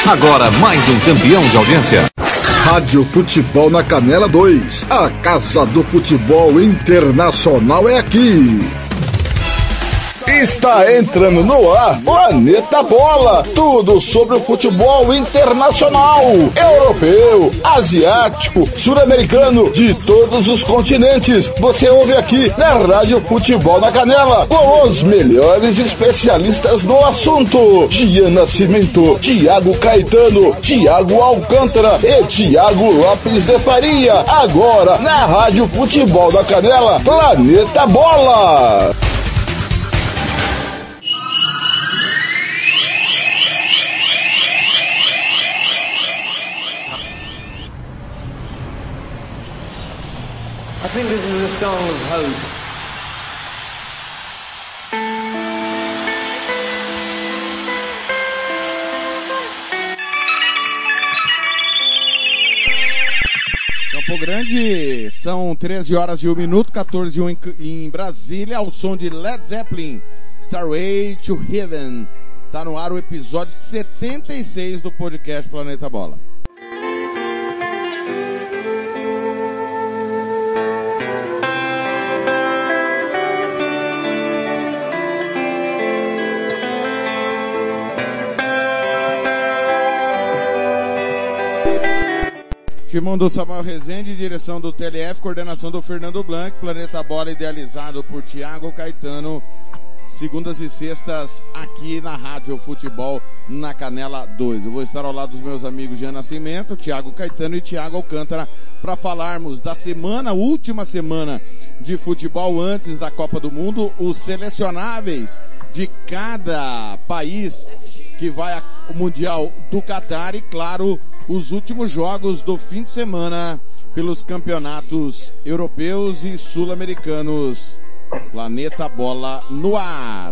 Agora mais um campeão de audiência. Rádio Futebol na Canela 2. A Casa do Futebol Internacional é aqui. Está entrando no ar Planeta Bola. Tudo sobre o futebol internacional, europeu, asiático, sul-americano, de todos os continentes. Você ouve aqui na Rádio Futebol na Canela, com os melhores especialistas no assunto. Gian Nascimento, Thiago Caetano, Thiago Alcântara e Thiago Lopes de Faria. Agora na Rádio Futebol da Canela, Planeta Bola. I think this is a song of hope. Campo Grande, são 13 horas e 1 minuto, 14 e 1 em Brasília, ao som de Led Zeppelin, Starway to Heaven. Tá no ar o episódio 76 do podcast Planeta Bola. Timão do Samuel Rezende, direção do TLF, coordenação do Fernando Blanc, Planeta Bola idealizado por Thiago Caetano, segundas e sextas aqui na Rádio Futebol na Canela 2. Eu vou estar ao lado dos meus amigos Gian Nascimento, Thiago Caetano e Thiago Alcântara para falarmos da semana, última semana de futebol antes da Copa do Mundo, os selecionáveis de cada país que vai ao Mundial do Catar e, claro, os últimos jogos do fim de semana pelos campeonatos europeus e sul-americanos. Planeta Bola no ar.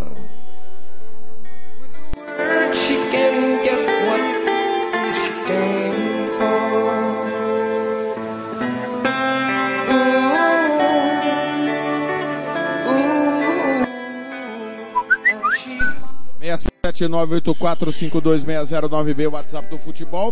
B, o WhatsApp do futebol,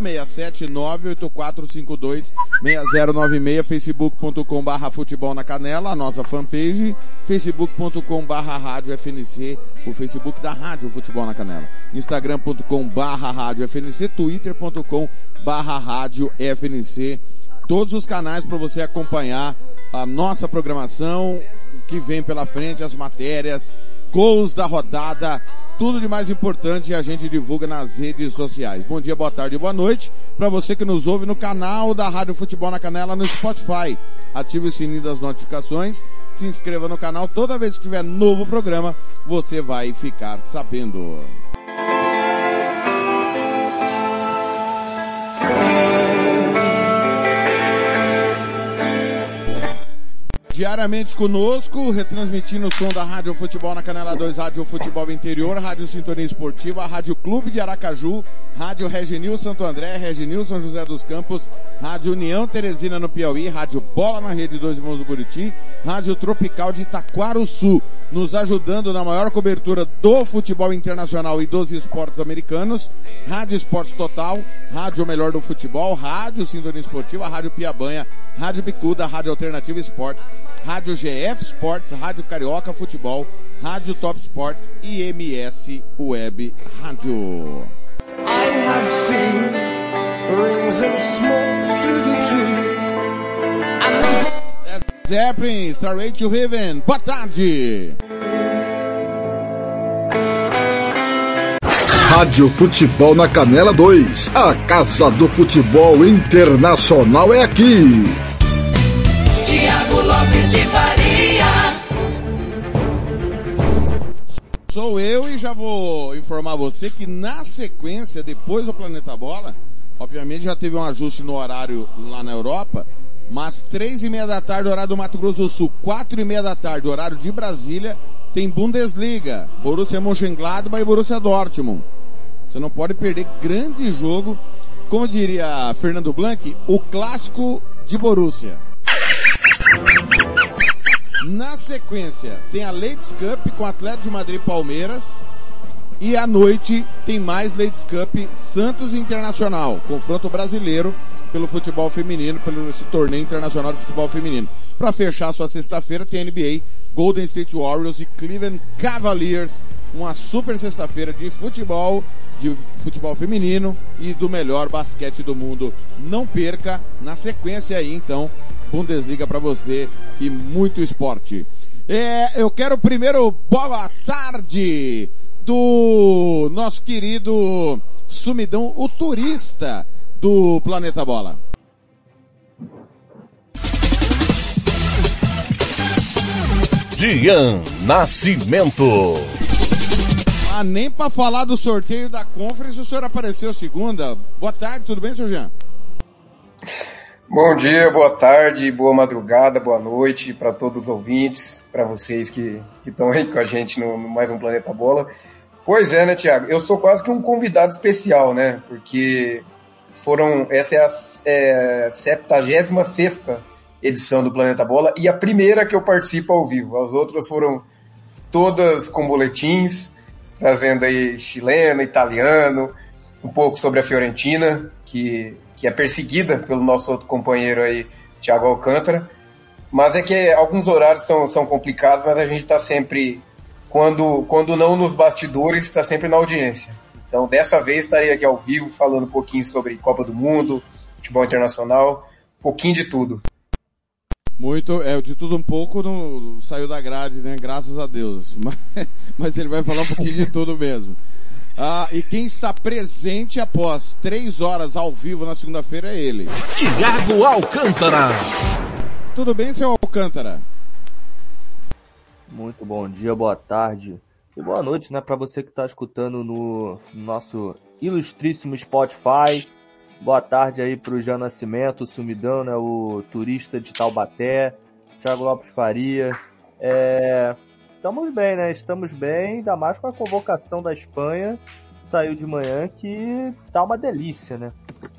67984526096, facebook.com/futebol na canela, a nossa fanpage, facebook.com/rádio FNC, o Facebook da Rádio Futebol na Canela, instagram.com/rádio FNC, twitter.com/rádio FNC, todos os canais para você acompanhar a nossa programação que vem pela frente, as matérias, gols da rodada, tudo de mais importante a gente divulga nas redes sociais. Bom dia, boa tarde, boa noite para você que nos ouve no canal da Rádio Futebol na Canela no Spotify. Ative o sininho das notificações, se inscreva no canal, toda vez que tiver novo programa, você vai ficar sabendo. Diariamente conosco, retransmitindo o som da Rádio Futebol na Canela 2, Rádio Futebol Interior, Rádio Sintonia Esportiva, Rádio Clube de Aracaju, Rádio Reginil Santo André, Reginil São José dos Campos, Rádio União Teresina no Piauí, Rádio Bola na Rede 2 Irmãos do Buriti, Rádio Tropical de Itaquaruçu, nos ajudando na maior cobertura do futebol internacional e dos esportes americanos, Rádio Esportes Total, Rádio Melhor do Futebol, Rádio Sintonia Esportiva, Rádio Piabanha, Rádio Bicuda, Rádio Alternativa Esportes, Rádio GF Sports, Rádio Carioca Futebol, Rádio Top Sports e MS Web Rádio. I have seen rings of smoke through the trees. Led Zeppelin, Starway to Heaven. Boa tarde. Rádio Futebol na Canela 2. A Casa do Futebol Internacional é aqui. Thiago Lopes de Faria. Sou eu e já vou informar você que na sequência, depois do Planeta Bola, obviamente já teve um ajuste no horário lá na Europa, mas 3:30 da tarde, horário do Mato Grosso do Sul, 4:30 da tarde, horário de Brasília, tem Bundesliga, Borussia Mönchengladbach e Borussia Dortmund. Você não pode perder grande jogo, como diria Fernando Blanc, o clássico de Borussia. Na sequência, tem a Ladies Cup com Atlético de Madrid e Palmeiras. E à noite tem mais Ladies Cup Santos Internacional, confronto brasileiro pelo futebol feminino, pelo esse torneio internacional de futebol feminino. Para fechar sua sexta-feira tem NBA, Golden State Warriors e Cleveland Cavaliers, uma super sexta-feira de futebol feminino e do melhor basquete do mundo. Não perca, na sequência aí então, Bundesliga para você e muito esporte. Eu quero primeiro boa tarde do nosso querido Sumidão, o turista do Planeta Bola. Dian Nascimento. Nem para falar do sorteio da Conference o senhor apareceu segunda. Boa tarde, tudo bem, senhor Jean? Bom dia, boa tarde, boa madrugada, boa noite para todos os ouvintes, para vocês que estão aí com a gente no mais um Planeta Bola. Pois é, né, Thiago? Eu sou quase que um convidado especial, né? Porque essa é a 76ª edição do Planeta Bola e a primeira que eu participo ao vivo. As outras foram todas com boletins, trazendo aí chileno, italiano, um pouco sobre a Fiorentina, que é perseguida pelo nosso outro companheiro aí, Thiago Alcântara. Mas é que alguns horários são complicados, mas a gente está sempre, quando não nos bastidores, está sempre na audiência. Então, dessa vez, estarei aqui ao vivo, falando um pouquinho sobre Copa do Mundo, futebol internacional, um pouquinho de tudo. De tudo um pouco saiu da grade, né? Graças a Deus. Mas ele vai falar um pouquinho de tudo mesmo. E quem está presente após 3 horas ao vivo na segunda-feira é ele. Thiago Alcântara. Tudo bem, senhor Alcântara? Muito bom dia, boa tarde e boa noite, né? Para você que está escutando no nosso ilustríssimo Spotify. Boa tarde aí pro Jean Nascimento, o Sumidão, né? O turista de Taubaté, Thiago Lopes Faria. Estamos bem, né? Estamos bem, ainda mais com a convocação da Espanha. Saiu de manhã que tá uma delícia, né?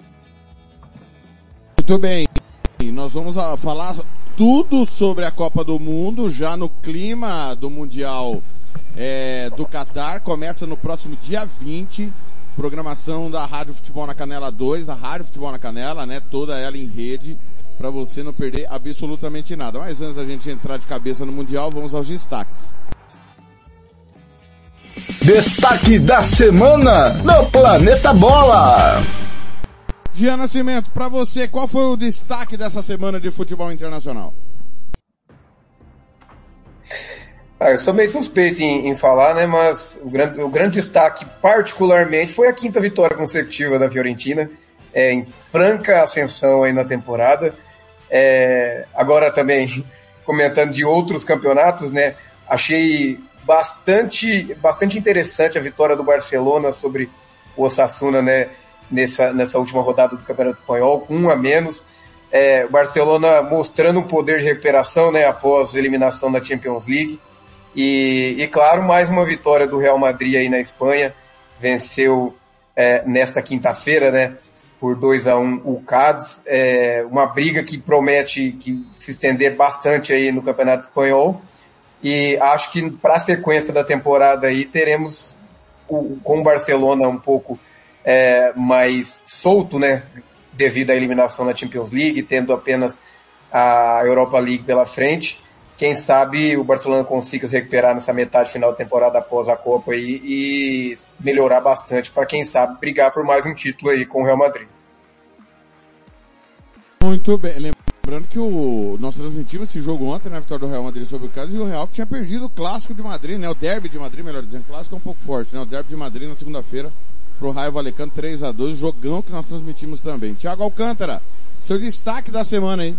Muito bem. Nós vamos falar tudo sobre a Copa do Mundo, já no clima do Mundial do Catar. Começa no próximo dia 20. Programação da Rádio Futebol na Canela 2, da Rádio Futebol na Canela, né? Toda ela em rede, para você não perder absolutamente nada. Mas antes da gente entrar de cabeça no Mundial, vamos aos destaques. Destaque da semana no Planeta Bola. Jean Nascimento, para você, qual foi o destaque dessa semana de futebol internacional? Eu sou meio suspeito em falar, né, mas o grande destaque particularmente foi a 5ª vitória consecutiva da Fiorentina, em franca ascensão aí na temporada. Agora também, comentando de outros campeonatos, né, achei bastante interessante a vitória do Barcelona sobre o Osasuna, né, nessa última rodada do Campeonato Espanhol, com 1 a menos. O Barcelona mostrando um poder de recuperação, né, após a eliminação da Champions League. E claro, mais uma vitória do Real Madrid aí na Espanha, venceu nesta quinta-feira, né, por 2-1 o Cádiz, uma briga que promete se estender bastante aí no Campeonato Espanhol, e acho que para a sequência da temporada aí teremos com o Barcelona um pouco mais solto, né, devido à eliminação na Champions League, tendo apenas a Europa League pela frente. Quem sabe o Barcelona consiga se recuperar nessa metade final da temporada após a Copa aí e melhorar bastante para, quem sabe, brigar por mais um título aí com o Real Madrid. Muito bem. Lembrando que nós transmitimos esse jogo ontem, na vitória do Real Madrid sobre o Cádiz, e o Real que tinha perdido o Clássico de Madrid, né? O Derby de Madrid, melhor dizendo. O Clássico é um pouco forte, né? O Derby de Madrid na segunda-feira pro Raio Vallecano 3-2, jogão que nós transmitimos também. Thiago Alcântara, seu destaque da semana aí.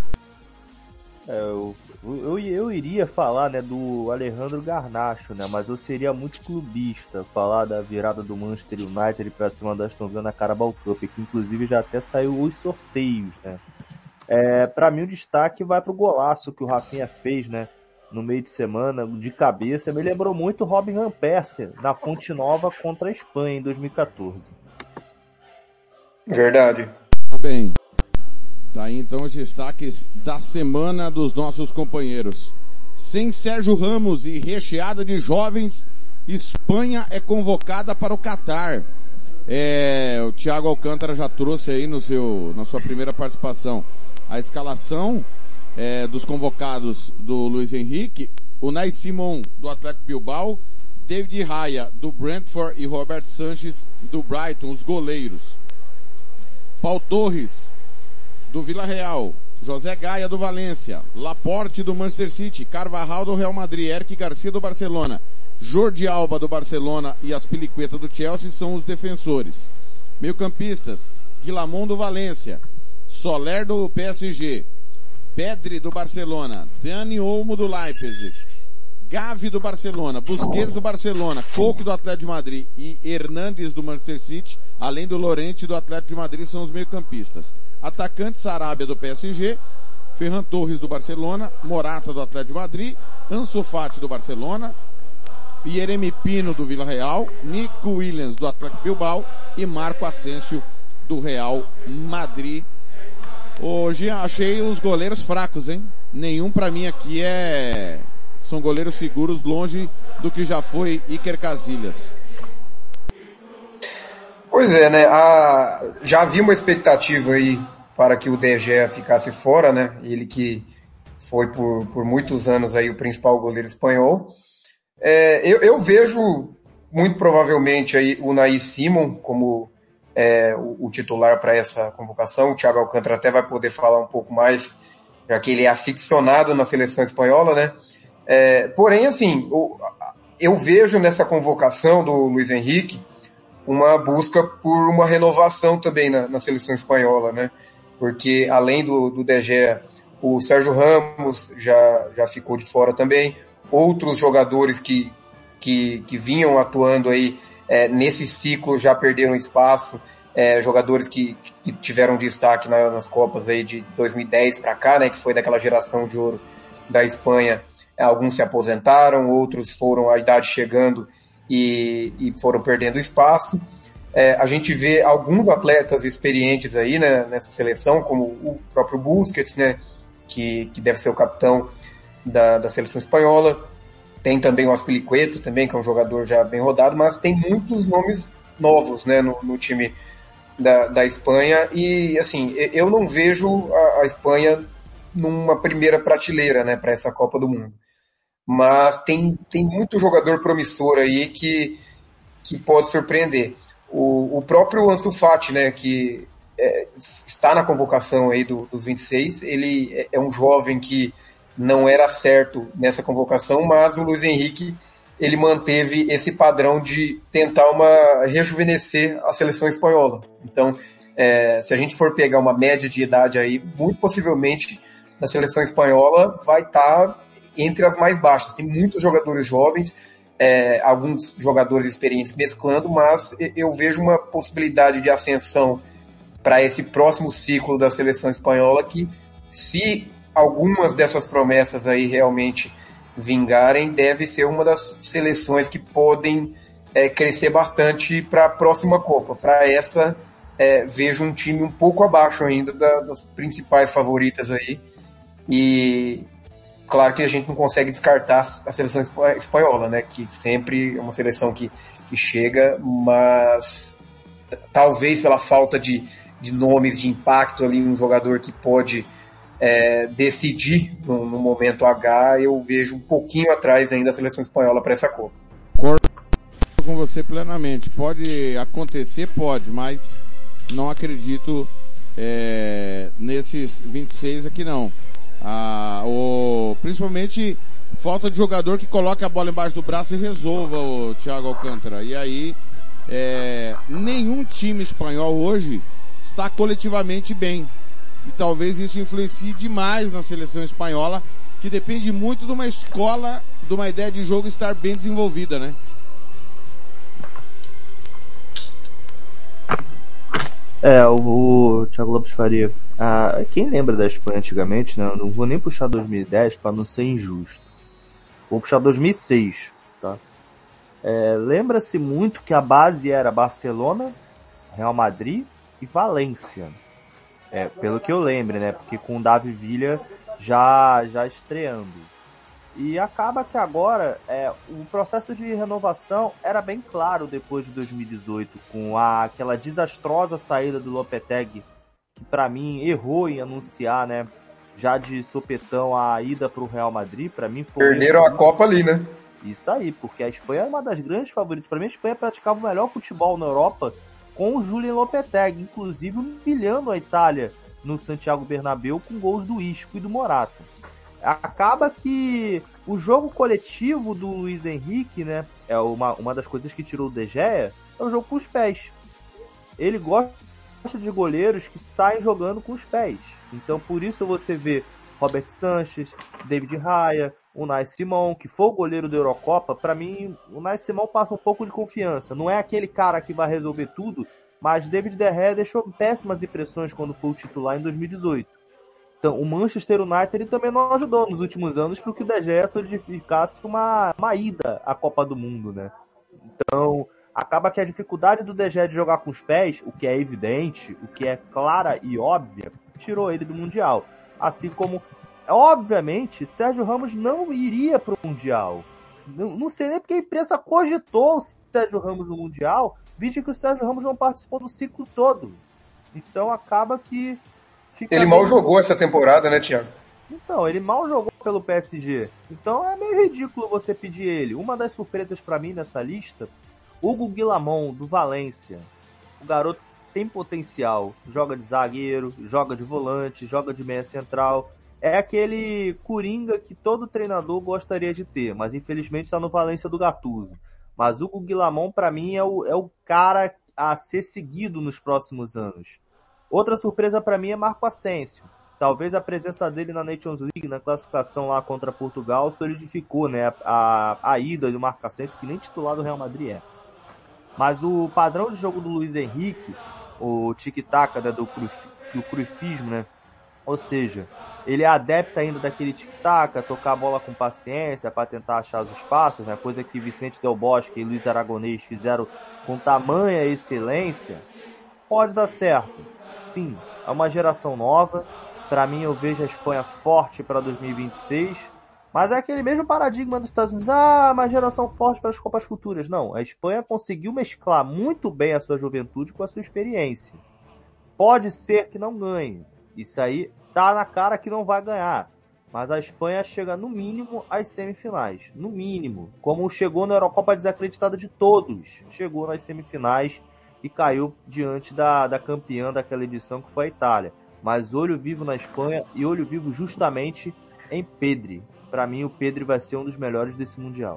Eu iria falar, né, do Alejandro Garnacho, né, mas eu seria muito clubista falar da virada do Manchester United para cima da Aston Villa na Carabao Cup, que inclusive já até saiu os sorteios, né. Para mim o destaque vai pro golaço que o Rafinha fez, né, no meio de semana, de cabeça. Me lembrou muito o Robin Van Persie na Fonte Nova contra a Espanha em 2014. Verdade. Tá bem. Tá aí então os destaques da semana dos nossos companheiros. Sem Sérgio Ramos e recheada de jovens Espanha é convocada para o Catar. O Thiago Alcântara já trouxe aí na sua primeira participação a escalação dos convocados do Luiz Henrique. Unai Simon, do Atlético Bilbao, David Raya, do Brentford, e Robert Sanchez, do Brighton, os goleiros. Paul Torres, do Villarreal, José Gaia, do Valência, Laporte, do Manchester City, Carvajal, do Real Madrid, Eric Garcia, do Barcelona, Jordi Alba, do Barcelona, e Azpilicueta, do Chelsea, são os defensores. Meio-campistas, Guilamon, do Valência, Soler, do PSG, Pedri, do Barcelona, Dani Olmo, do Leipzig, Gavi, do Barcelona, Busquets, do Barcelona, Coque, do Atlético de Madrid, e Hernandes, do Manchester City, além do Llorente, do Atlético de Madrid, são os meio-campistas. Atacante, Sarabia, do PSG, Ferran Torres, do Barcelona, Morata, do Atlético de Madrid, Ansu Fati, do Barcelona, Yeremi Pino, do Villarreal, Nico Williams, do Atlético Bilbao, e Marco Asensio, do Real Madrid. Hoje achei os goleiros fracos, hein? Nenhum pra mim aqui são goleiros seguros, longe do que já foi Iker Casillas. Pois é, né? Já havia uma expectativa aí para que o De Gea ficasse fora, né? Ele que foi por muitos anos aí o principal goleiro espanhol. Eu vejo muito provavelmente aí o Unai Simon como o titular para essa convocação. O Thiago Alcântara até vai poder falar um pouco mais, já que ele é aficionado na seleção espanhola, né? Porém, assim, eu vejo nessa convocação do Luiz Henrique uma busca por uma renovação também na seleção espanhola, né? Porque além do De Gea, o Sérgio Ramos já ficou de fora também. Outros jogadores que vinham atuando aí nesse ciclo já perderam espaço. Jogadores que tiveram destaque nas Copas aí de 2010 para cá, né? Que foi daquela geração de ouro da Espanha. Alguns se aposentaram, outros foram à idade chegando e foram perdendo espaço. A gente vê alguns atletas experientes aí, né, nessa seleção, como o próprio Busquets, né, que deve ser o capitão da seleção espanhola. Tem também o Azpilicueta também, que é um jogador já bem rodado, mas tem muitos nomes novos, né, no time da Espanha. E assim, eu não vejo a Espanha numa primeira prateleira, né, para essa Copa do Mundo. Mas tem muito jogador promissor aí que pode surpreender. O próprio Ansu Fati, né, que está na convocação aí dos 26, ele é um jovem que não era certo nessa convocação, mas o Luiz Henrique, ele manteve esse padrão de tentar rejuvenescer a seleção espanhola. Então, se a gente for pegar uma média de idade aí, muito possivelmente na seleção espanhola vai estar entre as mais baixas. Tem muitos jogadores jovens, alguns jogadores experientes mesclando, mas eu vejo uma possibilidade de ascensão para esse próximo ciclo da seleção espanhola que, se algumas dessas promessas aí realmente vingarem, deve ser uma das seleções que podem crescer bastante para a próxima Copa. Para essa, vejo um time um pouco abaixo ainda das principais favoritas aí. E claro que a gente não consegue descartar a seleção espanhola, né? Que sempre é uma seleção que chega, mas talvez pela falta de nomes, de impacto ali, um jogador que pode decidir no momento H, eu vejo um pouquinho atrás ainda a seleção espanhola para essa Copa. Concordo com você plenamente. Pode acontecer, pode, mas não acredito nesses 26 aqui não. Principalmente falta de jogador que coloque a bola embaixo do braço e resolva, o Thiago Alcântara. E aí, nenhum time espanhol hoje está coletivamente bem. E talvez isso influencie demais na seleção espanhola, que depende muito de uma escola, de uma ideia de jogo estar bem desenvolvida, né? O Thiago Lopes Faria. Quem lembra da Espanha antigamente, né? Eu não vou nem puxar 2010 para não ser injusto. Vou puxar 2006, tá? Lembra-se muito que a base era Barcelona, Real Madrid e Valência. Pelo que eu lembro, né? Porque com o Davi Villa já estreando. E acaba que agora o processo de renovação era bem claro depois de 2018, com aquela desastrosa saída do Lopetegui, que para mim errou em anunciar, né, já de sopetão a ida para o Real Madrid. Para mim foi... Perderam a Copa ali, né? Isso aí, porque a Espanha é uma das grandes favoritas. Para mim, a Espanha praticava o melhor futebol na Europa com o Julen Lopetegui, inclusive humilhando a Itália no Santiago Bernabéu com gols do Isco e do Morata. Acaba que o jogo coletivo do Luiz Henrique, né, é uma das coisas que tirou o De Gea, é o jogo com os pés. Ele gosta de goleiros que saem jogando com os pés. Então, por isso você vê Robert Sanchez, David Raya, Unai Simon, que foi o goleiro da Eurocopa. Para mim, o Unai Simon passa um pouco de confiança. Não é aquele cara que vai resolver tudo, mas David De Gea deixou péssimas impressões quando foi o titular em 2018. Então, o Manchester United ele também não ajudou nos últimos anos para que o De Gea solidificasse uma ida à Copa do Mundo, né? Então, acaba que a dificuldade do De Gea de jogar com os pés, o que é evidente, o que é clara e óbvia, tirou ele do Mundial. Assim como, obviamente, Sérgio Ramos não iria para o Mundial. Não sei nem porque a imprensa cogitou o Sérgio Ramos no Mundial, visto que o Sérgio Ramos não participou do ciclo todo. Então, acaba que... Ele mal jogou essa temporada, né, Thiago? Então, ele mal jogou pelo PSG. Então é meio ridículo você pedir ele. Uma das surpresas pra mim nessa lista, Hugo Guillamon, do Valência. O garoto tem potencial. Joga de zagueiro, joga de volante, joga de meia central. É aquele coringa que todo treinador gostaria de ter, mas infelizmente está no Valência do Gattuso. Mas Hugo Guillamon, pra mim, é o cara a ser seguido nos próximos anos. Outra surpresa para mim é Marco Asensio. Talvez a presença dele na Nations League, na classificação lá contra Portugal, solidificou, né, a ida do Marco Asensio, que nem titular do Real Madrid é. Mas o padrão de jogo do Luiz Henrique, o tic-tac, né, do cruyffismo, né, ou seja, ele é adepto ainda daquele tic-tac, tocar a bola com paciência para tentar achar os espaços, né, coisa que Vicente Del Bosque e Luiz Aragonês fizeram com tamanha excelência. Pode dar certo. Sim, é uma geração nova. Para mim, eu vejo a Espanha forte para 2026. Mas é aquele mesmo paradigma dos Estados Unidos. Uma geração forte para as Copas futuras. Não, a Espanha conseguiu mesclar muito bem a sua juventude com a sua experiência. Pode ser que não ganhe. Isso aí tá na cara que não vai ganhar. Mas a Espanha chega no mínimo às semifinais. No mínimo. Como chegou na Eurocopa desacreditada de todos. Chegou nas semifinais e caiu diante da campeã daquela edição, que foi a Itália. Mas olho vivo na Espanha e olho vivo justamente em Pedri. Para mim, o Pedri vai ser um dos melhores desse Mundial.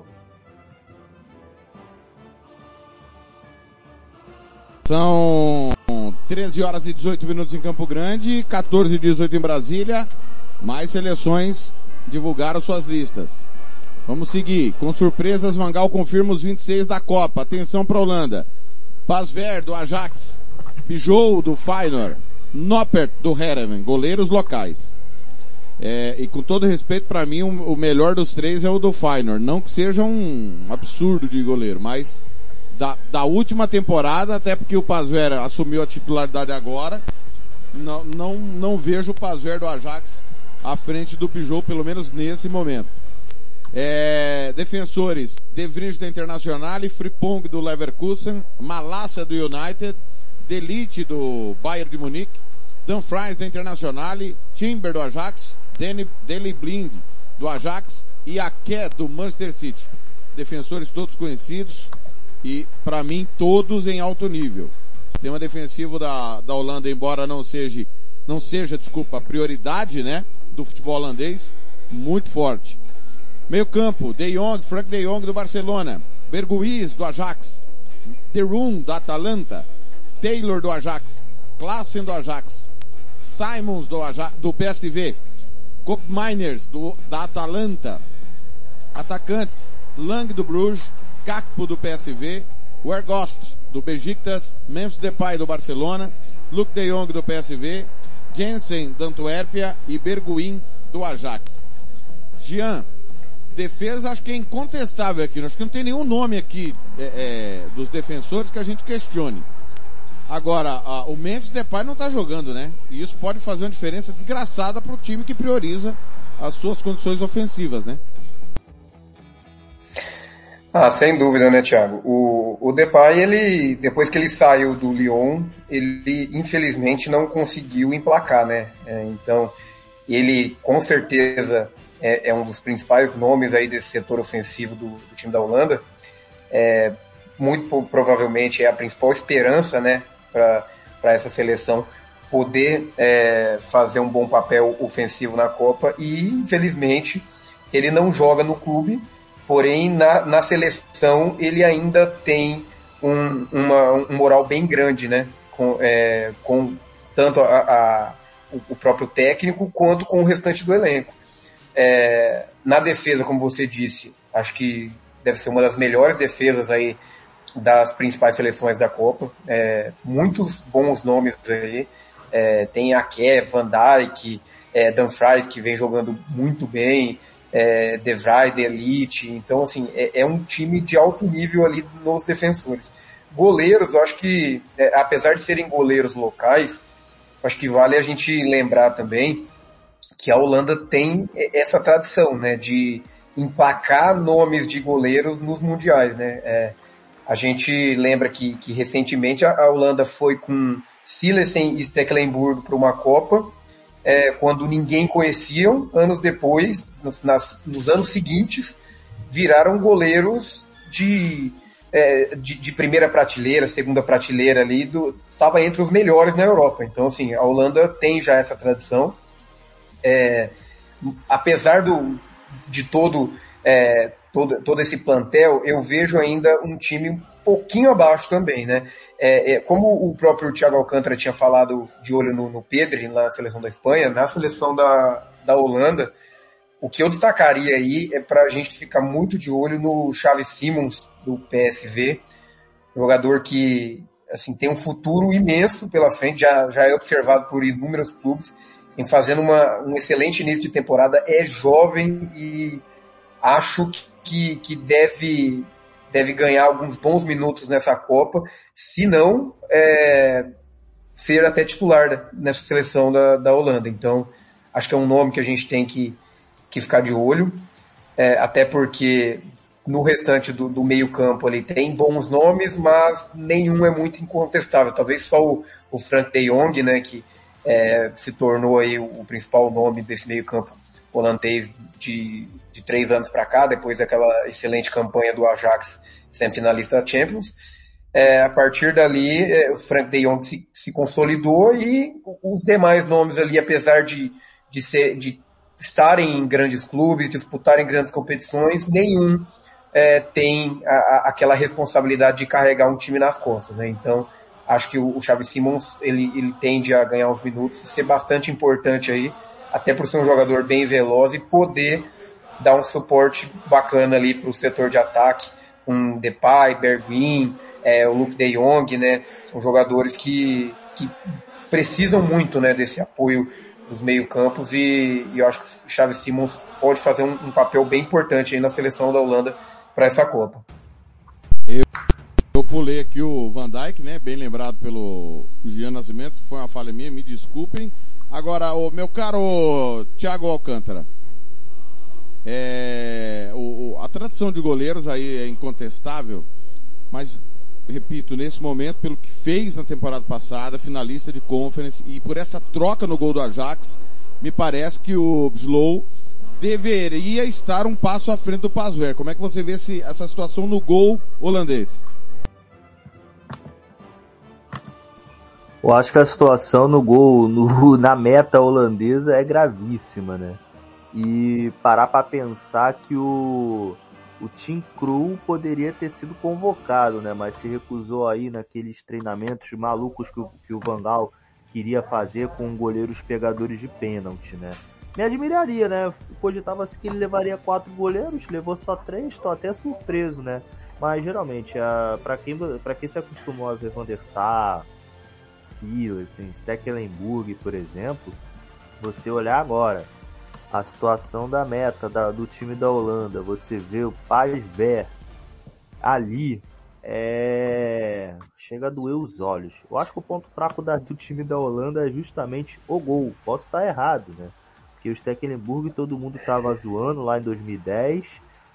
São 13 horas e 18 minutos em Campo Grande, 14 e 18 em Brasília. Mais seleções divulgaram suas listas. Vamos seguir. Com surpresas, Van Gaal confirma os 26 da Copa. Atenção para a Holanda. Pasver, do Ajax, Pijol, do Feyenoord, Noppert, do Heerenveen, goleiros locais. E com todo respeito, para mim, o melhor dos três é o do Feyenoord. Não que seja um absurdo de goleiro, mas da última temporada, até porque o Pasver assumiu a titularidade agora, não vejo o Pasver do Ajax à frente do Pijol, pelo menos nesse momento. Defensores, De Vrij do Internacional, Frimpong do Leverkusen, Malassa do United, De Ligt do Bayern de Munique, Dumfries do Internacional, Timber do Ajax, Daley Blind do Ajax e Ake do Manchester City. Defensores todos conhecidos e, para mim, todos em alto nível. O sistema defensivo da Holanda, embora não seja a prioridade, né, do futebol holandês, muito forte. Meio campo, Frank de Jong do Barcelona, Berghuis do Ajax, De Roon do Atalanta, Taylor do Ajax, Klaassen do Ajax, Simons do PSV, Koopmeiners da Atalanta, atacantes, Lang do Bruges, Gakpo do PSV, Weghorst do Besiktas, Memphis Depay do Barcelona, Luuk de Jong do PSV, Jensen da Antuérpia e Bergwijn do Ajax. Jean, defesa acho que é incontestável aqui, acho que não tem nenhum nome aqui dos defensores que a gente questione. Agora, o Memphis Depay não está jogando, né? E isso pode fazer uma diferença desgraçada para o time que prioriza as suas condições ofensivas, né? Sem dúvida, né, Thiago? O Depay, ele, depois que ele saiu do Lyon, ele infelizmente não conseguiu emplacar, né? Então, ele com certeza é um dos principais nomes aí desse setor ofensivo do time da Holanda. Muito provavelmente é a principal esperança, né, para essa seleção poder fazer um bom papel ofensivo na Copa, e infelizmente ele não joga no clube, porém na seleção ele ainda tem um moral bem grande, né, com tanto o próprio técnico quanto com o restante do elenco. Na defesa, como você disse, acho que deve ser uma das melhores defesas aí das principais seleções da Copa. Muitos bons nomes aí. Tem Ake, Van Dijk, Dumfries, que vem jogando muito bem, De Vrij, De Ligt. Então, assim, é um time de alto nível ali nos defensores. Goleiros, eu acho que, apesar de serem goleiros locais, acho que vale a gente lembrar também que a Holanda tem essa tradição, né, de emplacar nomes de goleiros nos mundiais, né. A gente lembra que recentemente a Holanda foi com Silesen e Stekelenburg para uma Copa, quando ninguém conhecia. Anos depois, nos anos seguintes, viraram goleiros de primeira prateleira, segunda prateleira ali, estava entre os melhores na Europa. Então, assim, a Holanda tem já essa tradição. Apesar de todo esse plantel, eu vejo ainda um time um pouquinho abaixo também, né? Como o próprio Thiago Alcântara tinha falado, de olho no Pedri, na seleção da Espanha, na seleção da Holanda, o que eu destacaria aí é para a gente ficar muito de olho no Xavi Simons, do PSV, jogador que, assim, tem um futuro imenso pela frente, já é observado por inúmeros clubes, em fazendo um excelente início de temporada. É jovem e acho que deve ganhar alguns bons minutos nessa Copa, se não ser até titular nessa seleção da Holanda. Então, acho que é um nome que a gente tem que ficar de olho, até porque no restante do meio campo ali tem bons nomes, mas nenhum é muito incontestável. Talvez só o Frank de Jong, né, que se tornou aí o principal nome desse meio campo holandês de 3 anos para cá, depois daquela excelente campanha do Ajax, semifinalista da Champions. A partir dali, o Frank de Jong se consolidou, e os demais nomes ali, apesar de estarem em grandes clubes, disputarem grandes competições, nenhum tem aquela responsabilidade de carregar um time nas costas, né? Então, acho que o Xavi Simons, ele tende a ganhar uns minutos e ser bastante importante aí, até por ser um jogador bem veloz e poder dar um suporte bacana ali para o setor de ataque, com Depay, Bergwijn, o Luuk de Jong, né? São jogadores que precisam muito, né, desse apoio dos meio-campos, e eu acho que o Xavi Simons pode fazer um papel bem importante aí na seleção da Holanda para essa Copa. Eu pulei aqui o Van Dijk, né? Bem lembrado pelo Jean Nascimento, foi uma falha minha, me desculpem. Agora, o meu caro Thiago Alcântara, a tradição de goleiros aí é incontestável, mas, repito, nesse momento, pelo que fez na temporada passada, finalista de Conference, e por essa troca no gol do Ajax, me parece que o Slow deveria estar um passo à frente do Pasveer. Como é que você vê essa situação no gol holandês? Eu acho que a situação no gol, na meta holandesa, é gravíssima, né? E parar para pensar que o Tim Krul poderia ter sido convocado, né? Mas se recusou aí naqueles treinamentos malucos que o Van Gaal queria fazer com goleiros pegadores de pênalti, né? Me admiraria, né? Cogitava-se que ele levaria 4 goleiros, levou só 3, estou até surpreso, né? Mas geralmente, para quem se acostumou a ver Van der Sar, Silesen, Stekelenburg, por exemplo, você olhar agora a situação da meta do time da Holanda, você vê o Pasveer ali, chega a doer os olhos. Eu acho que o ponto fraco do time da Holanda é justamente o gol. Posso estar errado, né? Porque o Stekelenburg todo mundo estava zoando lá em 2010,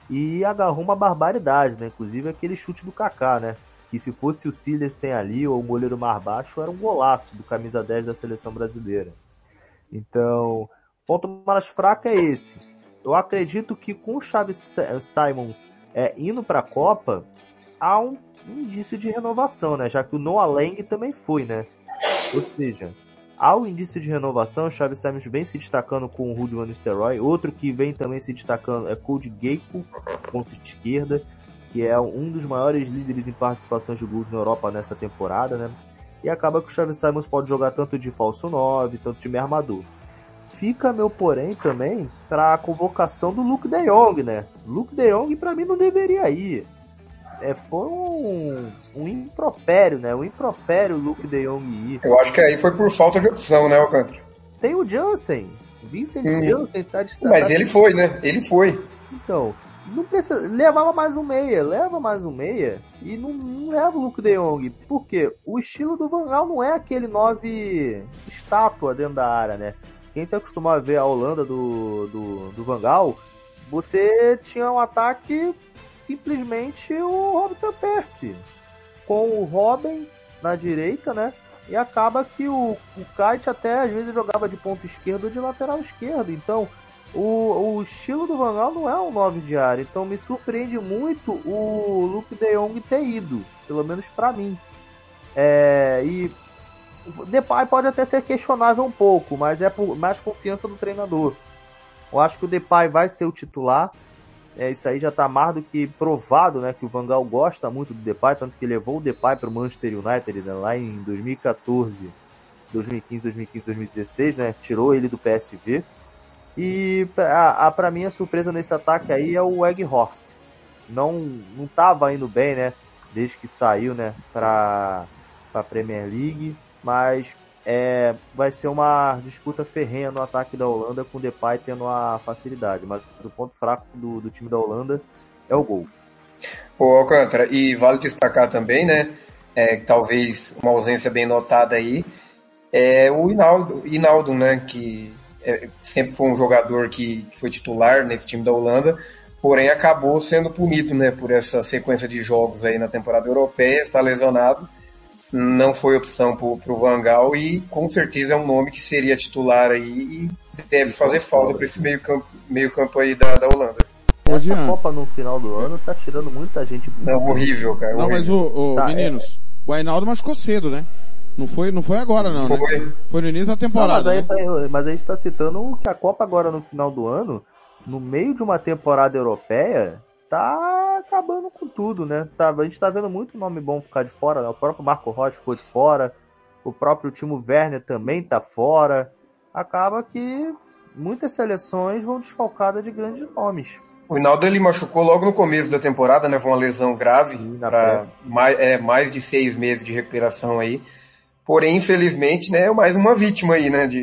e agarrou uma barbaridade, né? Inclusive aquele chute do Kaká, né? Que se fosse o Silersen ali ou o goleiro mais baixo, era um golaço do camisa 10 da seleção brasileira. Então, o ponto mais fraco é esse. Eu acredito que com o Xavi Simons indo para a Copa, há um indício de renovação, né? Já que o Noah Lang também foi, né? Ou seja, há um indício de renovação. O Xavi Simons vem se destacando com o Ruud van Nistelrooy. Outro que vem também se destacando é Cody Gakpo, ponta esquerda, que é um dos maiores líderes em participações de gols na Europa nessa temporada, né? E acaba que o Xavi Simons pode jogar tanto de falso 9, tanto de meio armador. Fica meu porém também para a convocação do Luuk de Jong, né? Luuk de Jong para mim não deveria ir. Foi um impropério, né? Um impropério o Luuk de Jong ir. Eu acho que aí foi por falta de opção, né, Alcântara? Tem o Jansen. Vincent Jansen tá de Mas ele foi, né? Ele foi. Então, não precisa. Leva mais um meia e não leva o Luuk de Jong. Por quê? O estilo do Van Gaal não é aquele 9 estátua dentro da área, né? Quem se acostumou a ver a Holanda do Van Gaal, você tinha um ataque simplesmente o Robin van Persie, com o Robin na direita, né? E acaba que o Kite até às vezes jogava de ponto esquerdo ou de lateral esquerdo. Então, o estilo do Van Gaal não é um 9 de área. Então, me surpreende muito o Luuk de Jong ter ido, pelo menos para mim. E o Depay pode até ser questionável um pouco, mas é por mais confiança do treinador. Eu acho que o Depay vai ser o titular. Isso aí já está mais do que provado, né, que o Van Gaal gosta muito do Depay, tanto que levou o Depay para o Manchester United, né, lá em 2014, 2016, né, tirou ele do PSV. E para mim a surpresa nesse ataque aí é o Weghorst. Não estava indo bem, né, desde que saiu, né, para a Premier League, mas vai ser uma disputa ferrenha no ataque da Holanda, com o Depay tendo a facilidade, mas o ponto fraco do time da Holanda é o gol. Ô Alcântara, e vale destacar também, né, talvez uma ausência bem notada aí, o Wijnaldum, né, que sempre foi um jogador que foi titular nesse time da Holanda, porém acabou sendo punido, né, por essa sequência de jogos aí na temporada europeia, está lesionado. Não foi opção pro Van Gaal e com certeza é um nome que seria titular aí e deve fazer falta para esse meio campo aí da Holanda. Essa Copa no final do ano tá tirando muita gente. Não, horrível, cara. Não, horrível. mas meninos, o Wijnaldum machucou cedo, né? Não foi agora não, foi. Né? Foi no início da temporada. Não, mas a gente tá citando que a Copa agora no final do ano, no meio de uma temporada europeia, tá acabando com tudo, né? A gente tá vendo muito nome bom ficar de fora, né? O próprio Marco Rocha ficou de fora, o próprio Timo Werner também tá fora. Acaba que muitas seleções vão desfalcadas de grandes nomes. O Wijnaldum, ele machucou logo no começo da temporada, né? Foi uma lesão grave, para mais de 6 meses de recuperação aí. Porém, infelizmente, né, é mais uma vítima aí, né,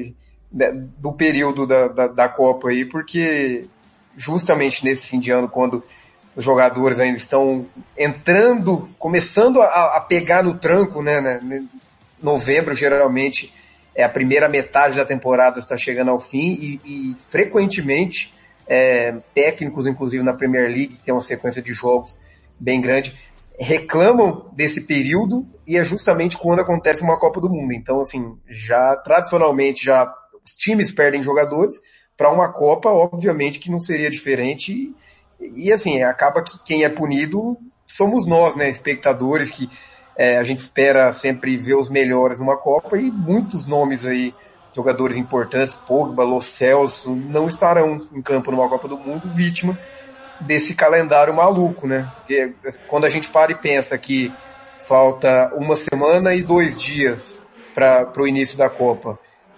do período da Copa aí, porque justamente nesse fim de ano, quando os jogadores ainda estão entrando, começando a pegar no tranco, né? Novembro, geralmente, é a primeira metade da temporada, está chegando ao fim e frequentemente, técnicos, inclusive na Premier League, que tem uma sequência de jogos bem grande, reclamam desse período e é justamente quando acontece uma Copa do Mundo. Então, assim, tradicionalmente, os times perdem jogadores para uma Copa, obviamente que não seria diferente. E assim, acaba que quem é punido somos nós, né, espectadores, que a gente espera sempre ver os melhores numa Copa, e muitos nomes aí, jogadores importantes, Pogba, Lo Celso, não estarão em campo numa Copa do Mundo, vítima desse calendário maluco, né? Porque quando a gente para e pensa que falta 1 semana e 2 dias para o início da Copa,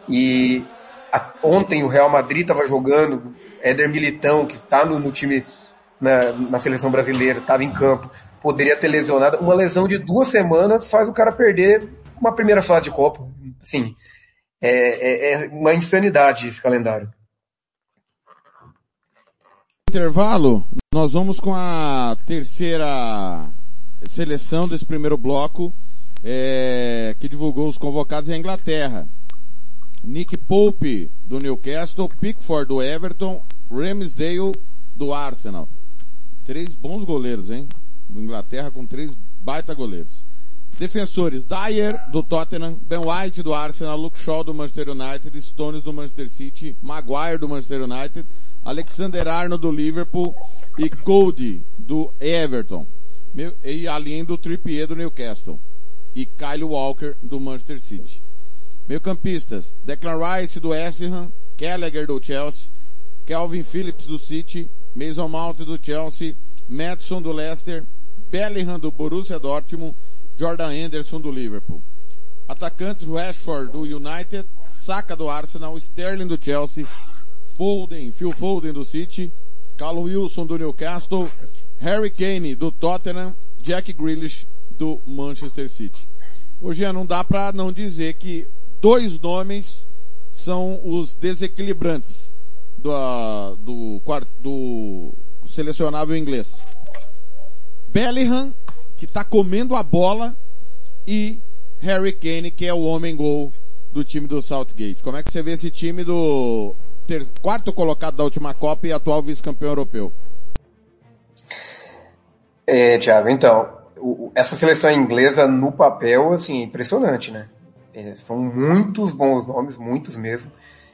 e ontem o Real Madrid estava jogando, Éder Militão, que está no time, na seleção brasileira, estava em campo, poderia ter lesionado. Uma lesão de 2 semanas faz o cara perder uma primeira fase de Copa. Assim, é uma insanidade esse calendário. Intervalo, nós vamos com a terceira seleção desse primeiro bloco, que divulgou os convocados em Inglaterra. Nick Pope, do Newcastle, Pickford, do Everton, Ramsdale, do Arsenal. 3 bons goleiros, hein? Inglaterra com 3 baita goleiros. Defensores, Dyer, do Tottenham, Ben White, do Arsenal, Luke Shaw, do Manchester United, Stones, do Manchester City, Maguire, do Manchester United, Alexander-Arnold, do Liverpool e Cody, do Everton. E além do Trippier, do Newcastle. E Kyle Walker, do Manchester City. Meio-campistas, Declan Rice, do West Ham, Gallagher, do Chelsea, Calvin Phillips, do City, Mason Mount, do Chelsea, Maddison, do Leicester, Bellingham, do Borussia Dortmund, Jordan Henderson, do Liverpool. Atacantes, Rashford, do United, Saka, do Arsenal, Sterling, do Chelsea, Phil Foden, do City, Callum Wilson, do Newcastle, Harry Kane, do Tottenham, Jack Grealish, do Manchester City. Hoje não dá pra não dizer que 2 nomes são os desequilibrantes do selecionável inglês. Bellingham, que tá comendo a bola, e Harry Kane, que é o homem-gol do time do Southgate. Como é que você vê esse time do 4º colocado da última Copa e atual vice-campeão europeu? Thiago, então, essa seleção inglesa no papel, assim, é impressionante, né? São muitos bons nomes, muitos mesmo.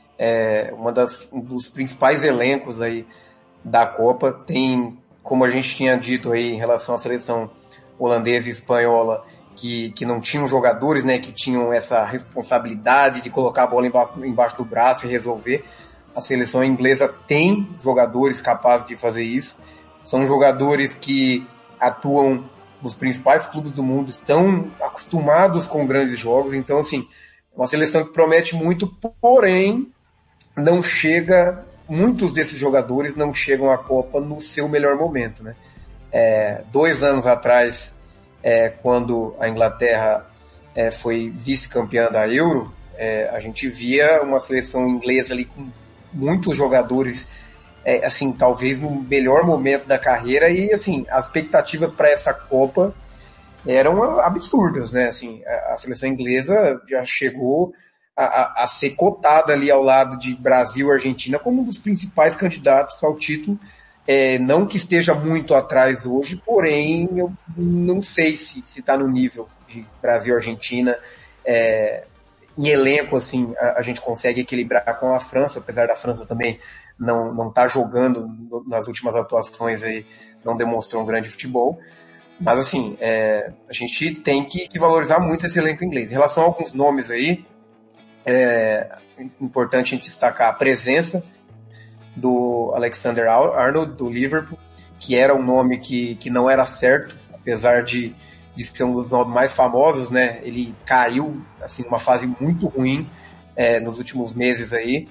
Um dos principais elencos aí da Copa. Tem, como a gente tinha dito aí em relação à seleção holandesa e espanhola, que não tinham jogadores, né, que tinham essa responsabilidade de colocar a bola embaixo do braço e resolver. A seleção inglesa tem jogadores capazes de fazer isso. São jogadores que atuam nos principais clubes do mundo, estão acostumados com grandes jogos. Então, assim, uma seleção que promete muito, porém, não chega, muitos desses jogadores não chegam à Copa no seu melhor momento, né? 2 anos atrás, quando a Inglaterra foi vice-campeã da Euro, a gente via uma seleção inglesa ali com muitos jogadores, assim, talvez no melhor momento da carreira, e assim, as expectativas para essa Copa eram absurdas, né? Assim, a seleção inglesa já chegou a ser cotada ali ao lado de Brasil e Argentina como um dos principais candidatos ao título. Não que esteja muito atrás hoje, porém eu não sei se está no nível de Brasil e Argentina. Em elenco, assim, a gente consegue equilibrar com a França, apesar da França também não tá jogando nas últimas atuações aí, não demonstrou um grande futebol. Mas assim, a gente tem que valorizar muito esse elenco inglês. Em relação a alguns nomes aí, é importante a gente destacar a presença do Alexander-Arnold, do Liverpool, que era um nome que não era certo, apesar de ser um dos nomes mais famosos, né? Ele caiu, assim, numa fase muito ruim nos últimos meses aí.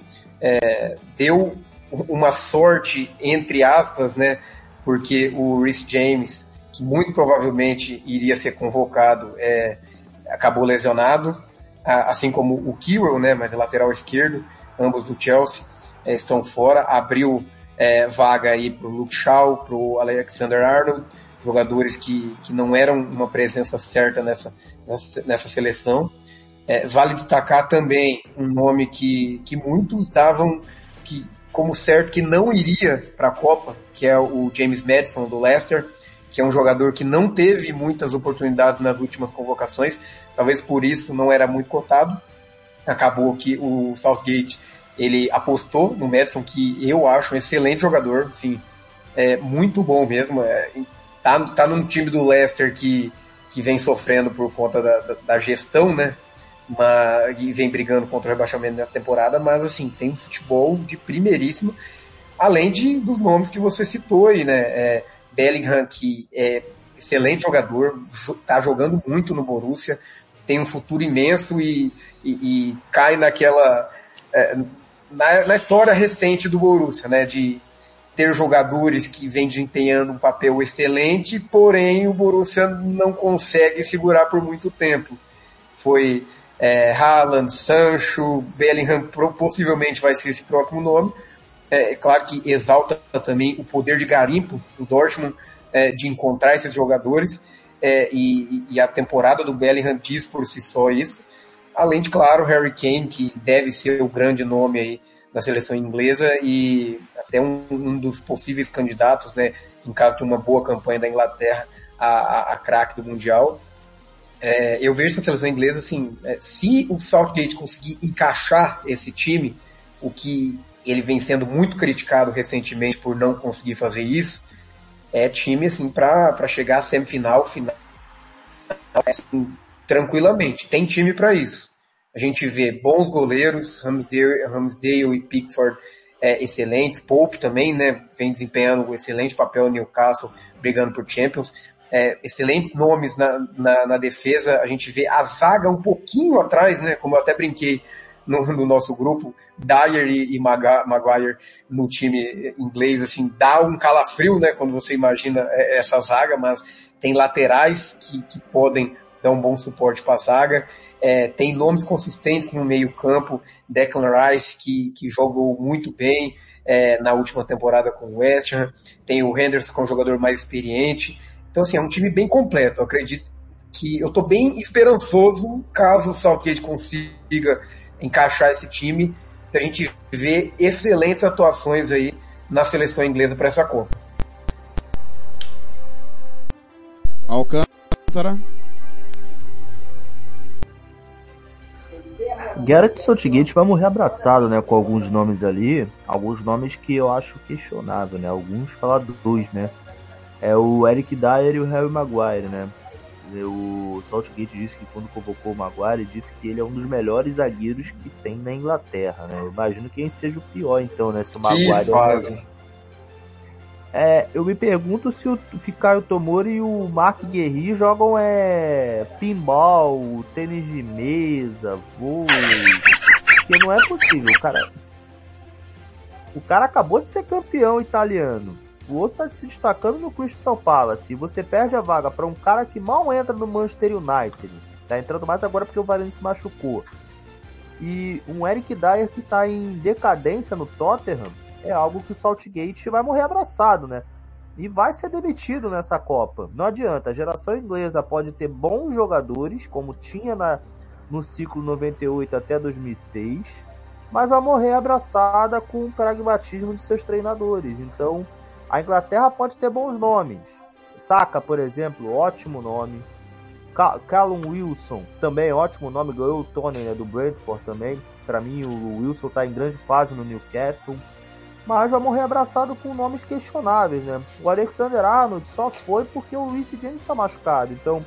Deu uma sorte, entre aspas, né? Porque o Reece James, que muito provavelmente iria ser convocado, acabou lesionado, assim como o Kewell, né? Mas lateral esquerdo, ambos do Chelsea, estão fora. Abriu vaga aí pro Luke Shaw, pro Alexander-Arnold, jogadores que não eram uma presença certa nessa seleção. Vale destacar também um nome que muitos davam como certo que não iria para a Copa, que é o James Maddison, do Leicester, que é um jogador que não teve muitas oportunidades nas últimas convocações, talvez por isso não era muito cotado. Acabou que o Southgate, ele apostou no Maddison, que eu acho um excelente jogador, assim, muito bom mesmo. Tá num time do Leicester que vem sofrendo por conta da gestão, né? E vem brigando contra o rebaixamento nessa temporada, mas assim, tem um futebol de primeiríssimo, além dos nomes que você citou aí, né? Bellingham, que é excelente jogador, tá jogando muito no Borussia, tem um futuro imenso e cai naquela... na história recente do Borussia, né? De ter jogadores que vêm desempenhando um papel excelente, porém o Borussia não consegue segurar por muito tempo. Foi Haaland, Sancho, Bellingham possivelmente vai ser esse próximo nome. Claro que exalta também o poder de garimpo do Dortmund de encontrar esses jogadores, e a temporada do Bellingham diz por si só isso. Além de, claro, Harry Kane, que deve ser o grande nome aí da seleção inglesa e até um dos possíveis candidatos, né, em caso de uma boa campanha da Inglaterra, a craque do Mundial. Eu vejo essa seleção inglesa, assim, se o Southgate conseguir encaixar esse time, o que ele vem sendo muito criticado recentemente por não conseguir fazer isso, é time, assim, para chegar à semifinal, final, assim, tranquilamente. Tem time para isso. A gente vê bons goleiros, Ramsdale e Pickford excelentes, Pope também, né, vem desempenhando um excelente papel no Newcastle, brigando por Champions. Excelentes nomes na defesa. A gente vê a zaga um pouquinho atrás, né, como eu até brinquei no nosso grupo, Dyer e Maguire no time inglês, assim, dá um calafrio, né, quando você imagina essa zaga, mas tem laterais que podem dar um bom suporte para a zaga. Tem nomes consistentes no meio campo, Declan Rice, que jogou muito bem na última temporada com o West Ham, tem o Henderson, que é um jogador mais experiente. Então, assim, é um time bem completo. Eu acredito que eu estou bem esperançoso caso o Southgate consiga encaixar esse time, a gente vê excelentes atuações aí na seleção inglesa para essa Copa. Alcântara. Gareth Southgate vai morrer abraçado, né, com alguns nomes ali, alguns nomes que eu acho questionável, né, alguns faladores, né, é o Eric Dyer e o Harry Maguire, né. O Southgate disse que quando convocou o Maguire, disse que ele é um dos melhores zagueiros que tem na Inglaterra, né? Eu imagino quem seja o pior, então, né? Se o Maguire eu me pergunto se o Fikayo Tomori e o Mark Guerri jogam pinball, tênis de mesa, vôlei, porque não é possível, o cara acabou de ser campeão italiano. O outro tá se destacando no Crystal Palace. E você perde a vaga para um cara que mal entra no Manchester United. Tá entrando mais agora porque o Varane se machucou. E um Eric Dyer que tá em decadência no Tottenham é algo que o Southgate vai morrer abraçado, né? E vai ser demitido nessa Copa. Não adianta. A geração inglesa pode ter bons jogadores, como tinha no ciclo 98 até 2006, mas vai morrer abraçada com o pragmatismo de seus treinadores. Então, a Inglaterra pode ter bons nomes. Saka, por exemplo, ótimo nome. Callum Wilson, também ótimo nome. Ganhou o Tony, né, do Brentford também. Para mim, o Wilson está em grande fase no Newcastle. Mas vai morrer abraçado com nomes questionáveis, né? O Alexander-Arnold só foi porque o Reece James está machucado. Então,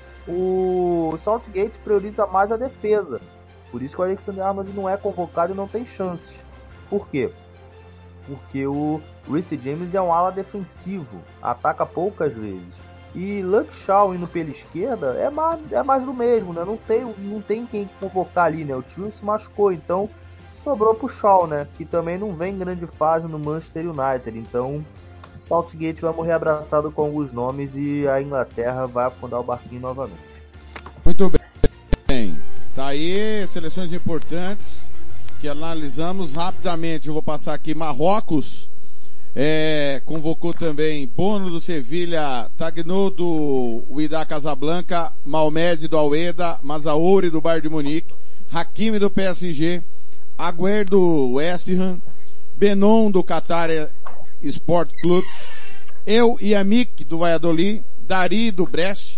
o Southgate prioriza mais a defesa. Por isso que o Alexander-Arnold não é convocado e não tem chances. Por quê? Porque o Reece James é um ala defensivo, ataca poucas vezes. E Luke Shaw indo pela esquerda é mais do mesmo, né? Não tem quem convocar ali, né? O tio se machucou, então sobrou pro Shaw, né? Que também não vem em grande fase no Manchester United. Então Southgate vai morrer abraçado com alguns nomes e a Inglaterra vai afundar o barquinho novamente. Muito bem. Tá aí, seleções importantes que analisamos rapidamente. Eu vou passar aqui. Marrocos convocou também Bono do Sevilha, Tagno do Wydad Casablanca, Malmed do Al-Weda, Mazaouri do Bayern de Munique, Hakimi do PSG, Agüero do West Ham, Benon do Qatar Sport Club, El Yamik do Valladolid, Dari do Brest,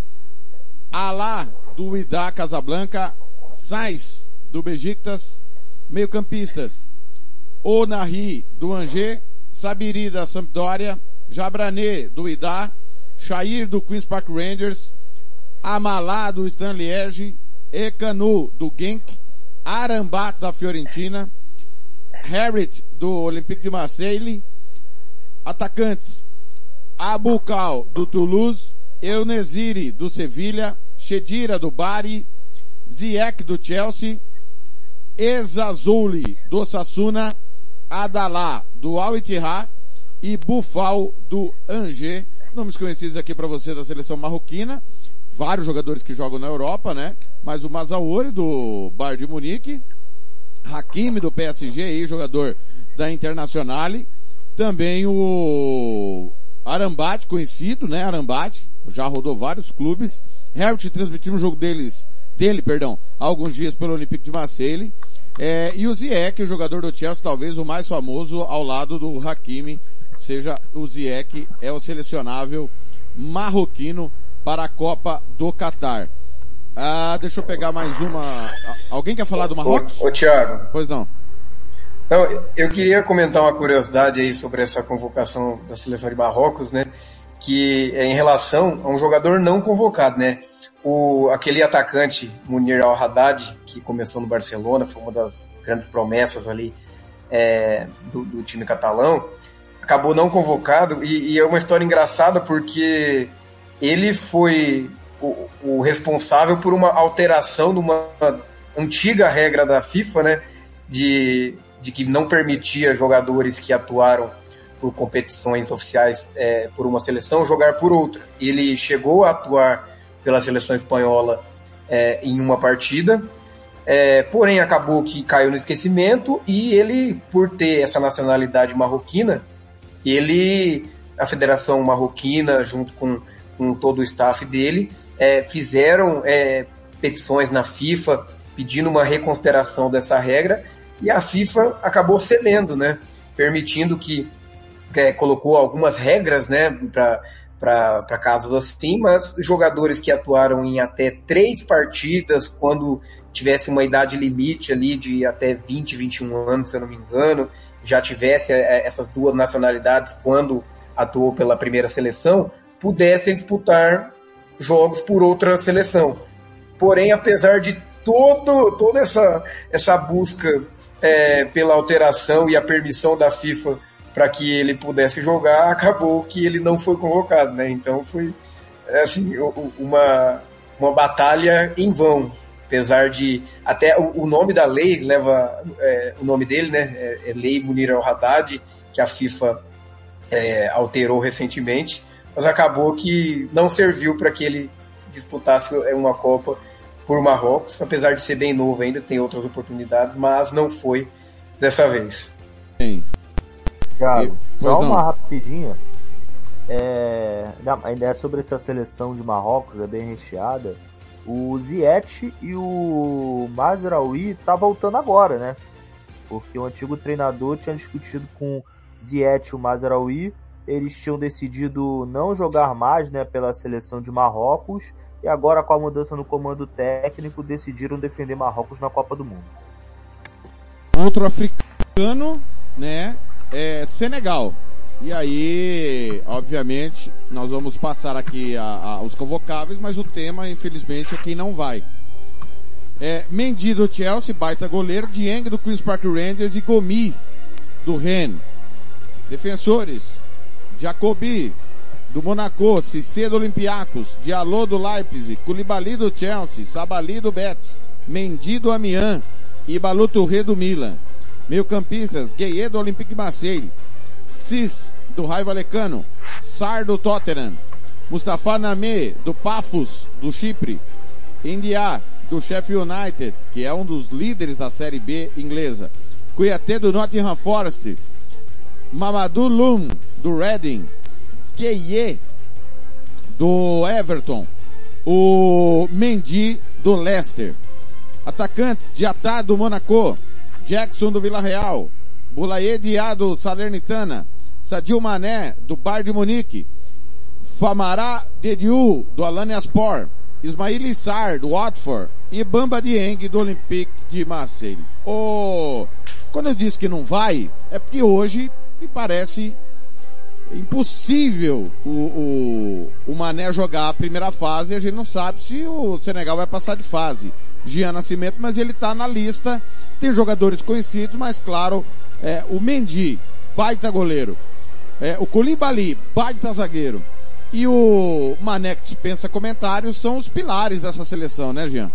Alá do Wydad Casablanca, Sainz do Besiktas, meio-campistas, Onahi do Angers, Sabiri da Sampdoria, Jabrané do Wydad, Shair do Queen's Park Rangers, Amalá do Stan Liège, Ekanu do Genk, Arambat da Fiorentina, Harit do Olympique de Marseille, atacantes, Abukal do Toulouse, Euneziri do Sevilha, Chedira do Bari, Ziyech do Chelsea, Ezazouli do Osasuna, Adalá do Al-Ittihad e Boufal do Angers. Nomes conhecidos aqui para você da seleção marroquina. Vários jogadores que jogam na Europa, né? Mas o Mazaouri do Bayern de Munique, Hakimi do PSG, aí, jogador da Internazionale. Também o Arambat, conhecido, né? Arambat, já rodou vários clubes. Herbert transmitiu um jogo dele, há alguns dias pelo Olympique de Marseille. E o Ziyech, o jogador do Chelsea, talvez o mais famoso ao lado do Hakimi, seja o Ziyech, é o selecionável marroquino para a Copa do Catar. Deixa eu pegar mais uma. Alguém quer falar do Marrocos? Ô Thiago. Pois não. Não, eu queria comentar uma curiosidade aí sobre essa convocação da seleção de Marrocos, né? Que é em relação a um jogador não convocado, né? Aquele atacante, Munir Al-Haddad, que começou no Barcelona, foi uma das grandes promessas ali do time catalão, acabou não convocado, e é uma história engraçada porque ele foi o responsável por uma alteração de uma antiga regra da FIFA, né? De que não permitia jogadores que atuaram por competições oficiais por uma seleção jogar por outra. Ele chegou a atuar pela seleção espanhola em uma partida, porém acabou que caiu no esquecimento, e ele, por ter essa nacionalidade marroquina, a Federação Marroquina, junto com todo o staff dele, fizeram petições na FIFA pedindo uma reconsideração dessa regra, e a FIFA acabou cedendo, né, permitindo que colocou algumas regras, né, para casos assim, mas jogadores que atuaram em até 3 partidas, quando tivesse uma idade limite ali de até 20, 21 anos, se eu não me engano, já tivesse essas 2 nacionalidades quando atuou pela primeira seleção, pudessem disputar jogos por outra seleção. Porém, apesar de toda essa busca pela alteração e a permissão da FIFA para que ele pudesse jogar, acabou que ele não foi convocado, né? Então foi assim, uma batalha em vão, apesar de até o nome da lei leva o nome dele, né? É Lei Munir Al-Haddad, que a FIFA alterou recentemente, mas acabou que não serviu para que ele disputasse uma Copa por Marrocos, apesar de ser bem novo ainda, tem outras oportunidades, mas não foi dessa vez. Sim. Thiago, só uma rapidinha, ainda é sobre essa seleção de Marrocos, é bem recheada. O Ziyech e o Mazraoui tá voltando agora, né? Porque o antigo treinador tinha discutido com Ziyech e o Mazraoui, eles tinham decidido não jogar mais, né, pela seleção de Marrocos, e agora com a mudança no comando técnico decidiram defender Marrocos na Copa do Mundo. Outro africano, né, Senegal. E aí, obviamente, nós vamos passar aqui os convocáveis, mas o tema, infelizmente, é quem não vai. Mendy do Chelsea, baita goleiro, Dieng do Queen's Park Rangers e Gomi do Rennes. Defensores, Jacobi do Monaco, Cissé do Olympiacos, Diallo do Leipzig, Koulibaly do Chelsea, Sabali do Betis, Mendy do Amiens e Balou Touré do Milan. Meio-campistas, Gueye do Olympique Marseille, Cis do Raio Vallecano, Sarr do Tottenham, Mustafa Namé do Pafos do Chipre, Indiá do Sheffield United, que é um dos líderes da Série B inglesa, Kouyaté do Nottingham Forest, Mamadou Loum do Reading, Gueye do Everton, o Mendy do Leicester. Atacantes, Diatá do Monaco, Jackson do Villarreal, Boulaye Dia do Salernitana, Sadio Mané do Bayern de Munique, Famara Dediou do Alanyaspor, Ismail Sarr do Watford e Bamba Dieng do Olympique de Marseille. Quando eu disse que não vai, é porque hoje me parece impossível o Mané jogar a primeira fase, e a gente não sabe se o Senegal vai passar de fase. Jean Nascimento, mas ele tá na lista, tem jogadores conhecidos, mas claro, o Mendy, baita goleiro, o Koulibaly, baita zagueiro, e o Mané, que dispensa comentários, são os pilares dessa seleção, né, Jean?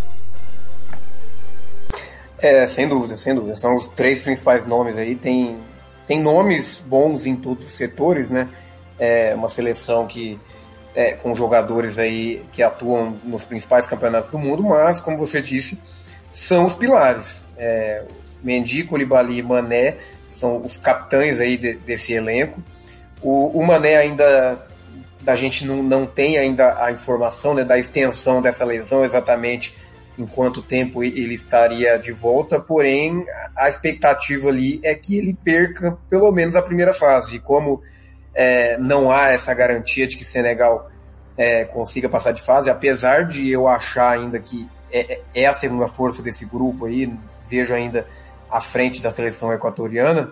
Sem dúvida, são os 3 principais nomes aí, tem nomes bons em todos os setores, né? Uma seleção que com jogadores aí que atuam nos principais campeonatos do mundo, mas, como você disse, são os pilares. Mendy, Koulibaly e Mané são os capitães aí desse elenco. O Mané ainda, a gente não tem ainda a informação, né, da extensão dessa lesão, exatamente em quanto tempo ele estaria de volta, porém a expectativa ali é que ele perca pelo menos a primeira fase. E como não há essa garantia de que Senegal consiga passar de fase, apesar de eu achar ainda que é a segunda força desse grupo aí, vejo ainda à frente da seleção equatoriana,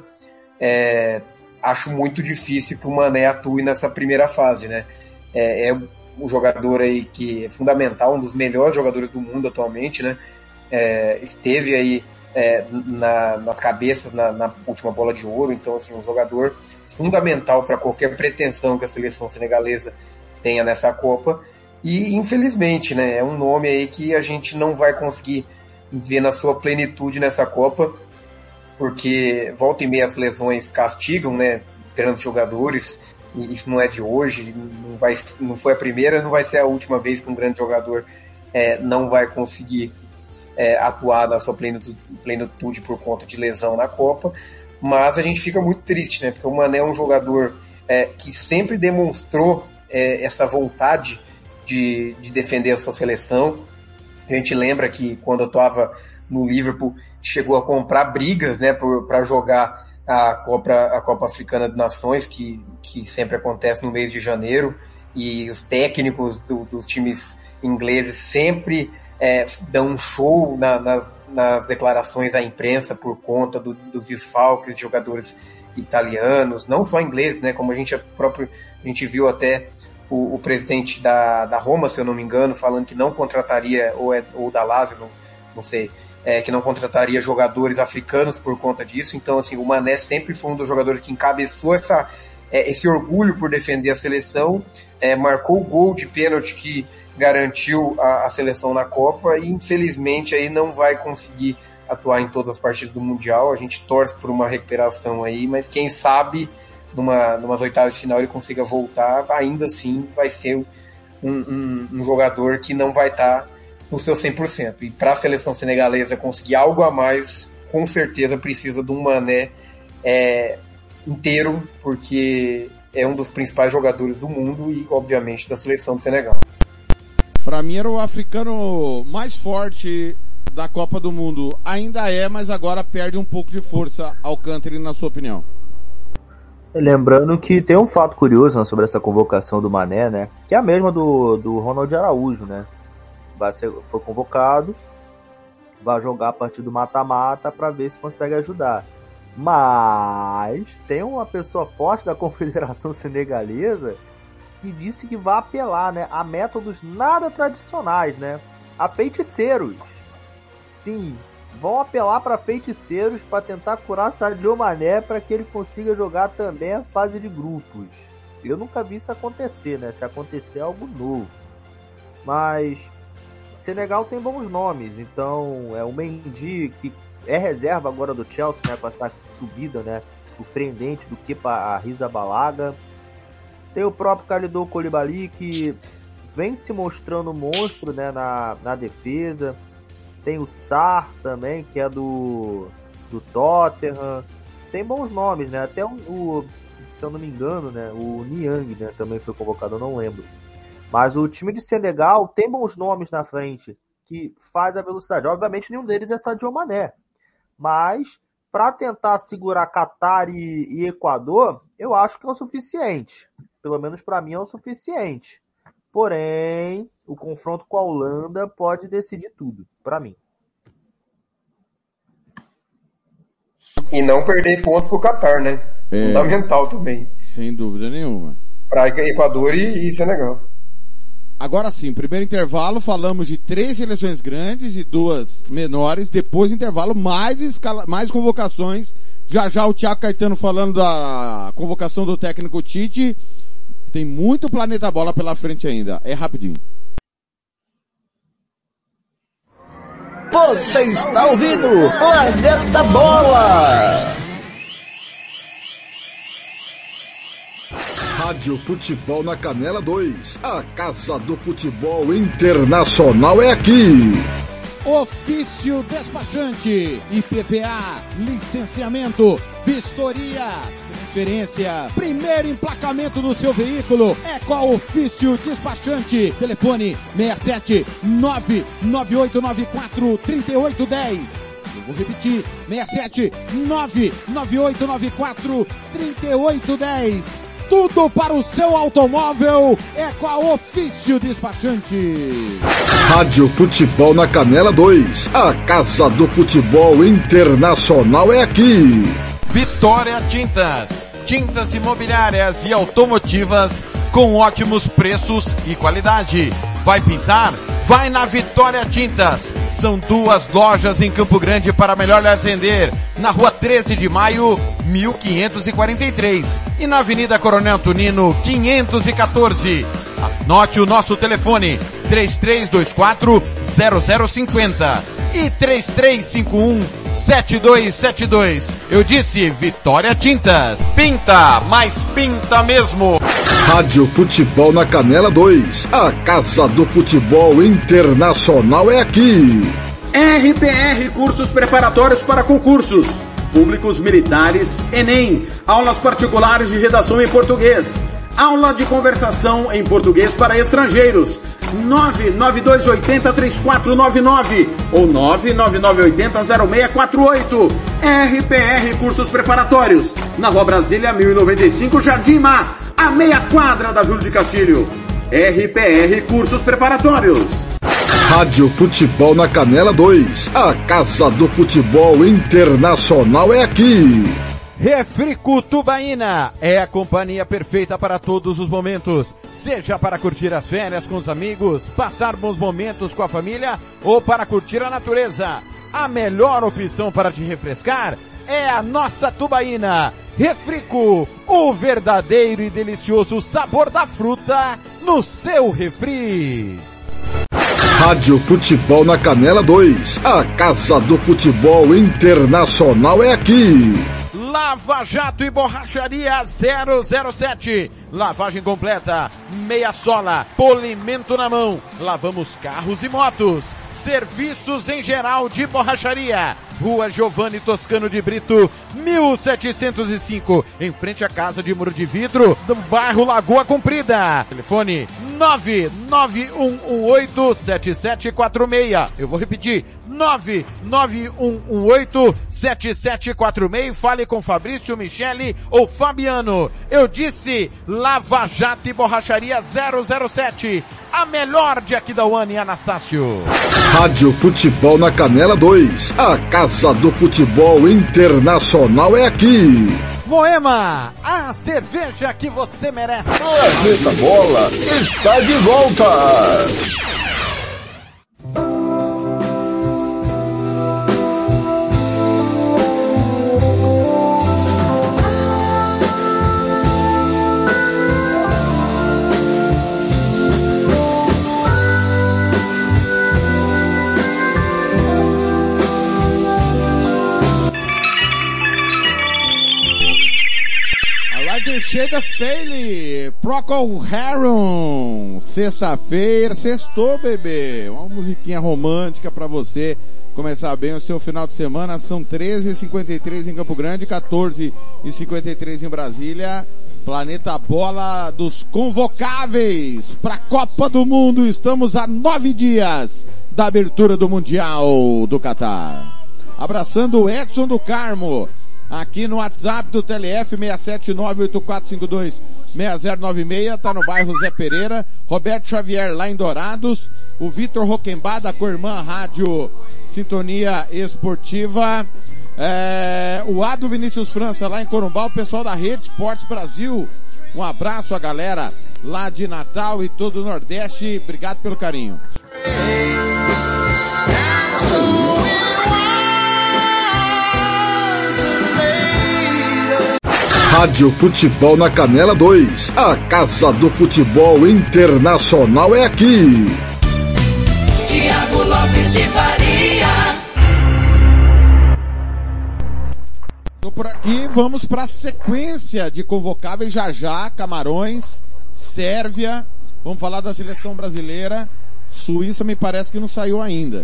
acho muito difícil que o Mané atue nessa primeira fase, né? É um jogador aí que é fundamental, um dos melhores jogadores do mundo atualmente, né? Esteve aí nas cabeças na última bola de ouro, então assim, um jogador fundamental para qualquer pretensão que a seleção senegalesa tenha nessa Copa, e infelizmente, né, é um nome aí que a gente não vai conseguir ver na sua plenitude nessa Copa, porque volta e meia as lesões castigam, né, grandes jogadores, e isso não é de hoje, não foi a primeira, não vai ser a última vez que um grande jogador não vai conseguir atuar na sua plenitude por conta de lesão na Copa, mas a gente fica muito triste, né, porque o Mané é um jogador que sempre demonstrou essa vontade de defender a sua seleção. A gente lembra que quando eu estava no Liverpool, chegou a comprar brigas, né, para jogar a Copa Africana de Nações, que sempre acontece no mês de janeiro, e os técnicos dos times ingleses sempre dão um show nas declarações à imprensa por conta dos desfalques de jogadores italianos, não só ingleses, né, como a gente viu até o presidente da Roma, se eu não me engano, falando que não contrataria, ou da Lazio, não sei, que não contrataria jogadores africanos por conta disso. Então, assim, o Mané sempre foi um dos jogadores que encabeçou esse orgulho por defender a seleção, marcou o gol de pênalti que garantiu a seleção na Copa, e infelizmente aí não vai conseguir atuar em todas as partidas do Mundial. A gente torce por uma recuperação aí, mas quem sabe numas oitavas de final ele consiga voltar, ainda assim vai ser um jogador que não vai estar no seu 100%. E para a seleção senegalesa conseguir algo a mais, com certeza precisa de um Mané inteiro, porque é um dos principais jogadores do mundo e, obviamente, da seleção do Senegal. Para mim era o africano mais forte da Copa do Mundo. Ainda mas agora perde um pouco de força. Alcântara, na sua opinião? Lembrando que tem um fato curioso, né, sobre essa convocação do Mané, né, que é a mesma do Ronald Araújo, né? Foi convocado, vai jogar a partir do mata-mata para ver se consegue ajudar. Mas tem uma pessoa forte da Confederação Senegalesa que disse que vai apelar, né, a métodos nada tradicionais, né, a feiticeiros. Sim, vão apelar para feiticeiros para tentar curar Sadio Mané para que ele consiga jogar também a fase de grupos. Eu nunca vi isso acontecer, né, se acontecer é algo novo. Mas Senegal tem bons nomes, então o Mendy, que é reserva agora do Chelsea, né, com essa subida, né, surpreendente do Kepa Arrizabalaga. Tem o próprio Kalidou Koulibaly, que vem se mostrando monstro, né, na defesa. Tem o Sarr também, que é do Tottenham. Tem bons nomes, né, até se eu não me engano, né, o Niang, né, também foi convocado, eu não lembro. Mas o time de Senegal tem bons nomes na frente, que faz a velocidade. Obviamente nenhum deles é Sadio Mané. Mas, para tentar segurar Catar e Equador, eu acho que é o suficiente. Pelo menos para mim é o suficiente. Porém, o confronto com a Holanda pode decidir tudo, para mim. E não perder pontos pro Catar, né? Fundamental também. Sem dúvida nenhuma. Para Equador e Senegal. Agora sim, primeiro intervalo, falamos de 3 seleções grandes e 2 menores. Depois intervalo, mais convocações. Já o Thiago Caetano falando da convocação do técnico Tite. Tem muito Planeta Bola pela frente ainda. É rapidinho. Você está ouvindo Planeta Bola! Rádio Futebol na Canela 2. A Casa do Futebol Internacional é aqui. Ofício despachante, IPVA, licenciamento, vistoria, transferência. Primeiro emplacamento do seu veículo é com a Ofício Despachante. Telefone 67 99894 3810. Eu vou repetir, 67 99894 3810. Tudo para o seu automóvel é com a Ofício Despachante. Rádio Futebol na Canela 2. A Casa do Futebol Internacional é aqui. Vitória Tintas. Tintas imobiliárias e automotivas com ótimos preços e qualidade. Vai pintar? Vai na Vitória Tintas. São 2 lojas em Campo Grande para melhor lhe atender. Na Rua 13 de Maio, 1543. E na Avenida Coronel Antonino, 514. Anote o nosso telefone, 3324-0050 e 3351-7272. Eu disse Vitória Tintas. Pinta, mas pinta mesmo. Rádio Futebol na Canela 2. A Casa do Futebol Internacional é aqui. RPR Cursos Preparatórios para Concursos Públicos Militares, Enem. Aulas particulares de redação em português. Aula de conversação em português para estrangeiros. 99280-3499 ou 99980-0648. RPR Cursos Preparatórios. Na Rua Brasília, 1095, Jardim Mar, a meia quadra da Júlio de Castilho. RPR Cursos Preparatórios. Rádio Futebol na Canela 2. A Casa do Futebol Internacional é aqui. Refrico Tubaína é a companhia perfeita para todos os momentos. Seja para curtir as férias com os amigos, passar bons momentos com a família ou para curtir a natureza. A melhor opção para te refrescar é a nossa Tubaína. Refrico, o verdadeiro e delicioso sabor da fruta no seu refri. Rádio Futebol na Canela 2. A Casa do Futebol Internacional é aqui. Lava Jato e Borracharia 007. Lavagem completa, meia sola, polimento na mão. Lavamos carros e motos. Serviços em geral de borracharia. Rua Giovanni Toscano de Brito, 1705, em frente à Casa de Muro de Vidro, do bairro Lagoa Comprida. Telefone 991187746. Eu vou repetir, 991187746. Fale com Fabrício, Michele ou Fabiano. Eu disse Lava Jato e Borracharia 007. A melhor de Aquidauana e Anastácio. Rádio Futebol na Canela 2. A Casa do Futebol Internacional é aqui. Moema, a cerveja que você merece. Planeta Bola está de volta. Chega Spaley, Procol Harum, sexta-feira, sextou, bebê, uma musiquinha romântica pra você começar bem o seu final de semana. São 13h53 em Campo Grande, 14h53 em Brasília. Planeta Bola dos convocáveis pra Copa do Mundo. Estamos a 9 dias da abertura do Mundial do Catar. Abraçando o Edson do Carmo, aqui no WhatsApp do TLF 67984526096, tá no bairro Zé Pereira. Roberto Xavier lá em Dourados, o Vitor Roquembada com a irmã Rádio Sintonia Esportiva, o Ado Vinícius França lá em Corumbá, o pessoal da Rede Esportes Brasil. Um abraço a galera lá de Natal e todo o Nordeste. Obrigado pelo carinho. Rádio Futebol na Canela 2. A Casa do Futebol Internacional é aqui. Tiago Lopes de Faria. Tô por aqui, vamos para a sequência de convocáveis já já. Camarões, Sérvia, vamos falar da seleção brasileira. Suíça me parece que não saiu ainda,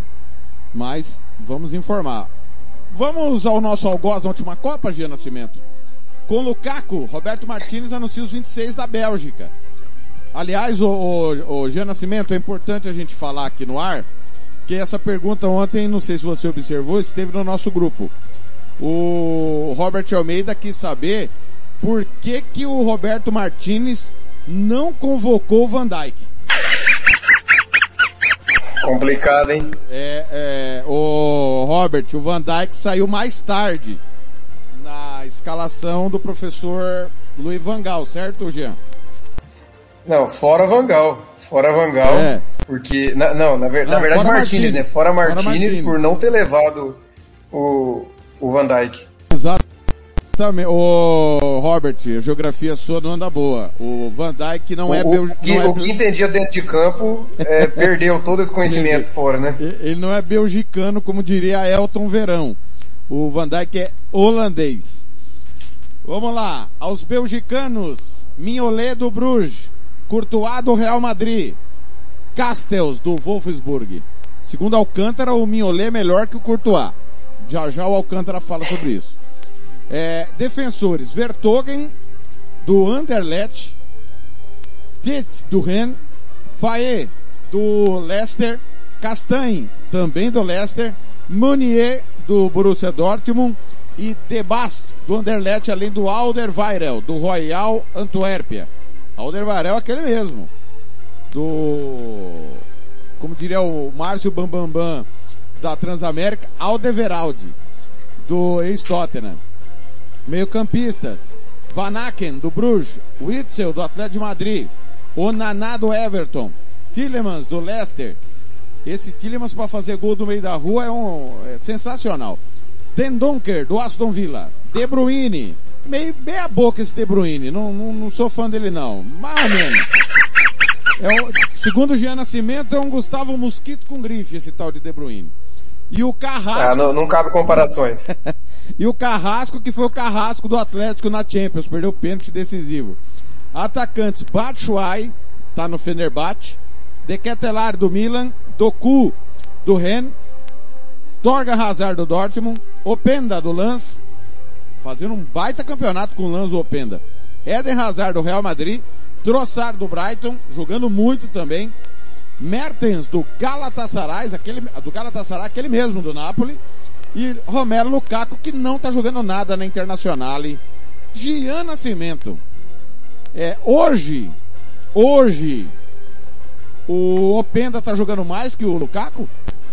mas vamos informar. Vamos ao nosso algoz na última Copa, Gia Nascimento. Com Lukaku, Roberto Martínez anuncia os 26 da Bélgica. Aliás, o Jean Nascimento, é importante a gente falar aqui no ar, que essa pergunta ontem, não sei se você observou, esteve no nosso grupo. O Robert Almeida quis saber por que o Roberto Martínez não convocou o Van Dijk. Complicado, hein? O Robert, o Van Dijk saiu mais tarde na escalação do professor Louis van Gaal, certo, Jean? Não, fora Van Gaal. Porque, na verdade Martínez, né? Fora Martínez por não ter levado o Van Dijk. Exatamente. O Robert, a geografia sua não anda boa. O Van Dijk não é... O que entendia dentro de campo, perdeu todo esse conhecimento fora, né? Ele não é belgicano, como diria Elton Verão. O Van Dijk é holandês. Vamos lá. Aos belgicanos, Mignolet do Bruges, Courtois do Real Madrid, Castells do Wolfsburg. Segundo Alcântara, o Mignolet é melhor que o Courtois. Já o Alcântara fala sobre isso. Defensores, Vertonghen do Anderlecht, Tite do Rennes, Faé do Leicester, Castagne também do Leicester, Meunier do Borussia Dortmund e De Bast do Anderlecht, além do Alderweireld do Royal Antuérpia. Alderweireld é aquele mesmo, como diria o Márcio Bambambam da Transamérica, Alderweireld do ex-Tottenham. Meio-campistas, Van Aken do Bruges, Witsel do Atlético de Madrid, Onana do Everton, Tielemans do Leicester. Esse Tielemans para fazer gol do meio da rua é sensacional. Tendonker do Aston Villa, De Bruyne, meio a boca esse De Bruyne, não sou fã dele não, mais ou menos. Segundo o Jean Nascimento, é um Gustavo Mosquito com grife esse tal de De Bruyne. E o Carrasco... não cabe comparações. E o Carrasco, que foi o Carrasco do Atlético na Champions, perdeu o pênalti decisivo. Atacantes, Batshuayi, tá no Fenerbahçe, De Ketelaere do Milan, Doku do Rennes, Torgan Hazard do Dortmund, Openda do Lens, fazendo um baita campeonato com o Lens, o Openda. Eden Hazard do Real Madrid, Trossard do Brighton, jogando muito também, Mertens do Galatasaray, aquele mesmo do Napoli, e Romelu Lukaku, que não tá jogando nada na Internazionale. Jean Nascimento. Hoje, o Openda tá jogando mais que o Lukaku?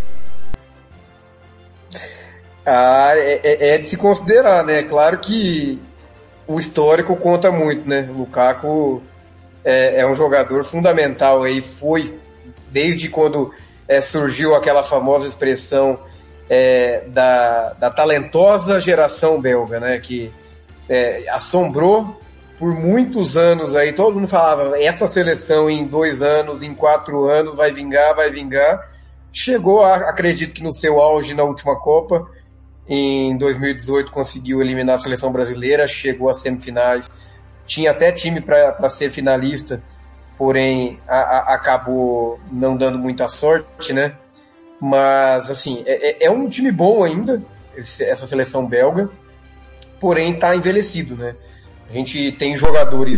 É de se considerar, né? Claro que o histórico conta muito, né? O Lukaku é um jogador fundamental aí, foi desde quando surgiu aquela famosa expressão da talentosa geração belga, né? Que assombrou por muitos anos aí, todo mundo falava, essa seleção em 2 anos, em 4 anos, vai vingar. Chegou, acredito que no seu auge na última Copa, em 2018 conseguiu eliminar a seleção brasileira, chegou às semifinais, tinha até time para ser finalista, porém acabou não dando muita sorte, né? Mas, assim, é um time bom ainda, essa seleção belga, porém tá envelhecido, né? A gente tem jogadores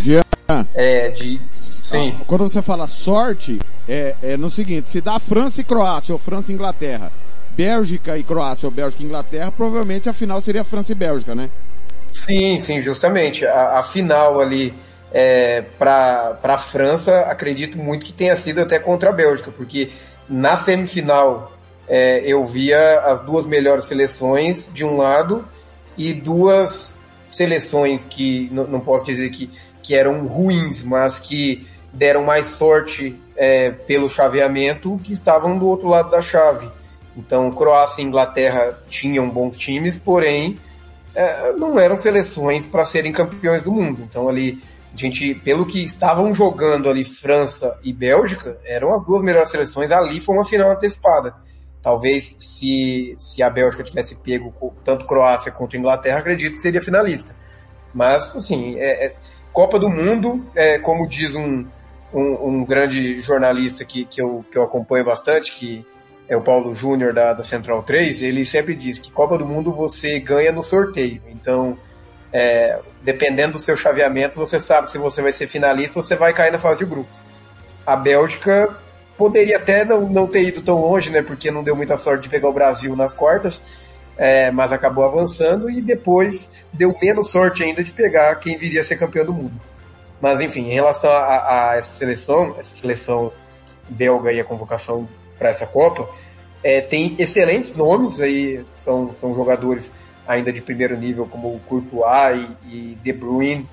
Sim. Quando você fala sorte, é no seguinte, se dá França e Croácia, ou França e Inglaterra, Bélgica e Croácia, ou Bélgica e Inglaterra, provavelmente a final seria França e Bélgica, né? Sim, justamente. A final ali para a França, acredito muito que tenha sido até contra a Bélgica, porque na semifinal eu via as 2 melhores seleções de um lado e 2 seleções que não posso dizer que eram ruins, mas que deram mais sorte pelo chaveamento, que estavam do outro lado da chave. Então, Croácia e Inglaterra tinham bons times, porém não eram seleções para serem campeões do mundo. Então, ali, pelo que estavam jogando ali, França e Bélgica, eram as 2 melhores seleções. Ali foi uma final antecipada. Talvez se a Bélgica tivesse pego tanto Croácia quanto Inglaterra, acredito que seria finalista. Mas, assim, Copa do Mundo, como diz um grande jornalista que eu acompanho bastante, que é o Paulo Júnior da Central 3, ele sempre diz que Copa do Mundo você ganha no sorteio. Então, dependendo do seu chaveamento, você sabe se você vai ser finalista ou você vai cair na fase de grupos. A Bélgica poderia até não ter ido tão longe, né, porque não deu muita sorte de pegar o Brasil nas quartas, mas acabou avançando e depois deu menos sorte ainda de pegar quem viria a ser campeão do mundo. Mas enfim, em relação a essa seleção belga e a convocação para essa Copa, tem excelentes nomes aí, são jogadores ainda de primeiro nível, como o Courtois e De Bruyne.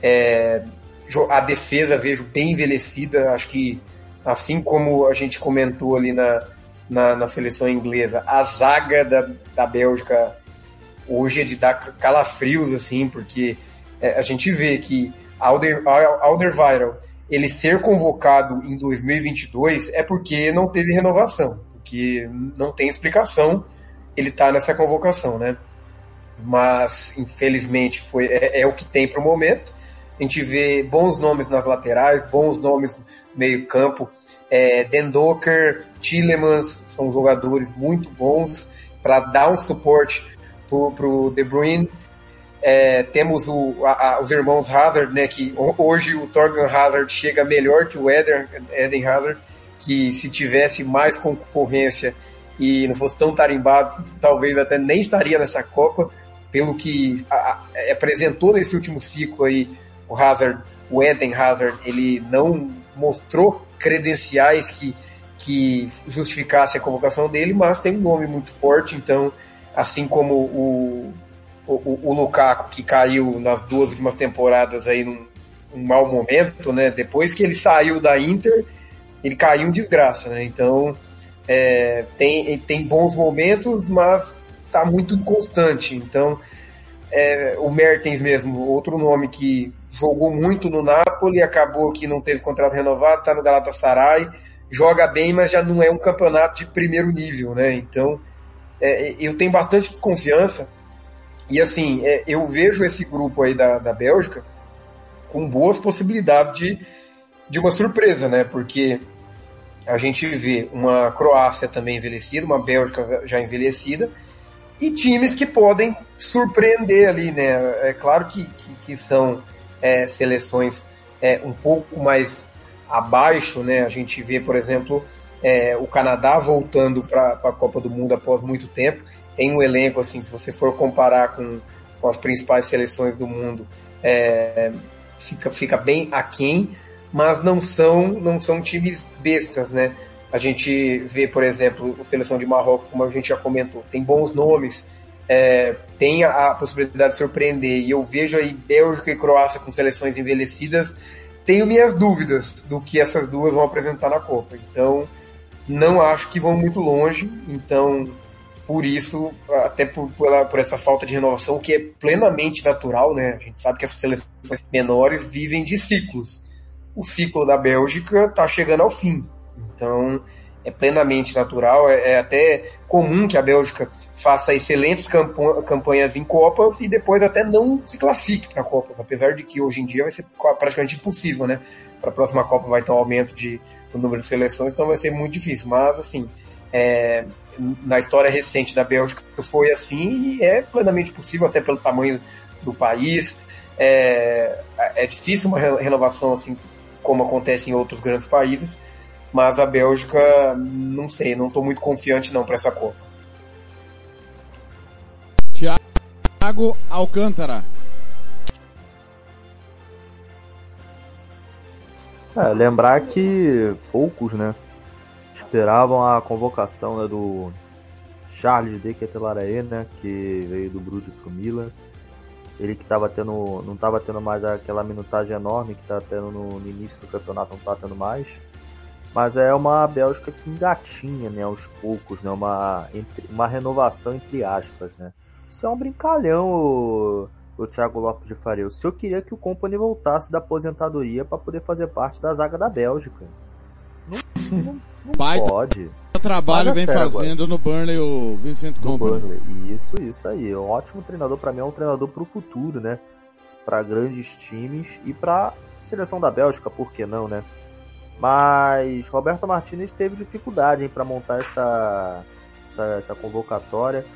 A defesa vejo bem envelhecida, acho que assim como a gente comentou ali na seleção inglesa, a zaga da Bélgica hoje é de dar calafrios, assim, porque a gente vê que Alderweireld, ele ser convocado em 2022 é porque não teve renovação, porque não tem explicação ele tá nessa convocação, né? Mas, infelizmente, é o que tem para o momento. A gente vê bons nomes nas laterais, bons nomes no meio campo. Den Docker, Tielemans, são jogadores muito bons para dar um suporte pro De Bruyne. Temos os irmãos Hazard, né, que hoje o Torgan Hazard chega melhor que o Eden Hazard, que se tivesse mais concorrência e não fosse tão tarimbado, talvez até nem estaria nessa Copa, pelo que apresentou nesse último ciclo aí. O Eden Hazard, ele não mostrou credenciais que justificasse a convocação dele, mas tem um nome muito forte, então, assim como o Lukaku, que caiu nas 2 últimas temporadas aí num mau momento, né? Depois que ele saiu da Inter, ele caiu em desgraça, né? Então, tem bons momentos, mas tá muito inconstante. Então, o Mertens mesmo, outro nome que jogou muito no Napoli, acabou que não teve contrato renovado, tá no Galatasaray, joga bem, mas já não é um campeonato de primeiro nível, né? Então, eu tenho bastante desconfiança. E assim, eu vejo esse grupo aí da Bélgica com boas possibilidades de uma surpresa, né? Porque a gente vê uma Croácia também envelhecida, uma Bélgica já envelhecida, e times que podem surpreender ali, né? É claro que são seleções um pouco mais abaixo, né? A gente vê, por exemplo, o Canadá voltando para a Copa do Mundo após muito tempo. Tem um elenco, assim, se você for comparar com as principais seleções do mundo, fica bem aquém, mas não são times bestas, né? A gente vê, por exemplo, a seleção de Marrocos, como a gente já comentou, tem bons nomes, tem a possibilidade de surpreender, e eu vejo aí Bélgica e Croácia com seleções envelhecidas. Tenho minhas dúvidas do que essas duas vão apresentar na Copa, então não acho que vão muito longe. Então, por isso, até por essa falta de renovação, que é plenamente natural, né? A gente sabe que essas seleções menores vivem de ciclos. O ciclo da Bélgica está chegando ao fim. Então, é plenamente natural. É até comum que a Bélgica faça excelentes campanhas em Copas e depois até não se classifique para Copas, apesar de que hoje em dia vai ser praticamente impossível, né? Para a próxima Copa vai ter um aumento do número de seleções, então vai ser muito difícil. Mas, assim, na história recente da Bélgica foi assim e é plenamente possível, até pelo tamanho do país. É difícil uma renovação assim como acontece em outros grandes países, mas a Bélgica, não sei, não estou muito confiante não para essa Copa. Thiago Alcântara. Lembrar que poucos, né, esperavam a convocação, né, do Charles de Ketelaere, né, que veio do Bruges pro Milan. Ele que não estava tendo mais aquela minutagem enorme que está tendo no início do campeonato, não está tendo mais. Mas é uma Bélgica que engatinha, né, aos poucos, né, uma renovação entre aspas, né. Isso é um brincalhão, o Thiago Lopes de Faria. O senhor queria que o Kompany voltasse da aposentadoria para poder fazer parte da zaga da Bélgica. Não pode. O trabalho vem fazendo agora no Burnley o Vincent Kompany. Isso aí. É um ótimo treinador, para mim é um treinador para o futuro, né? Para grandes times e para seleção da Bélgica, por que não, né? Mas Roberto Martinez teve dificuldade para montar essa convocatória.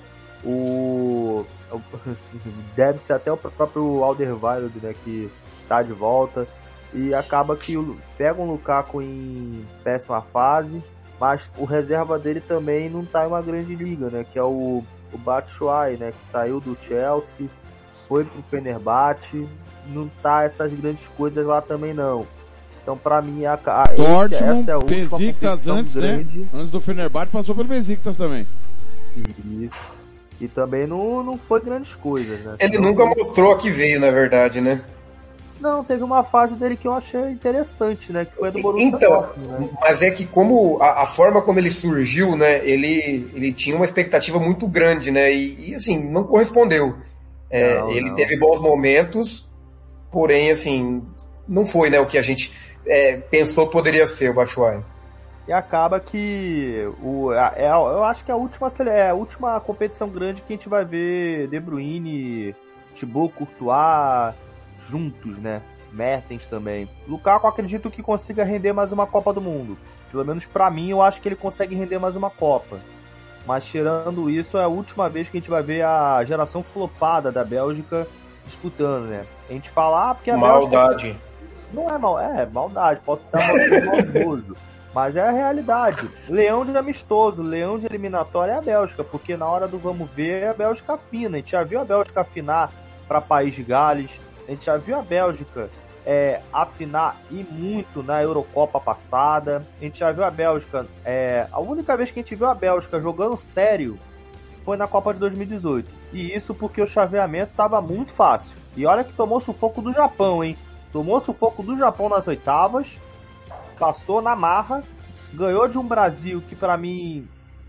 Deve ser até o próprio Alderweireld, né, que tá de volta. E acaba que pega um Lukaku em péssima fase, mas o reserva dele também não tá em uma grande liga, né, que é o Batshuayi, né, que saiu do Chelsea, foi pro Fenerbahçe, não tá essas grandes coisas lá também não. Então pra mim Dortmund, essa é a última Besiktas antes, grande, né? Antes do Fenerbahçe passou pelo Besiktas também. Isso. E também não foi grandes coisas, né? Ele nunca mostrou que veio, na verdade, né? Não, teve uma fase dele que eu achei interessante, né? Que foi a do Borussia Então, Dortmund, né? mas é que como a forma como ele surgiu, né? Ele tinha uma expectativa muito grande, né? E assim, não correspondeu. Ele teve bons momentos, porém, assim, não foi, né? O que a gente pensou que poderia ser o Batshuayi. E acaba que eu acho que é a última competição grande que a gente vai ver De Bruyne, Thibaut Courtois juntos, né? Mertens também. Lukaku, acredito que consiga render mais uma Copa do Mundo. Pelo menos pra mim, eu acho que ele consegue render mais uma Copa. Mas tirando isso, é a última vez que a gente vai ver a geração flopada da Bélgica disputando, né? A gente fala, porque a maldade. Bélgica... Não é maldade, posso estar maldoso. Mas é a realidade. Leão de amistoso, leão de eliminatória é a Bélgica, porque na hora do vamos ver, a Bélgica afina. A gente já viu a Bélgica afinar para País de Gales, a gente já viu a Bélgica afinar e muito na Eurocopa passada, a gente já viu a Bélgica, a única vez que a gente viu a Bélgica jogando sério foi na Copa de 2018. E isso porque o chaveamento estava muito fácil. E olha que tomou sufoco do Japão, hein? Tomou sufoco do Japão nas oitavas, passou na marra, ganhou de um Brasil que pra mim,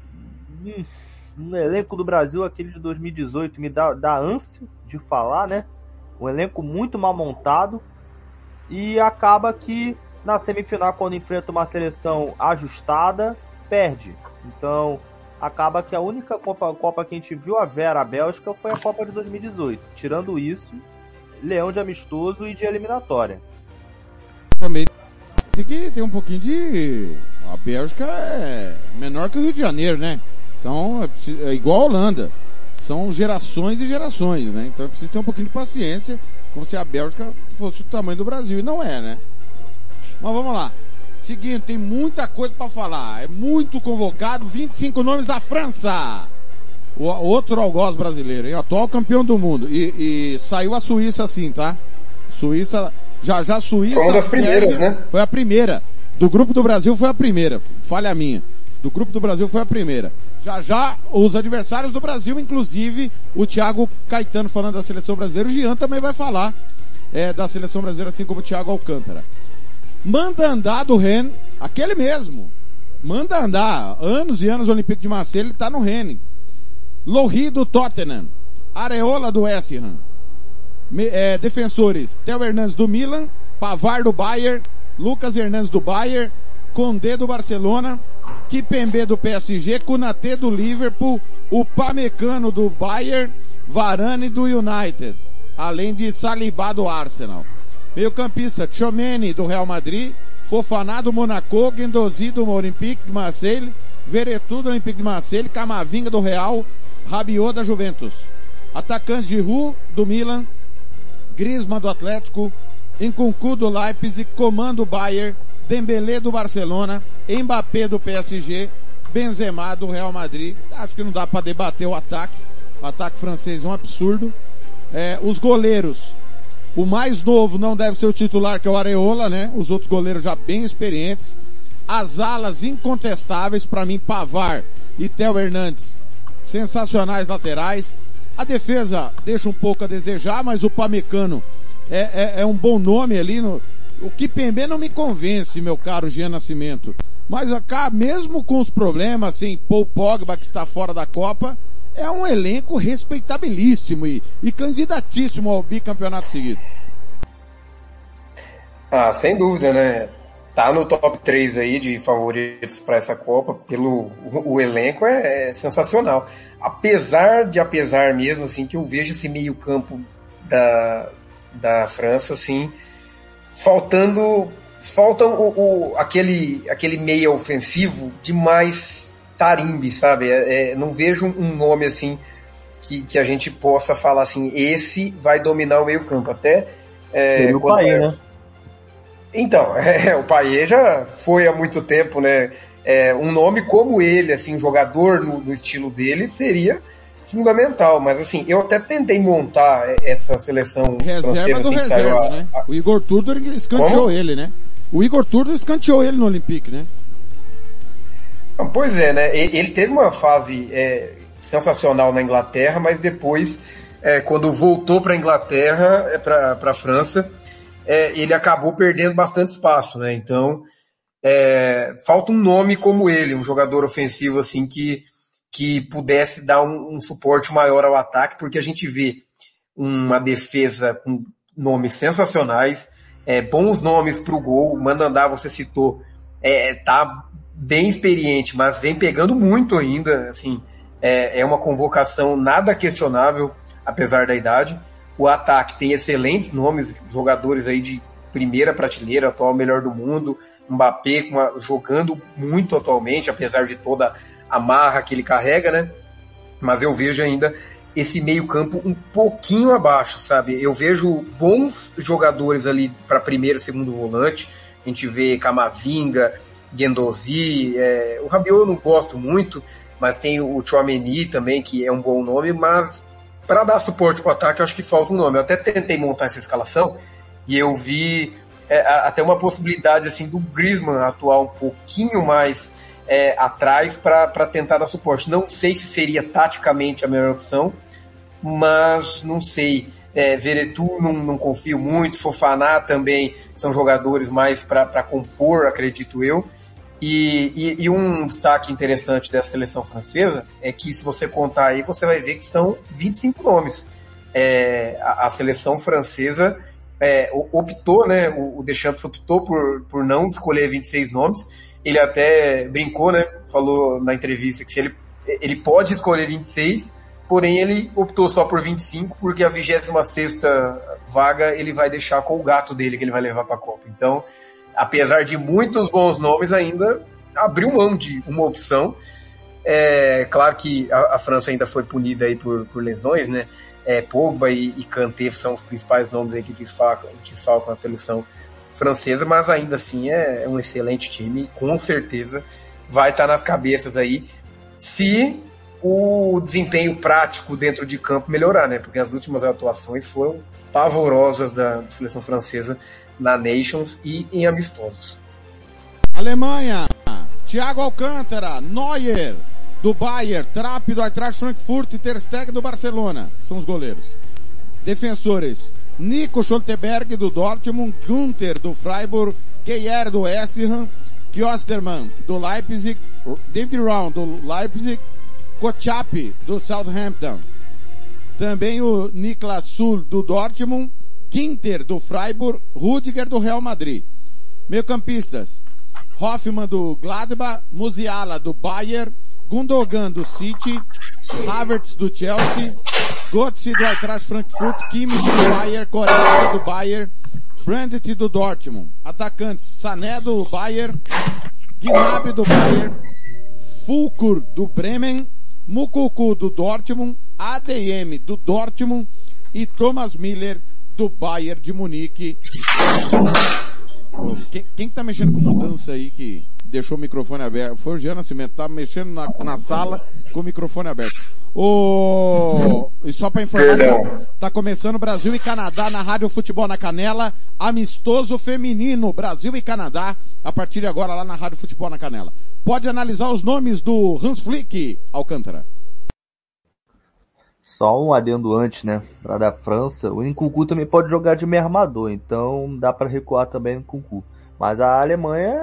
no elenco do Brasil, aquele de 2018, me dá ânsia de falar, né? Um elenco muito mal montado, e acaba que na semifinal, quando enfrenta uma seleção ajustada, perde. Então acaba que a única Copa que a gente viu a Vera, a Bélgica, foi a Copa de 2018. Tirando isso, leão de amistoso e de eliminatória. Também tem que ter um pouquinho de... A Bélgica é menor que o Rio de Janeiro, né? Então é igual a Holanda. São gerações e gerações, né? Então é preciso ter um pouquinho de paciência, como se a Bélgica fosse o tamanho do Brasil. E não é, né? Mas vamos lá. Seguinte, tem muita coisa pra falar. É muito convocado, 25 nomes da França. O outro algoz brasileiro, hein? Atual campeão do mundo. E saiu a Suíça assim, tá? Suíça, já Suíça... Foi uma das primeiras, né? Foi a primeira. Do grupo do Brasil foi a primeira. Falha minha. Do grupo do Brasil foi a primeira. Já os adversários do Brasil, inclusive o Thiago Caetano falando da seleção brasileira, o Jean também vai falar da seleção brasileira, assim como o Thiago Alcântara. Manda andar do Rennes, aquele mesmo. Manda andar. Anos e anos Olympique de Marseille, ele tá no Rennes. Lohri do Tottenham. Areola do West Ham. Defensores, Theo Hernandes do Milan, Pavard do Bayern, Lucas Hernandes do Bayern, Condé do Barcelona, Kimpembe do PSG, Konaté do Liverpool, Upamecano do Bayern, Varane do United, além de Saliba do Arsenal. Meio campista, Tchouaméni do Real Madrid, Fofana do Monaco, Guendouzi do Olympique de Marseille, Veretout do Olympique de Marseille, Camavinga do Real, Rabiot da Juventus. Atacante Giroud do Milan, Griezmann do Atlético, Nkunku do Leipzig, Coman do Bayern, Dembélé do Barcelona, Mbappé do PSG, Benzema do Real Madrid. Acho que não dá para debater o ataque. O ataque francês é um absurdo. Os goleiros, o mais novo não deve ser o titular, que é o Areola, né? Os outros goleiros já bem experientes. As alas incontestáveis, para mim, Pavard e Theo Hernandes, sensacionais laterais. A defesa deixa um pouco a desejar, mas o Upamecano é um bom nome ali. O Kimpembe não me convence, meu caro Jean Nascimento. Mas acá, mesmo com os problemas, assim, Paul Pogba, que está fora da Copa, é um elenco respeitabilíssimo e candidatíssimo ao bicampeonato seguido. Ah, sem dúvida, né? Tá no top 3 aí de favoritos para essa Copa, o elenco é sensacional. Apesar mesmo, assim, que eu vejo esse meio campo da França, assim, falta aquele meia ofensivo de mais tarimbe, sabe? Não vejo um nome assim que a gente possa falar assim, esse vai dominar o meio campo. Até o Payet, né? Então, o Payet já foi há muito tempo, né? Um nome como ele, assim, um jogador no estilo dele, seria fundamental. Mas assim, eu até tentei montar essa seleção reserva do assim, reserva, né? O Igor Tudor escanteou ele, né? O Igor Tudor escanteou ele no Olympique, né? Pois é, né? Ele teve uma fase sensacional na Inglaterra, mas depois, quando voltou para a Inglaterra, para a França, ele acabou perdendo bastante espaço, né? Então, falta um nome como ele, um jogador ofensivo assim que pudesse dar um suporte maior ao ataque, porque a gente vê uma defesa com nomes sensacionais, bons nomes para o gol. O Mandandá, você citou, tá bem experiente, mas vem pegando muito ainda, assim, é uma convocação nada questionável, apesar da idade. O ataque tem excelentes nomes, jogadores aí de primeira prateleira, atual melhor do mundo, Mbappé jogando muito atualmente, apesar de toda a marra que ele carrega, né? Mas eu vejo ainda esse meio campo um pouquinho abaixo, sabe? Eu vejo bons jogadores ali para primeiro e segundo volante, a gente vê Camavinga, Guendouzi, o Rabiot eu não gosto muito, mas tem o Tchouaméni também, que é um bom nome, mas para dar suporte para o ataque eu acho que falta um nome. Eu até tentei montar essa escalação e eu vi até uma possibilidade assim do Griezmann atuar um pouquinho mais atrás para tentar dar suporte. Não sei se seria taticamente a melhor opção, mas não sei. Veretout não confio muito, Fofana também são jogadores mais para compor, acredito eu. E um destaque interessante dessa seleção francesa é que, se você contar aí, você vai ver que são 25 nomes. A seleção francesa optou, né? O Deschamps optou por não escolher 26 nomes. Ele até brincou, né? Falou na entrevista que se ele pode escolher 26, porém ele optou só por 25, porque a 26ª vaga ele vai deixar com o gato dele, que ele vai levar para a Copa. Então, apesar de muitos bons nomes, ainda abriu mão de uma opção. Claro que a França ainda foi punida aí por lesões, né? Pogba e Kanté são os principais nomes aí que desfalcam a seleção francesa, mas ainda assim é um excelente time, com certeza vai estar nas cabeças aí, se o desempenho prático dentro de campo melhorar, né? Porque as últimas atuações foram pavorosas da seleção francesa na Nations e em amistosos. Alemanha, Thiago Alcântara, Neuer do Bayern, Trapp do Eintracht Frankfurt e Ter Stegen do Barcelona, são os goleiros. Defensores, Nico Scholtenberg do Dortmund, Günther do Freiburg, Kjaer do West Ham, Klostermann do Leipzig, David Raum do Leipzig, Kochapi do Southampton. Também o Niklas Süle do Dortmund, Ginter do Freiburg, Rüdiger do Real Madrid. Meio-campistas, Hoffmann do Gladbach, Musiala do Bayern, Gundogan do City, Havertz do Chelsea, Götze do Eintracht Frankfurt, Kimmich do Bayern, Goretzka do Bayern, Brandt do Dortmund. Atacantes, Sané do Bayern, Gnabry do Bayern, Fulkur do Bremen, Moukoko do Dortmund, ADM do Dortmund e Thomas Müller do Bayern de Munique. Quem tá mexendo com mudança aí que deixou o microfone aberto? Foi o Jean Nascimento, tá mexendo na sala com o microfone aberto. E só para informar, tá começando Brasil e Canadá na Rádio Futebol na Canela, amistoso feminino, Brasil e Canadá, a partir de agora lá na Rádio Futebol na Canela. Pode analisar os nomes do Hans Flick, Alcântara. Só um adendo antes, né? Pra da França, o Nkunku também pode jogar de meio armador, então dá pra recuar também no Nkunku. Mas a Alemanha,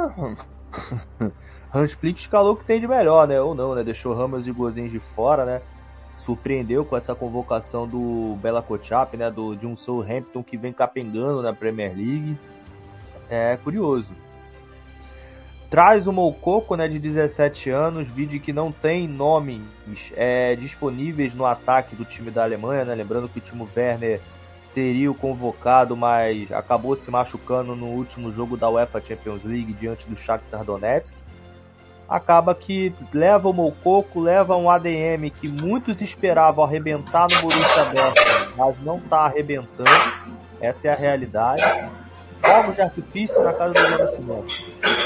Hans Flick escalou o que tem de melhor, né? Ou não, né? Deixou Ramos e Gozens de fora, né? Surpreendeu com essa convocação do Bela Kochap, né? De um Southampton que vem capengando na Premier League. É curioso. Traz o Moukoko, né, de 17 anos, vídeo que não tem nomes disponíveis no ataque do time da Alemanha, né? Lembrando que o Timo Werner teria o convocado, mas acabou se machucando no último jogo da UEFA Champions League diante do Shakhtar Donetsk. acaba que leva o Moukoko, leva um ADM que muitos esperavam arrebentar no Borussia Dortmund, mas não tá arrebentando, essa é a realidade. Fogos de artifício na casa do Jean Nascimento.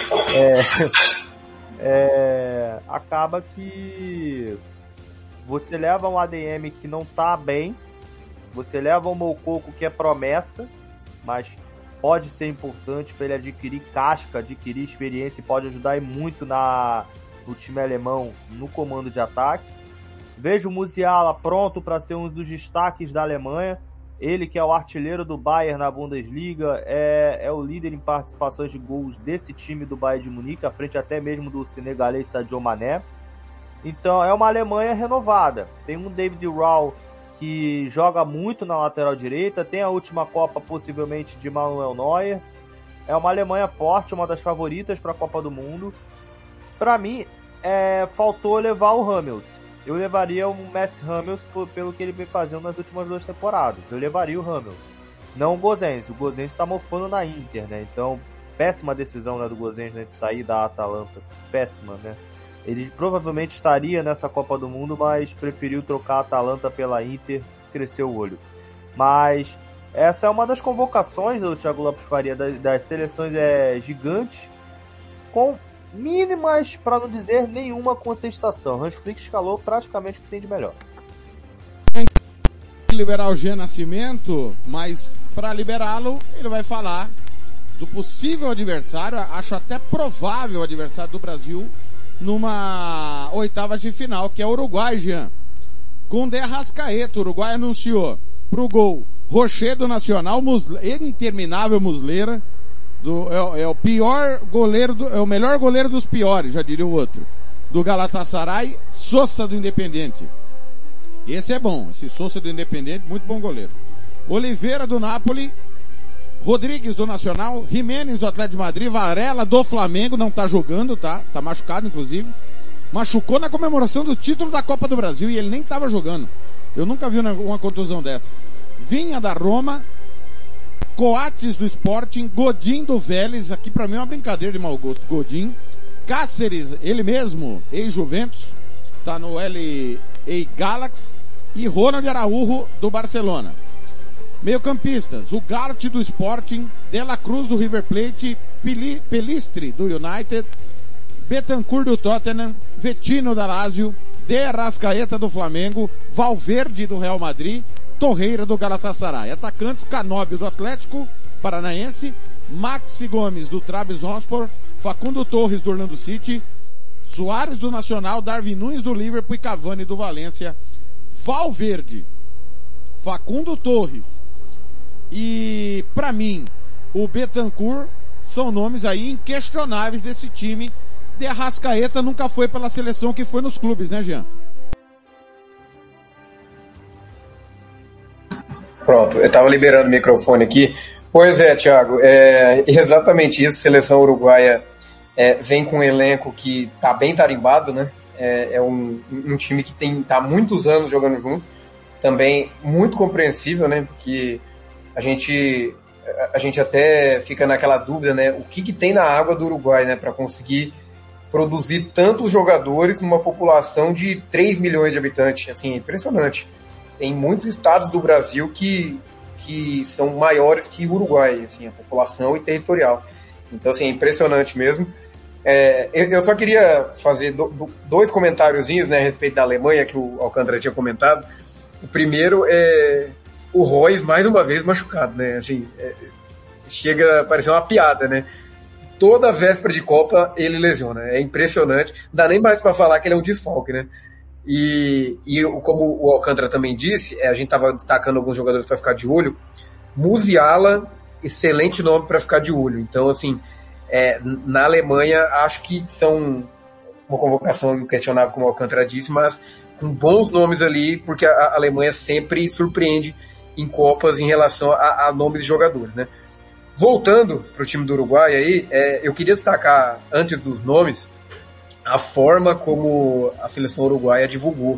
Acaba que você leva um ADM que não tá bem, você leva um Moukoko que é promessa, mas pode ser importante para ele adquirir casca, adquirir experiência e pode ajudar muito no time alemão no comando de ataque. Vejo o Musiala pronto para ser um dos destaques da Alemanha. Ele que é o artilheiro do Bayern na Bundesliga, é o líder em participações de gols desse time do Bayern de Munique, à frente até mesmo do senegalês Sadio Mané. Então é uma Alemanha renovada. Tem um David Raum que joga muito na lateral direita, tem a última Copa possivelmente de Manuel Neuer. É uma Alemanha forte, uma das favoritas para a Copa do Mundo. Para mim, faltou levar o Hummels. Eu levaria o Mats Hummels pelo que ele vem fazendo nas últimas 2 temporadas. Eu levaria o Hummels. Não o Gosens. O Gosens está mofando na Inter, né? Então, péssima decisão, né, do Gosens, né, de sair da Atalanta. Péssima, né? Ele provavelmente estaria nessa Copa do Mundo, mas preferiu trocar a Atalanta pela Inter, cresceu o olho. Mas essa é uma das convocações do Thiago Lopes Faria das seleções gigantes, com mínimas, para não dizer nenhuma contestação. Hans Flick escalou praticamente o que tem de melhor. Tem que liberar o Jean Nascimento, mas para liberá-lo, ele vai falar do possível adversário, acho até provável adversário do Brasil numa oitava de final, que é o Uruguai, Jean. Com De Arrascaeta, o Uruguai anunciou pro gol Rocher do Nacional, interminável Muslera, é o pior goleiro, é o melhor goleiro dos piores, já diria o outro. Do Galatasaray, Sosa do Independente. Esse é bom, esse Sosa do Independente, muito bom goleiro. Oliveira do Napoli, Rodrigues do Nacional, Jiménez do Atlético de Madrid, Varela do Flamengo, não tá jogando, tá machucado inclusive. Machucou na comemoração do título da Copa do Brasil e ele nem tava jogando. Eu nunca vi uma contusão dessa. Vinha da Roma, Coates do Sporting, Godin do Vélez, aqui pra mim é uma brincadeira de mau gosto, Godin. Cáceres, ele mesmo, ex-Juventus, tá no LA Galaxy, e Ronald Araújo do Barcelona. Meio-campistas, Ugarte do Sporting, De La Cruz do River Plate, Pelistri do United, Bentancur do Tottenham, Vetino da Lazio, De Arrascaeta do Flamengo, Valverde do Real Madrid, Torreira do Galatasaray. Atacantes, Canóbio do Atlético Paranaense, Maxi Gomes do Trabzonspor, Facundo Torres do Orlando City, Soares do Nacional, Darwin Nunes do Liverpool e Cavani do Valência. Valverde, Facundo Torres e, pra mim, o Bentancur são nomes aí inquestionáveis desse time. De Arrascaeta nunca foi pela seleção que foi nos clubes, né, Jean? Pronto, eu tava liberando o microfone aqui. Pois é, Thiago, exatamente isso. Seleção uruguaia vem com um elenco que tá bem tarimbado, né? É um time que tá há muitos anos jogando junto. Também muito compreensível, né? Porque a gente até fica naquela dúvida, né? O que tem na água do Uruguai, né? Para conseguir produzir tantos jogadores numa população de 3 milhões de habitantes. Assim, é impressionante. Tem muitos estados do Brasil que são maiores que o Uruguai, assim, a população e territorial. Então, assim, é impressionante mesmo. Eu só queria fazer dois comentáriozinhos, né, a respeito da Alemanha, que o Alcântara tinha comentado. O primeiro é o Reus, mais uma vez, machucado, né? Assim, chega a parecer uma piada, né? Toda véspera de Copa ele lesiona. É impressionante. Não dá nem mais para falar que ele é um desfalque, né? E como o Alcântara também disse, a gente estava destacando alguns jogadores para ficar de olho. Musiala, excelente nome para ficar de olho. Então, assim, na Alemanha, acho que são uma convocação inquestionável, como o Alcântara disse, mas com bons nomes ali, porque a Alemanha sempre surpreende em Copas em relação a nomes de jogadores, né? Voltando para o time do Uruguai aí, eu queria destacar, antes dos nomes, a forma como a seleção uruguaia divulgou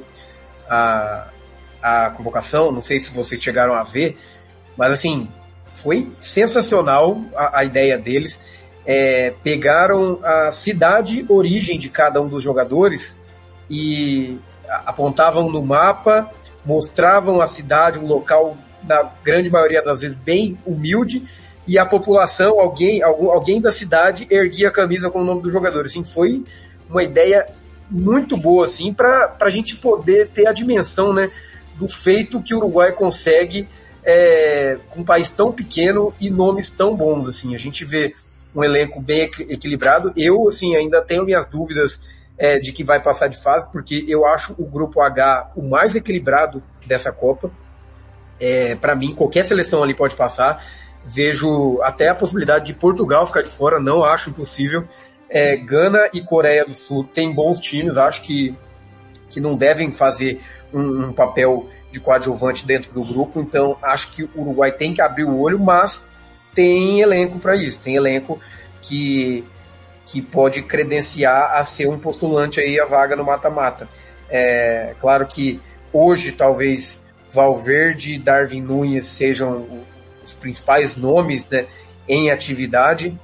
a convocação. Não sei se vocês chegaram a ver, mas assim, foi sensacional a ideia deles. pegaram a cidade origem de cada um dos jogadores e apontavam no mapa, mostravam a cidade, um local, na grande maioria das vezes, bem humilde, e a população, alguém da cidade erguia a camisa com o nome do jogador. Assim, foi uma ideia muito boa, assim, para a gente poder ter a dimensão, né, do feito que o Uruguai consegue com um país tão pequeno e nomes tão bons. Assim, a gente vê um elenco bem equilibrado. Eu, assim, ainda tenho minhas dúvidas de que vai passar de fase, porque eu acho o Grupo H o mais equilibrado dessa Copa. Para mim, qualquer seleção ali pode passar. Vejo até a possibilidade de Portugal ficar de fora, não acho impossível. Gana e Coreia do Sul têm bons times, acho que não devem fazer um papel de coadjuvante dentro do grupo, então acho que o Uruguai tem que abrir o olho, mas tem elenco para isso, tem elenco que pode credenciar a ser um postulante aí a vaga no mata-mata. Claro que hoje talvez Valverde e Darwin Núñez sejam os principais nomes, né, em atividade.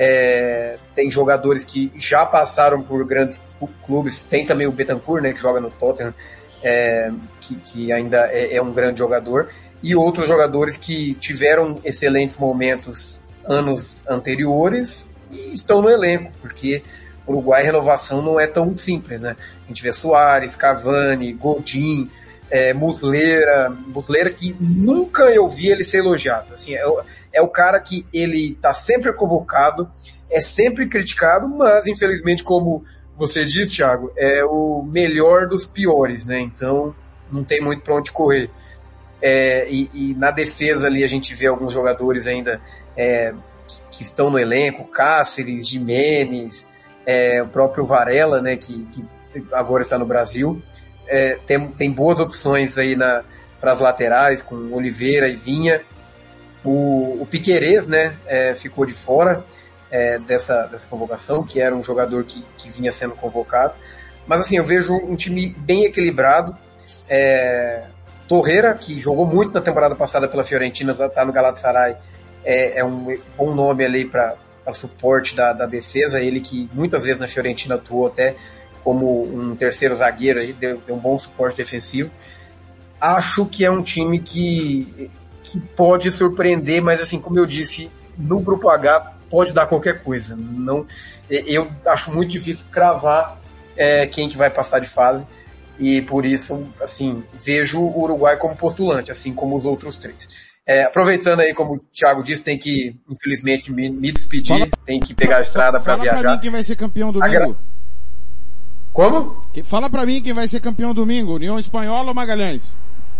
Tem jogadores que já passaram por grandes clubes, tem também o Bentancur, né, que joga no Tottenham, que ainda é um grande jogador, e outros jogadores que tiveram excelentes momentos anos anteriores e estão no elenco, porque o Uruguai, renovação não é tão simples, né? A gente vê Suárez, Cavani, Godin, Muslera que nunca eu vi ele ser elogiado. Assim, é o cara que ele tá sempre convocado, é sempre criticado, mas infelizmente, como você disse, Thiago, é o melhor dos piores, né? Então não tem muito para onde correr. E na defesa ali a gente vê alguns jogadores ainda que estão no elenco, Cáceres, Giménez, o próprio Varela, né, que agora está no Brasil. Tem boas opções aí para as laterais, com Oliveira e Vinha. O Piquerez, né, ficou de fora dessa convocação, que era um jogador que vinha sendo convocado. Mas assim, eu vejo um time bem equilibrado. Torreira, que jogou muito na temporada passada pela Fiorentina, está no Galatasaray, é um bom nome ali para suporte da defesa. Ele que muitas vezes na Fiorentina atuou até como um terceiro zagueiro, aí, deu um bom suporte defensivo. Acho que é um time que pode surpreender, mas assim, como eu disse, no Grupo H pode dar qualquer coisa. Eu acho muito difícil cravar quem que vai passar de fase, e por isso, assim, vejo o Uruguai como postulante, assim como os outros três. Aproveitando aí, como o Thiago disse, tem que, infelizmente, me despedir, tem que pegar a estrada para viajar. Fala pra mim quem vai ser campeão domingo. Como? Fala pra mim quem vai ser campeão domingo, União Espanhola ou Magalhães?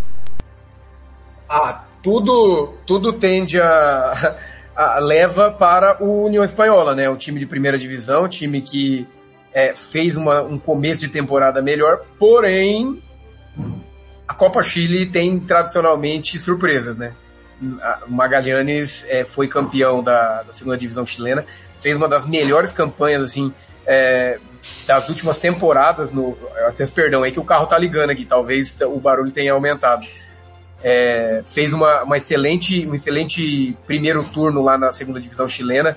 Tudo tende a leva para o União Espanhola, né? O time de primeira divisão, o time que fez um começo de temporada melhor, porém a Copa Chile tem tradicionalmente surpresas, né? O Magallanes foi campeão da segunda divisão chilena, fez uma das melhores campanhas, assim, das últimas temporadas. Perdão, é que o carro tá ligando aqui, talvez o barulho tenha aumentado. Fez um excelente primeiro turno lá na segunda divisão chilena,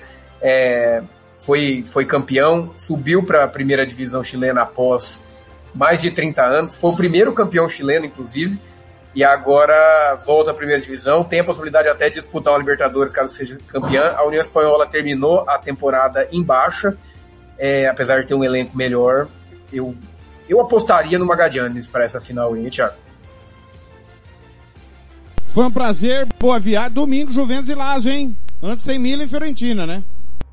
foi campeão, subiu para a primeira divisão chilena após mais de 30 anos, foi o primeiro campeão chileno, inclusive, e agora volta à primeira divisão, tem a possibilidade até de disputar uma Libertadores caso seja campeã. A União Espanhola terminou a temporada em baixa, apesar de ter um elenco melhor. Eu apostaria no Magallanes para essa final aí, Thiago. Foi um prazer, boa viagem. Domingo, Juventus e Lazio, hein? Antes tem Milan e Fiorentina, né?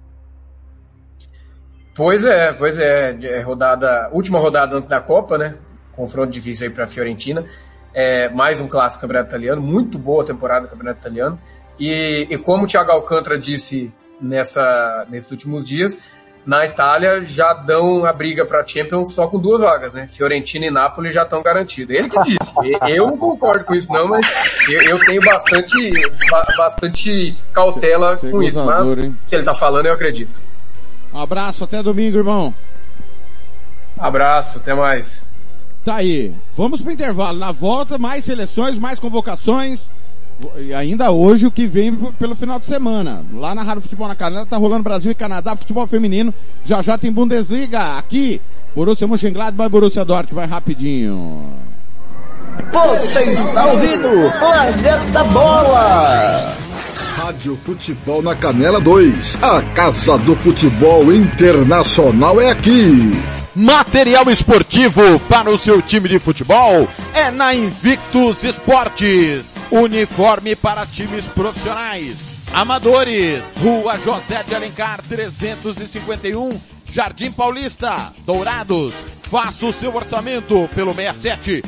Pois é. Última rodada antes da Copa, né? Confronto difícil aí para a Fiorentina. Mais um clássico campeonato italiano. Muito boa temporada do campeonato italiano. E como o Thiago Alcântara disse nesses últimos dias, na Itália já dão a briga para a Champions só com 2 vagas, né? Fiorentina e Napoli já estão garantidos. Ele que disse. Eu não concordo com isso não, mas eu tenho bastante cautela com isso. Mas se ele tá falando, eu acredito. Um abraço, até domingo, irmão. Abraço, até mais. Tá aí. Vamos pro intervalo. Na volta, mais seleções, mais convocações. E ainda hoje o que vem pelo final de semana. Lá na Rádio Futebol na Canela tá rolando Brasil e Canadá, futebol feminino. Já já tem Bundesliga aqui. Borussia Mönchengladbach, Borussia Dortmund, vai rapidinho. Você está ouvindo Planeta Bola. Rádio Futebol na Canela 2. A Casa do Futebol Internacional é aqui. Material esportivo para o seu time de futebol é na Invictus Esportes. Uniforme para times profissionais, amadores. Rua José de Alencar 351, Jardim Paulista, Dourados. Faça o seu orçamento pelo 67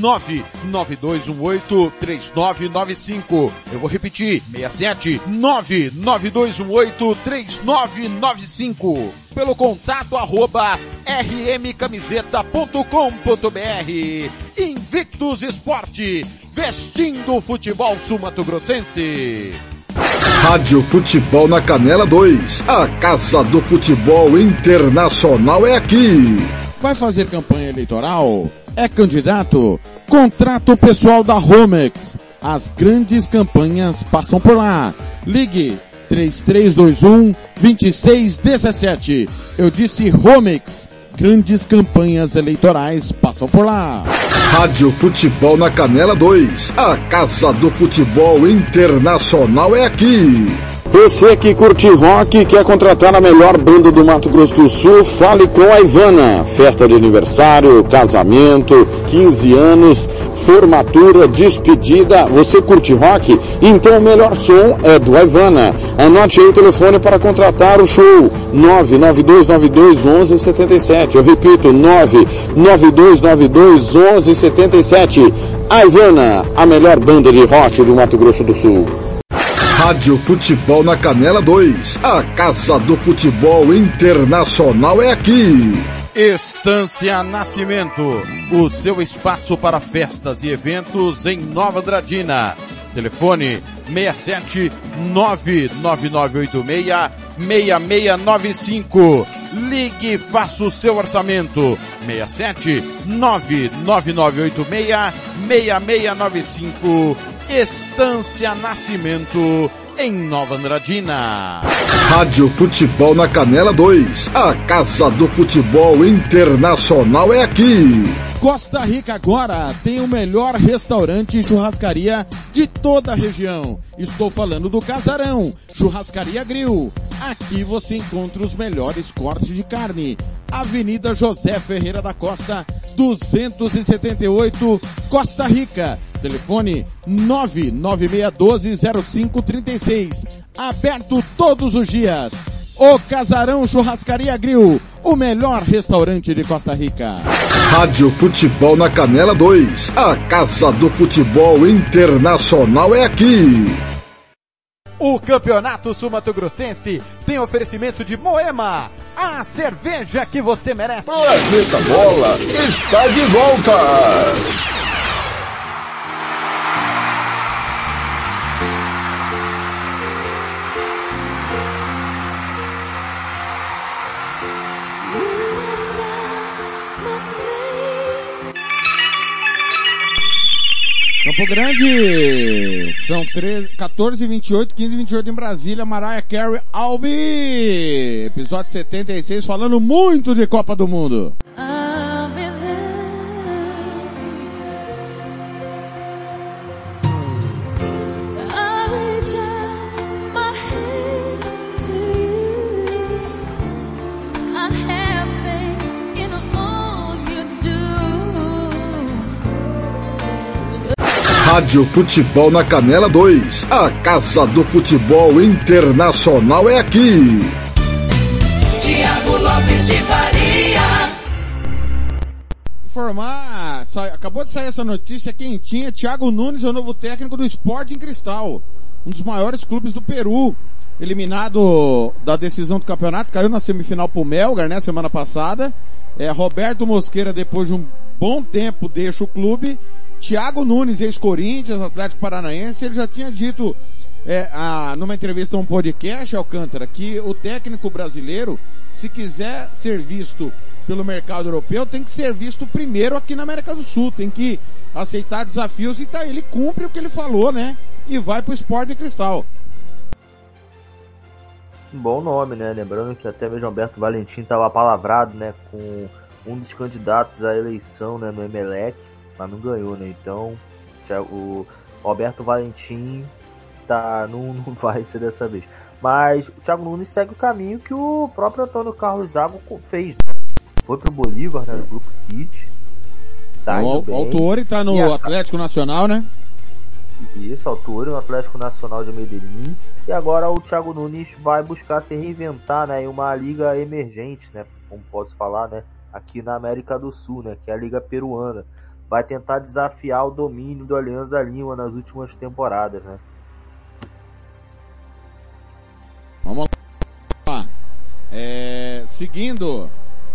992183995. Eu vou repetir, 67 992183995. Pelo contato @rmcamiseta.com.br. Invictus Esporte, vestindo o futebol sul-mato-grossense. Rádio Futebol na Canela 2. A Casa do Futebol Internacional é aqui. Vai fazer campanha eleitoral? É candidato? Contrata o pessoal da Romex. As grandes campanhas passam por lá. Ligue 3321-2617. Eu disse Romex. Grandes campanhas eleitorais passam por lá. Rádio Futebol na Canela 2. A Casa do Futebol Internacional é aqui. Você que curte rock e quer contratar a melhor banda do Mato Grosso do Sul, fale com a Ivana. Festa de aniversário, casamento, 15 anos, formatura, despedida. Você curte rock? Então o melhor som é do Ivana. Anote aí o telefone para contratar o show. 992921177. Eu repito, 992921177. A Ivana, a melhor banda de rock do Mato Grosso do Sul. Rádio Futebol na Canela 2. A Casa do Futebol Internacional é aqui. Estância Nascimento, o seu espaço para festas e eventos em Nova Andradina. Telefone 67 99986-6695. Ligue e faça o seu orçamento. 67 99986-6695. Estância Nascimento, em Nova Andradina. Rádio Futebol na Canela 2. A Casa do Futebol Internacional é aqui. Costa Rica agora tem o melhor restaurante e churrascaria de toda a região. Estou falando do Casarão, Churrascaria Grill. Aqui você encontra os melhores cortes de carne. Avenida José Ferreira da Costa, 278, Costa Rica. Telefone 99612-0536. Aberto todos os dias. O Casarão Churrascaria Grill, o melhor restaurante de Costa Rica. Rádio Futebol na Canela 2. A Casa do Futebol Internacional é aqui. O Campeonato Sul-Mato-Grossense tem oferecimento de Moema, a cerveja que você merece. Planeta Bola está de volta. Campo Grande, são 14h28, 15h28 em Brasília, Mariah Carey, I'll Be, episódio 76, falando muito de Copa do Mundo. Rádio Futebol na Canela 2. A Casa do Futebol Internacional é aqui. Thiago Lopes de Faria. Informar, acabou de sair essa notícia quentinha, Thiago Nunes é o novo técnico do Sporting Cristal, um dos maiores clubes do Peru, eliminado da decisão do campeonato, caiu na semifinal pro Melgar, né, semana passada. Roberto Mosqueira, depois de um bom tempo, deixa o clube. Thiago Nunes, ex-Corinthians, Atlético Paranaense, ele já tinha dito numa entrevista a um podcast, Alcântara, que o técnico brasileiro, se quiser ser visto pelo mercado europeu, tem que ser visto primeiro aqui na América do Sul, tem que aceitar desafios e ele cumpre o que ele falou, né? e vai pro Sporting Cristal. Bom nome, né? Lembrando que até mesmo Alberto Valentim estava apalavrado, né, com um dos candidatos à eleição, né, no Emelec, mas não ganhou, né? Então, o Alberto Valentim não vai ser dessa vez. Mas o Thiago Nunes segue o caminho que o próprio Antônio Carlos Zago fez, né? Foi pro Bolívar, né, no Grupo City. Tá indo bem. O Autori tá no Atlético Nacional, né? Isso, Autori no Atlético Nacional de Medellín. E agora o Thiago Nunes vai buscar se reinventar, né, em uma liga emergente, né, como posso falar, né, aqui na América do Sul, né, que é a Liga Peruana. Vai tentar desafiar o domínio do Alianza Lima nas últimas temporadas, né. Vamos lá. Seguindo,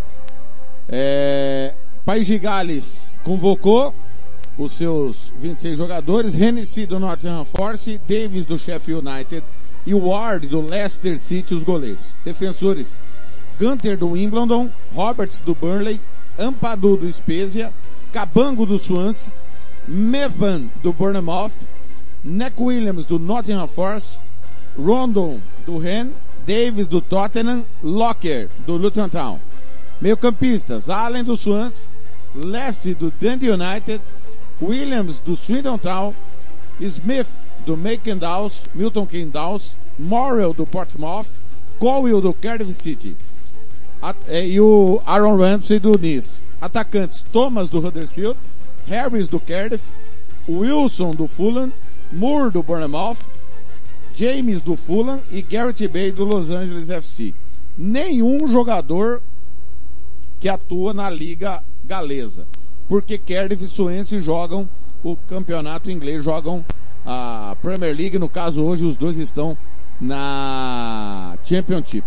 País de Gales convocou os seus 26 jogadores: Hennessy do Nottingham Forest, Davis do Sheffield United e Ward do Leicester City, os goleiros. Defensores: Gunter do Wimbledon, Roberts do Burnley, Ampadu do Spezia, Cabango do Swansea, Mevan do Bournemouth, Neck Williams do Nottingham Forest, Rondon do Rennes, Davis do Tottenham, Locker do Luton Town. Meio-campistas: Allen do Swansea, Left do Dundee United, Williams do Swindon Town, Smith do Milton Keynes, Morrell do Portsmouth, Colwill do Cardiff City e o Aaron Ramsey do Nice. Atacantes: Thomas do Huddersfield, Harris do Cardiff, Wilson do Fulham, Moore do Bournemouth, James do Fulham e Gareth Bale do Los Angeles FC. Nenhum jogador que atua na Liga Galesa, porque Cardiff e Swansea jogam o campeonato inglês, jogam a Premier League. No caso, hoje os dois estão na Championship.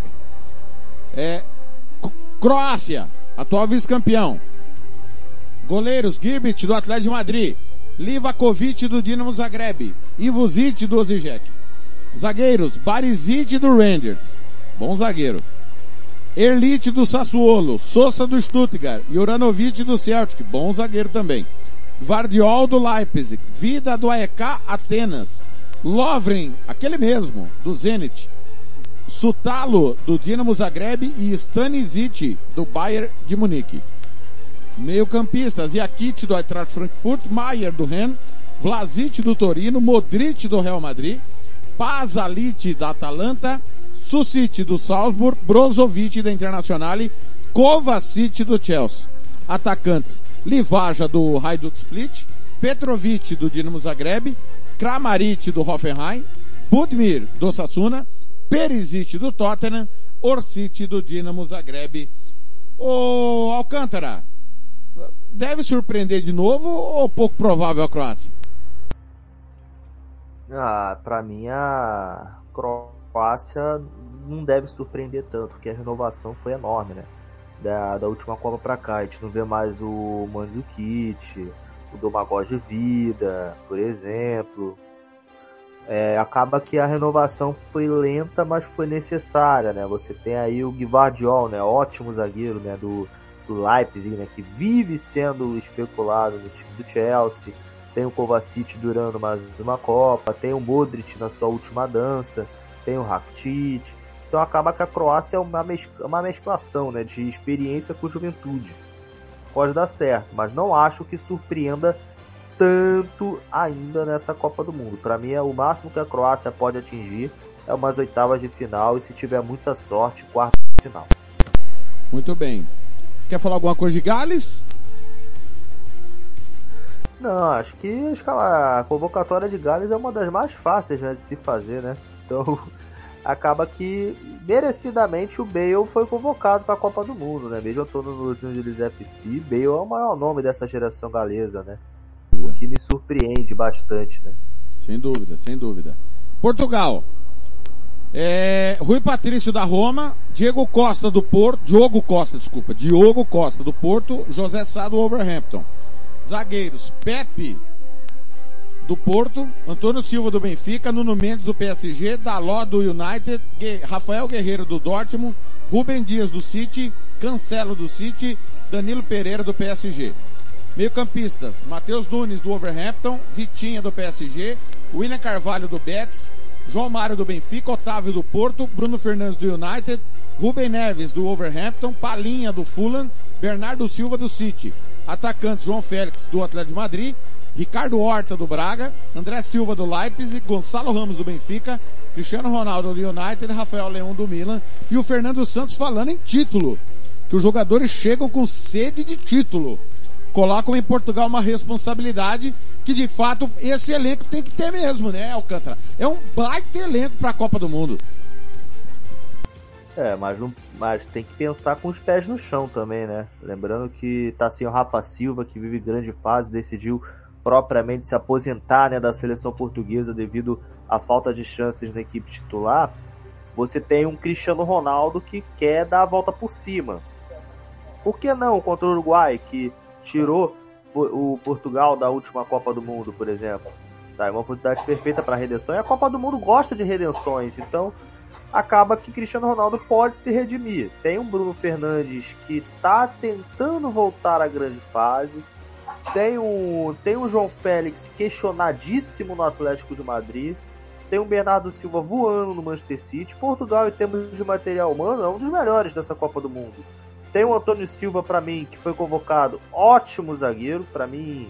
Croácia, atual vice-campeão. Goleiros: Girbit do Atlético de Madrid, Livakovic do Dinamo Zagreb, Ivuzic do Osijek. Zagueiros: Barisic do Rangers, bom zagueiro, Erlich do Sassuolo, Sosa do Stuttgart, Juranovic do Celtic, bom zagueiro também, Vardiol do Leipzig, Vida do AEK Atenas, Lovren, aquele mesmo, do Zenit, Sutalo do Dinamo Zagreb e Stanisic do Bayern de Munique. Meio-campistas: Jakic do Eintracht Frankfurt, Maier do Rennes, Vlasic do Torino, Modric do Real Madrid, Pasalic da Atalanta, Susic do Salzburg, Brozovic da Internazionale, Kovacic do Chelsea. Atacantes: Livaja do Hajduk Split, Petrovic do Dinamo Zagreb, Kramaric do Hoffenheim, Budimir do Osasuna, Perisic do Tottenham, Orsic do Dinamo Zagreb. Ô Alcântara, deve surpreender de novo ou pouco provável a Croácia? Pra mim a Croácia não deve surpreender tanto, porque a renovação foi enorme, né? Da última Copa pra cá, a gente não vê mais o Mandzukic, o Domagoj Vida, por exemplo. Acaba que a renovação foi lenta, mas foi necessária, né? Você tem aí o Gvardiol, né? Ótimo zagueiro, né? Do Leipzig, né? Que vive sendo especulado no time do Chelsea. Tem o Kovacic durando mais uma Copa, tem o Modric na sua última dança, tem o Rakitic. Então acaba que a Croácia é uma mesclação, né, de experiência com juventude. Pode dar certo, mas não acho que surpreenda tanto ainda nessa Copa do Mundo. Para mim, o máximo que a Croácia pode atingir é umas oitavas de final e, se tiver muita sorte, quarta de final. Muito bem. Quer falar alguma coisa de Gales? Não, acho que a convocatória de Gales é uma das mais fáceis, né, de se fazer, né? Então, acaba que, merecidamente, o Bale foi convocado para a Copa do Mundo, né? Mesmo atuando no Los Angeles FC, Bale é o maior nome dessa geração galesa, né? O que me surpreende bastante, né? Sem dúvida, sem dúvida. Portugal. Rui Patrício da Roma, Diogo Costa do Porto, José Sá do Wolverhampton. Zagueiros: Pepe do Porto, Antônio Silva do Benfica, Nuno Mendes do PSG, Dalot do United, Rafael Guerreiro do Dortmund, Rubem Dias do City, Cancelo do City, Danilo Pereira do PSG. Meio-campistas, Matheus Nunes do Wolverhampton, Vitinha do PSG, William Carvalho do Betis, João Mário do Benfica, Otávio do Porto, Bruno Fernandes do United, Rubem Neves do Wolverhampton, Palinha do Fulham, Bernardo Silva do City. Atacantes, João Félix do Atlético de Madrid, Ricardo Horta do Braga, André Silva do Leipzig, Gonçalo Ramos do Benfica, Cristiano Ronaldo do United, Rafael Leão do Milan e o Fernando Santos falando em título, que os jogadores chegam com sede de título. Colocam em Portugal uma responsabilidade que de fato esse elenco tem que ter mesmo, né, Alcântara? É um baita elenco para a Copa do Mundo. Mas tem que pensar com os pés no chão também, né? Lembrando que tá sem o Rafa Silva, que vive grande fase, decidiu propriamente se aposentar, né, da seleção portuguesa devido à falta de chances na equipe titular. Você tem um Cristiano Ronaldo que quer dar a volta por cima. Por que não contra o Uruguai, que tirou o Portugal da última Copa do Mundo, por exemplo? Tá, é uma oportunidade perfeita para redenção, e a Copa do Mundo gosta de redenções, então acaba que Cristiano Ronaldo pode se redimir. Tem um Bruno Fernandes que tá tentando voltar à grande fase, tem um João Félix questionadíssimo no Atlético de Madrid, tem um Bernardo Silva voando no Manchester City. Portugal, em termos de material humano, é um dos melhores dessa Copa do Mundo. Tem o Antônio Silva, para mim, que foi convocado, ótimo zagueiro, para mim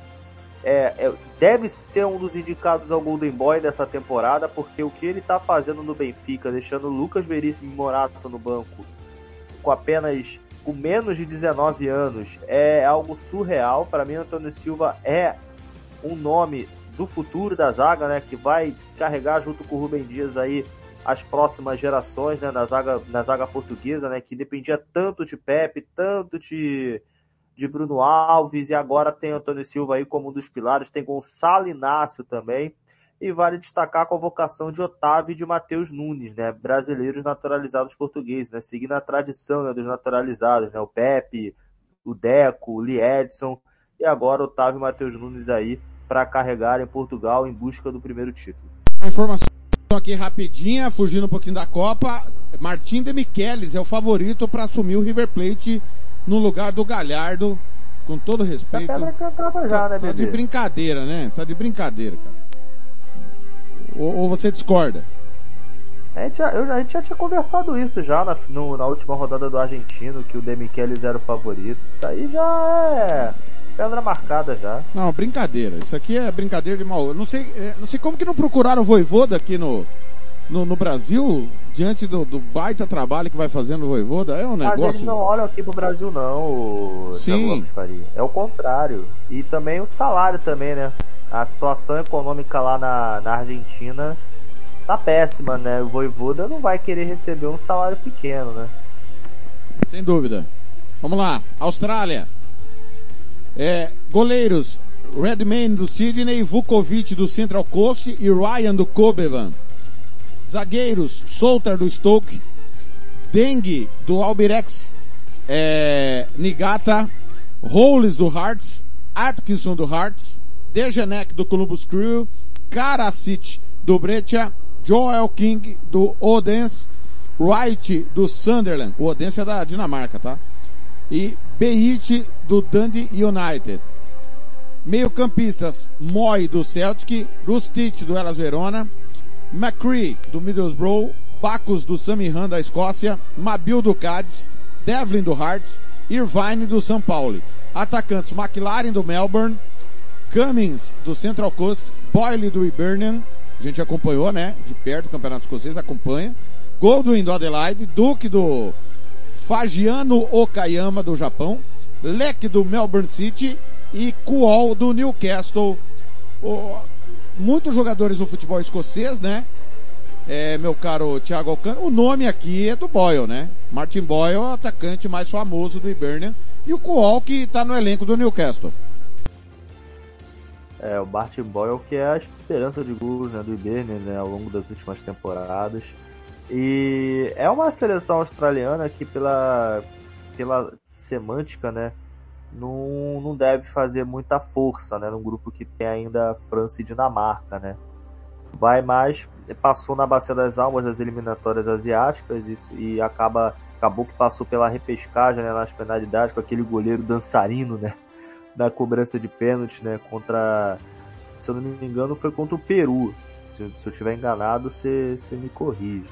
deve ser um dos indicados ao Golden Boy dessa temporada, porque o que ele tá fazendo no Benfica, deixando Lucas Veríssimo e Morata no banco com menos de 19 anos, é algo surreal. Para mim, Antônio Silva é um nome do futuro da zaga, né, que vai carregar junto com o Rubem Dias aí as próximas gerações, né, na zaga portuguesa, né, que dependia tanto de Pepe, tanto de Bruno Alves, e agora tem Antônio Silva aí como um dos pilares, tem Gonçalo Inácio também, e vale destacar a convocação de Otávio e de Matheus Nunes, né, brasileiros naturalizados portugueses, né, seguindo a tradição, né, dos naturalizados, né, o Pepe, o Deco, o Lee Edson, e agora Otávio e Matheus Nunes aí para carregar em Portugal em busca do primeiro título. A informação aqui rapidinha, fugindo um pouquinho da Copa, Martim de Michelis é o favorito para assumir o River Plate no lugar do Galhardo, com todo respeito. Tá de brincadeira, né? Tá de brincadeira, cara. Ou você discorda? A gente já tinha conversado isso já na última rodada do Argentino, que o De Michelis era o favorito. Isso aí já é pedra marcada já. Não, brincadeira. Isso aqui é brincadeira de mal. Não sei como que não procuraram o Vojvoda aqui no Brasil, diante do baita trabalho que vai fazendo o Vojvoda. É um negócio... Mas eles não olham aqui pro Brasil não, Sim. Faria. É o contrário. E também o salário também, né? A situação econômica lá na Argentina tá péssima, né? O Vojvoda não vai querer receber um salário pequeno, né? Sem dúvida. Vamos lá. Austrália. Goleiros, Redmayne do Sydney, Vukovic do Central Coast e Ryan do Kobevan. Zagueiros, Solter do Stoke, Dengue do Albirex, Nigata, Rolls do Hearts, Atkinson do Hearts, Dejanek do Columbus Crew, Karasic do Breccia, Joel King do Odense, Wright do Sunderland, o Odense é da Dinamarca, tá? E Beite do Dundee United. Meio-campistas, Moy do Celtic, Rustic do Hellas Verona, McCree do Middlesbrough, Bacchus do Samihan da Escócia, Mabil do Cádiz, Devlin do Hearts, Irvine do São Paulo. Atacantes, McLaren do Melbourne, Cummings do Central Coast, Boyle do Hibernian, a gente acompanhou, né, de perto o Campeonato Escocês, acompanha, Goldwyn do Adelaide, Duke do Fagiano Okayama do Japão, Leck do Melbourne City e Kuol do Newcastle. Muitos jogadores do futebol escocês, né? Meu caro Thiago Alcântara, o nome aqui é do Boyle, né? Martin Boyle, o atacante mais famoso do Hibernian, e o Kuol que tá no elenco do Newcastle. O Martin Boyle que é a esperança de gols, né, do Hibernian, né, ao longo das últimas temporadas. E é uma seleção australiana que pela semântica, né, não deve fazer muita força, né, num grupo que tem ainda França e Dinamarca, né. Passou na Bacia das Almas das eliminatórias asiáticas e acabou que passou pela repescagem, né, nas penalidades com aquele goleiro dançarino, né, da cobrança de pênalti, né, contra, se eu não me engano, foi contra o Peru. Se eu estiver enganado, você me corrige.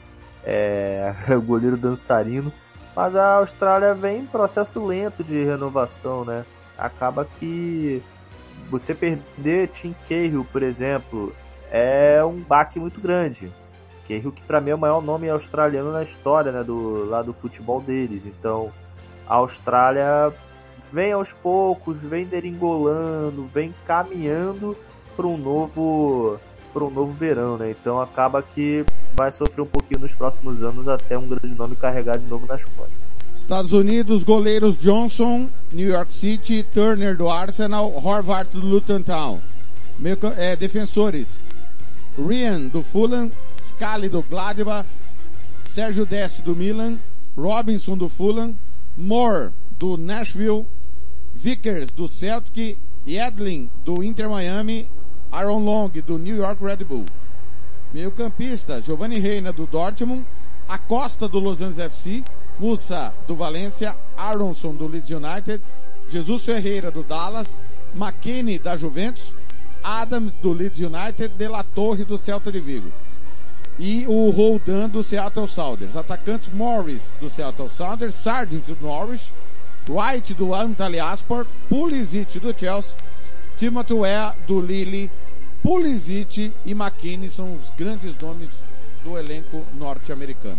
O goleiro dançarino. Mas a Austrália vem em processo lento de renovação, né? Acaba que você perder Tim Cahill, por exemplo, é um baque muito grande. Cahill, que para mim é o maior nome australiano na história, né, do futebol deles. Então, a Austrália vem aos poucos, vem deringolando, vem caminhando para um novo verão, né? Então acaba que vai sofrer um pouquinho nos próximos anos até um grande nome carregar de novo nas costas. Estados Unidos, goleiros Johnson, New York City, Turner do Arsenal, Horvath do Luton Town. Defensores, Ryan do Fulham, Scully do Gladbach, Sérgio Deste do Milan, Robinson do Fulham, Moore do Nashville, Vickers do Celtic, Yedlin do Inter Miami, Aaron Long do New York Red Bull. Meio campista, Giovanni Reina do Dortmund, Acosta do Los Angeles FC, Musa do Valência, Aronson do Leeds United, Jesus Ferreira do Dallas, McKennie da Juventus, Adams do Leeds United, De La Torre do Celta de Vigo. E o Roldan do Seattle Sounders. Atacantes Morris do Seattle Sounders, Sargent do Norwich, Wright do Antalyaspor, Pulisic do Chelsea, Timothy Weah do Lille, Pulisic e McKennie são os grandes nomes do elenco norte-americano.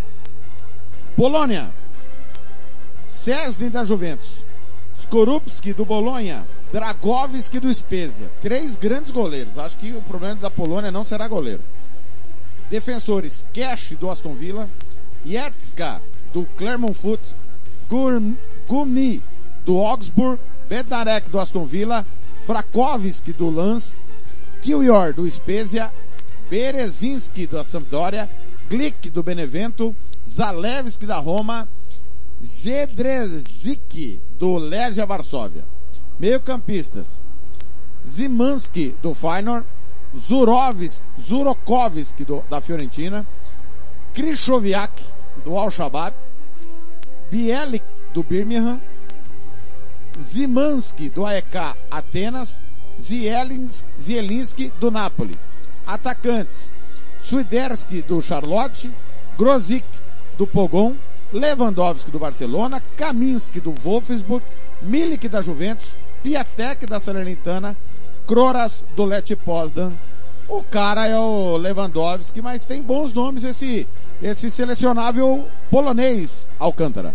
Polônia, Szczesny da Juventus, Skorupski do Bolonha, Dragovski do Spezia. 3 grandes goleiros. Acho que o problema da Polônia não será goleiro. Defensores, Cash do Aston Villa, Jetska do Clermont Foot, Gumi do Augsburg, Bednarek do Aston Villa, Frakovski do Lens, Kiwior do Spezia, Berezinski da Sampdoria, Glick do Benevento, Zalewski da Roma, Jedrzejczyk do Legia Varsóvia. Meio campistas, Zimanski do Feyenoord, Zurokovski da Fiorentina, Krychowiak do Al-Shabaab, Bielik do Birmingham, Zimanski do AEK Atenas, Zielinski do Napoli. Atacantes, Swiderski do Charlotte, Grosic do Pogon, Lewandowski do Barcelona, Kaminski do Wolfsburg, Milik da Juventus, Piatek da Salernitana, Kroras do Lech Poznan. O cara é o Lewandowski, mas tem bons nomes esse selecionável polonês, Alcântara.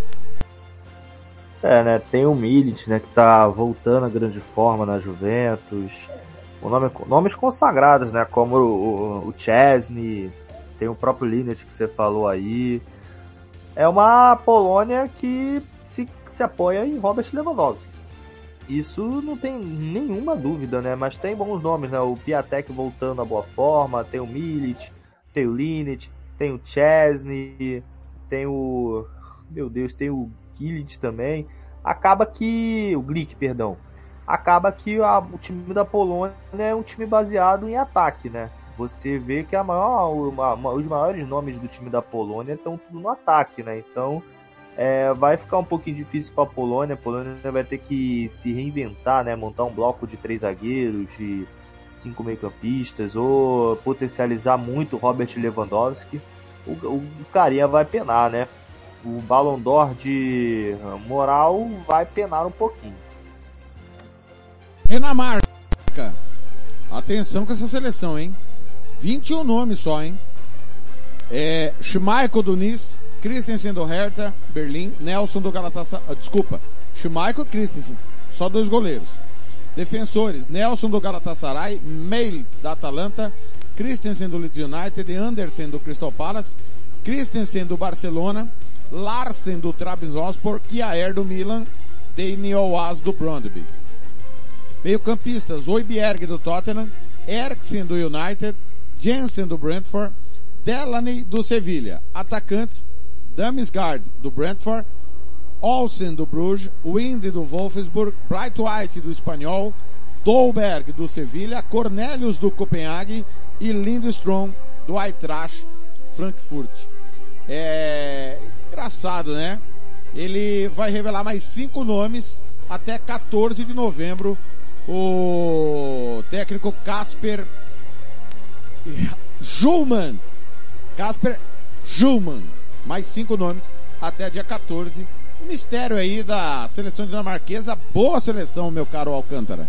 Né, tem o Milik, né, que tá voltando a grande forma na Juventus. Nomes consagrados, né, como o Szczesny, tem o próprio Linet que você falou aí. É uma Polônia que se apoia em Robert Lewandowski. Isso não tem nenhuma dúvida, né? Mas tem bons nomes, né? O Piatek voltando à boa forma, tem o Milik, tem o Linet, tem o Szczesny, tem o... Meu Deus, tem o Glick também. Acaba que o time da Polônia é um time baseado em ataque, né? Você vê que os maiores nomes do time da Polônia estão tudo no ataque, né? Então vai ficar um pouquinho difícil para a Polônia vai ter que se reinventar, né? Montar um bloco de 3 zagueiros, de 5 meio-campistas, ou potencializar muito o Robert Lewandowski. O carinha vai penar, né? O Ballon d'Or de moral vai penar um pouquinho. Dinamarca. Atenção com essa seleção, hein? 21 nomes só, hein? Schmeichel do Nice, Christensen do Hertha Berlim, Nelson do Galatasaray, Schmeichel e Christensen, só 2 goleiros. Defensores, Nelson do Galatasaray, Mail da Atalanta, Christensen do Leeds United, Andersen do Crystal Palace, Christensen do Barcelona, Larsen do Trabzonspor, Kjaer do Milan, Daniel Oaz do Brøndby. Meio campistas, Højbjerg do Tottenham, Eriksen do United, Jensen do Brentford, Delaney do Sevilla. Atacantes, Damsgaard do Brentford, Olsen do Bruges, Wind do Wolfsburg, Bright White do Espanhol, Dolberg do Sevilla, Cornelius do Copenhague e Lindstrom do Eintracht Frankfurt. Engraçado, né? Ele vai revelar mais 5 nomes até 14 de novembro. O técnico Kasper Schulman, mais 5 nomes, até dia 14. O mistério aí da seleção dinamarquesa, boa seleção, meu caro Alcântara.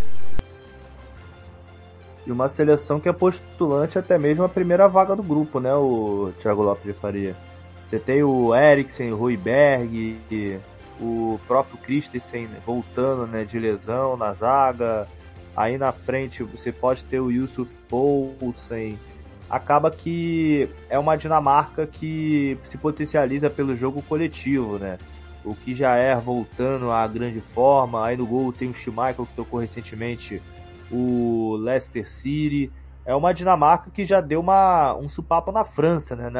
E uma seleção que é postulante até mesmo a primeira vaga do grupo, né, o Thiago Lopes de Faria. Você tem o Eriksen, o Højbjerg, o próprio Christensen voltando, né, de lesão na zaga. Aí na frente você pode ter o Yusuf Poulsen. Acaba que é uma Dinamarca que se potencializa pelo jogo coletivo, né? O Kjaer voltando à grande forma. Aí no gol tem o Schmeichel, que tocou recentemente o Leicester City. É uma Dinamarca que já deu um supapo na França, né?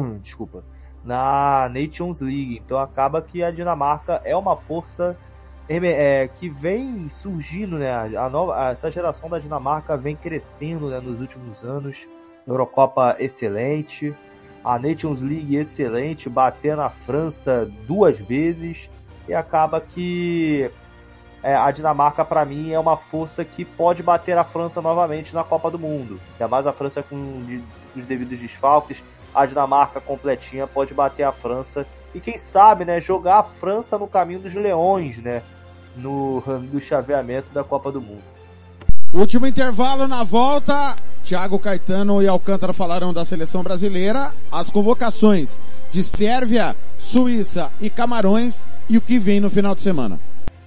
Na Nations League. Então acaba que a Dinamarca é uma força que vem surgindo, né? Essa geração da Dinamarca vem crescendo, né, nos últimos anos. Eurocopa excelente, a Nations League excelente, bater na França 2 vezes, e acaba que a Dinamarca, para mim, é uma força que pode bater a França novamente na Copa do Mundo. Ainda mais a França com os devidos desfalques, a Dinamarca completinha pode bater a França e, quem sabe, né, jogar a França no caminho dos leões, né, do chaveamento da Copa do Mundo. Último intervalo, na volta, Thiago Caetano e Alcântara falarão da seleção brasileira, as convocações de Sérvia, Suíça e Camarões e o que vem no final de semana.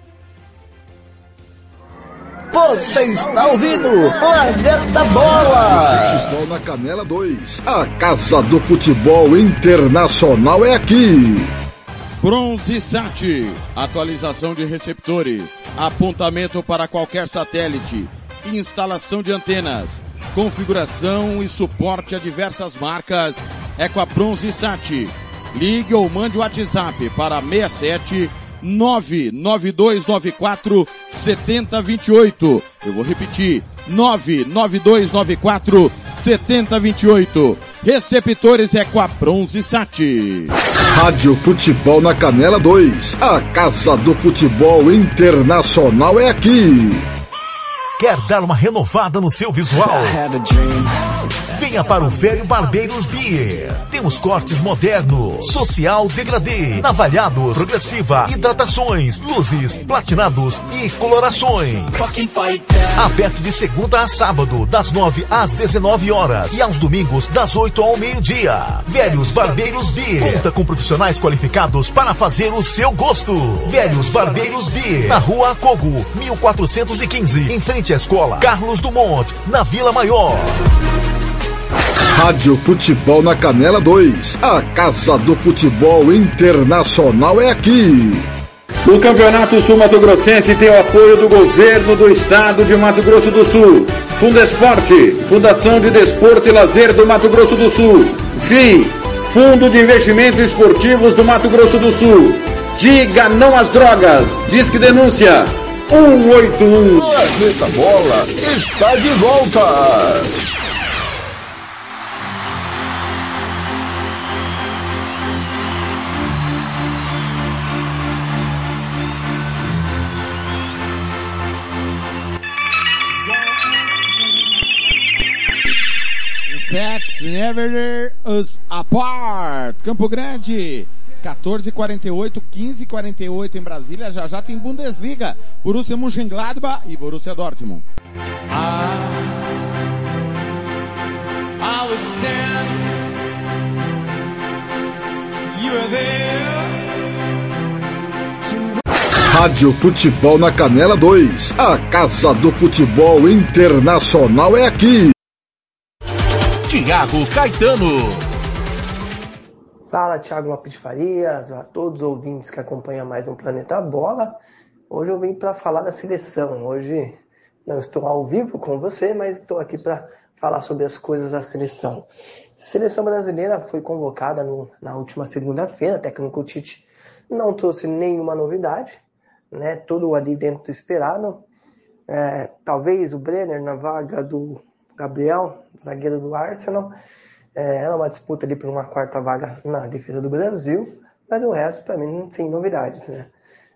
Você está ouvindo Planeta Bola! Futebol na Canela 2. A Casa do Futebol Internacional é aqui. Bronze Sat, atualização de receptores, apontamento para qualquer satélite, instalação de antenas, configuração e suporte a diversas marcas é com a Bronze Sat. Ligue ou mande o WhatsApp para 67 99294 7028. Eu vou repetir, 99294 7028. Receptores é com a Bronze Sat. Rádio Futebol na Canela 2. A Casa do Futebol Internacional é aqui. Quer dar uma renovada no seu visual? Venha para o Velho Barbeiros Beer. Temos cortes modernos, social degradê, navalhados, progressiva, hidratações, luzes, platinados e colorações. Aberto de segunda a sábado, das 9 às 19 horas e aos domingos, das 8 ao meio-dia. Velhos Barbeiros Beer. Conta com profissionais qualificados para fazer o seu gosto. Velhos Barbeiros Beer. Na Rua Cogo, 1415, em frente à Escola Carlos Dumont, na Vila Maior. Rádio Futebol na Canela 2. A Casa do Futebol Internacional é aqui. O Campeonato Sul Mato Grossense tem o apoio do Governo do Estado de Mato Grosso do Sul, Fundesporte, Fundação de Desporto e Lazer do Mato Grosso do Sul, FII, Fundo de Investimentos Esportivos do Mato Grosso do Sul. Diga não às drogas. Disque denúncia 181. Planeta Bola está de volta. Sex Never Us Apart. Campo Grande, 14h48, 15h48 em Brasília. Já tem Bundesliga, Borussia Mönchengladbach e Borussia Dortmund. I was standing, you were there. Rádio Futebol na Canela 2. A Casa do Futebol Internacional é aqui. Thiago Caetano. Fala, Thiago Lopes de Farias, a todos os ouvintes que acompanham mais um Planeta Bola. Hoje eu vim para falar da seleção. Hoje não estou ao vivo com você, mas estou aqui para falar sobre as coisas da seleção. A seleção brasileira foi convocada na última segunda-feira. O técnico Tite não trouxe nenhuma novidade, né? Tudo ali dentro do esperado. Talvez o Brenner na vaga do Gabriel, zagueiro do Arsenal. Era uma disputa ali por uma quarta vaga na defesa do Brasil, mas o resto, para mim, sem novidades, né?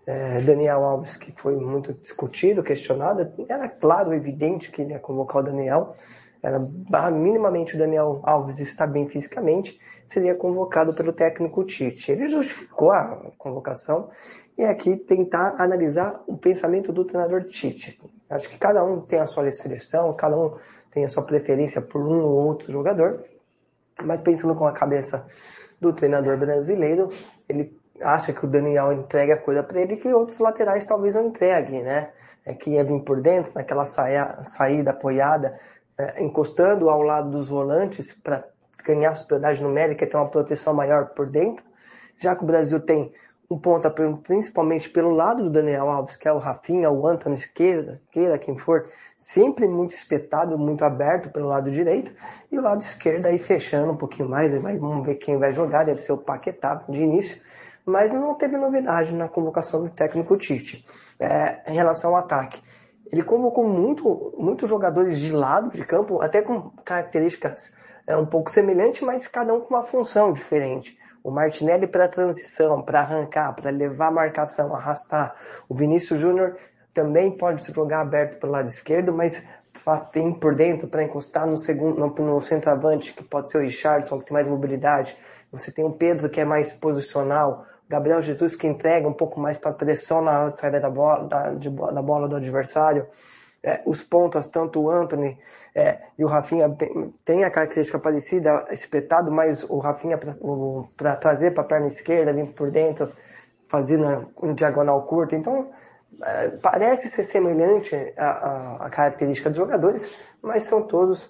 Daniel Alves, que foi muito discutido, questionado. Era claro, evidente que ele ia convocar o Daniel. Era minimamente o Daniel Alves está bem fisicamente, seria convocado pelo técnico Tite. Ele justificou a convocação e aqui tentar analisar o pensamento do treinador Tite. Acho que cada um tem a sua seleção, cada um tem a sua preferência por um ou outro jogador, mas pensando com a cabeça do treinador brasileiro, ele acha que o Daniel entrega a coisa para ele que outros laterais talvez não entreguem, né? Que ia vir por dentro, naquela saída apoiada, encostando ao lado dos volantes para ganhar superioridade numérica e ter uma proteção maior por dentro. Já que o Brasil tem um ponta principalmente pelo lado do Daniel Alves, que é o Rafinha, o Antony, queira quem for, sempre muito espetado, muito aberto pelo lado direito, e o lado esquerdo aí fechando um pouquinho mais, vamos ver quem vai jogar, deve ser o Paquetá de início, mas não teve novidade na convocação do técnico Tite. Em relação ao ataque, ele convocou muitos jogadores de lado de campo, até com características um pouco semelhantes, mas cada um com uma função diferente. O Martinelli para transição, para arrancar, para levar a marcação, arrastar. O Vinícius Júnior também pode se jogar aberto pelo lado esquerdo, mas tem por dentro para encostar no centroavante, que pode ser o Richarlison, que tem mais mobilidade. Você tem o Pedro, que é mais posicional. O Gabriel Jesus, que entrega um pouco mais para pressão na hora de saída da bola do adversário. Os pontas, tanto o Antony e o Rafinha, tem a característica parecida, espetado, mas o Rafinha para trazer para a perna esquerda, vir por dentro, fazendo um diagonal curto. Então, parece ser semelhante a característica dos jogadores, mas são todos,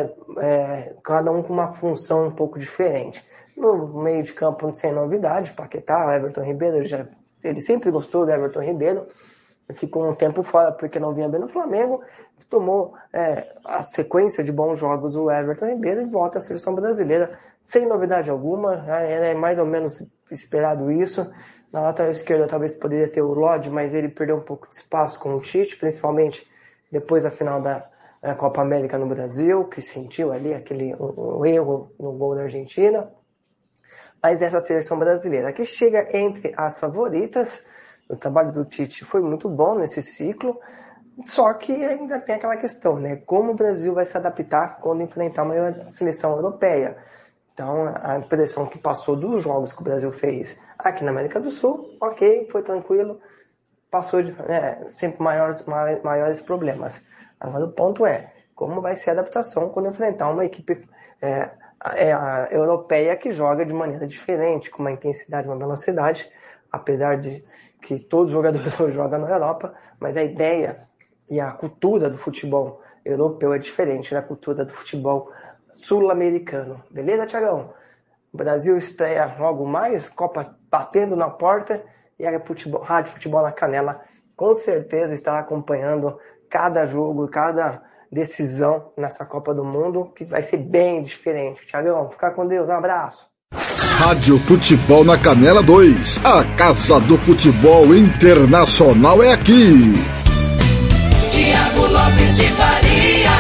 cada um com uma função um pouco diferente. No meio de campo, sem novidade, Paquetá, Everton Ribeiro, ele sempre gostou do Everton Ribeiro, ficou um tempo fora porque não vinha bem no Flamengo, tomou a sequência de bons jogos o Everton Ribeiro e volta à seleção brasileira sem novidade alguma. Era mais ou menos esperado isso. Na lateral esquerda talvez poderia ter o Lodge, mas ele perdeu um pouco de espaço com o Tite, principalmente depois da final da Copa América no Brasil, que sentiu ali um erro no gol da Argentina. Mas essa seleção brasileira que chega entre as favoritas. O trabalho do Tite foi muito bom nesse ciclo, só que ainda tem aquela questão, né? Como o Brasil vai se adaptar quando enfrentar uma seleção europeia. Então, a impressão que passou dos jogos que o Brasil fez aqui na América do Sul, ok, foi tranquilo, passou de sempre maiores problemas. Agora o ponto é, como vai ser a adaptação quando enfrentar uma equipe europeia que joga de maneira diferente, com uma intensidade, uma velocidade, apesar de que todos os jogadores jogam na Europa, mas a ideia e a cultura do futebol europeu é diferente da cultura do futebol sul-americano. Beleza, Thiagão? O Brasil estreia logo mais, Copa batendo na porta, e a Rádio Futebol na Canela com certeza estará acompanhando cada jogo, cada decisão nessa Copa do Mundo, que vai ser bem diferente. Thiagão, fica com Deus, um abraço. Rádio Futebol na Canela 2. A Casa do Futebol Internacional é aqui. Thiago Lopes de Faria.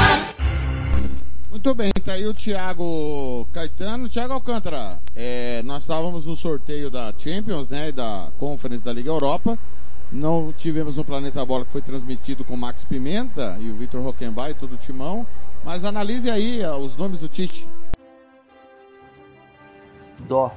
Muito bem, tá aí o Thiago Caetano. Thiago Alcântara, nós estávamos no sorteio da Champions, né, da Conference da Liga Europa. Não tivemos no Planeta Bola, que foi transmitido com o Max Pimenta e o Vitor Rockenbach e todo o timão. Mas analise aí os nomes do Tite. Dó.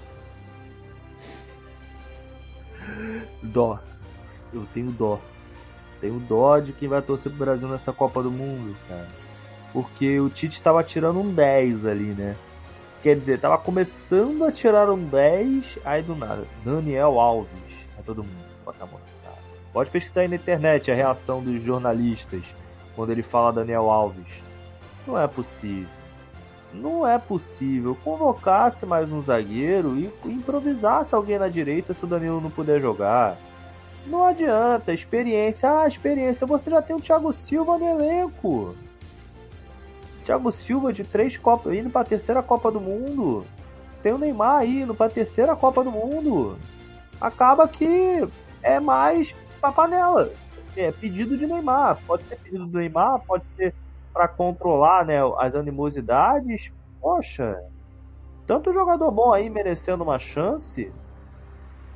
Eu tenho dó. Tenho dó de quem vai torcer pro Brasil nessa Copa do Mundo, cara. Porque o Tite tava tirando um 10 ali, né? Quer dizer, tava começando a tirar um 10, aí do nada, Daniel Alves. Aí todo mundo bota a mão no cara. Pode pesquisar aí na internet a reação dos jornalistas quando ele fala Daniel Alves. Não é possível. Não é possível. Convocasse mais um zagueiro e improvisasse alguém na direita se o Danilo não puder jogar. Não adianta. Experiência. Experiência. Você já tem o Thiago Silva no elenco. Thiago Silva de 3 Copas, indo para a 3ª Copa do Mundo. Você tem o Neymar aí indo para a 3ª Copa do Mundo. Acaba que é mais pra panela. É pedido de Neymar. Pode ser pedido do Neymar, pode ser para controlar, né, as animosidades. Poxa, tanto jogador bom aí merecendo uma chance.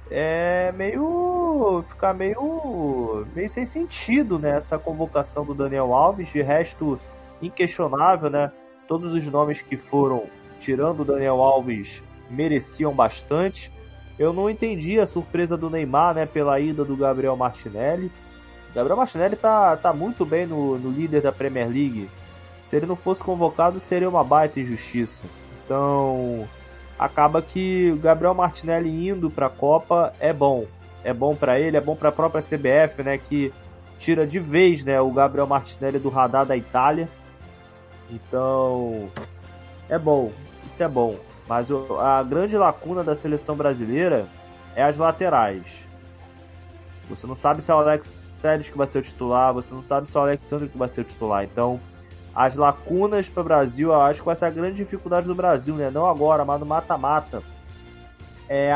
fica meio sem sentido, né, essa convocação do Daniel Alves. De resto, inquestionável, né, todos os nomes que foram, tirando o Daniel Alves, mereciam bastante. Eu não entendi a surpresa do Neymar, né, pela ida do Gabriel Martinelli. Gabriel Martinelli tá muito bem no líder da Premier League. Se ele não fosse convocado, seria uma baita injustiça. Então, acaba que o Gabriel Martinelli indo para a Copa é bom. É bom para ele, é bom para a própria CBF, né, que tira de vez, né, o Gabriel Martinelli do radar da Itália. Então, é bom, isso é bom. Mas a grande lacuna da seleção brasileira é as laterais. Você não sabe se é o Alex Telles que vai ser o titular, você não sabe se é o Alexandre que vai ser o titular. Então, as lacunas para o Brasil, eu acho que essa é a grande dificuldade do Brasil, né? Não agora, mas no mata-mata. É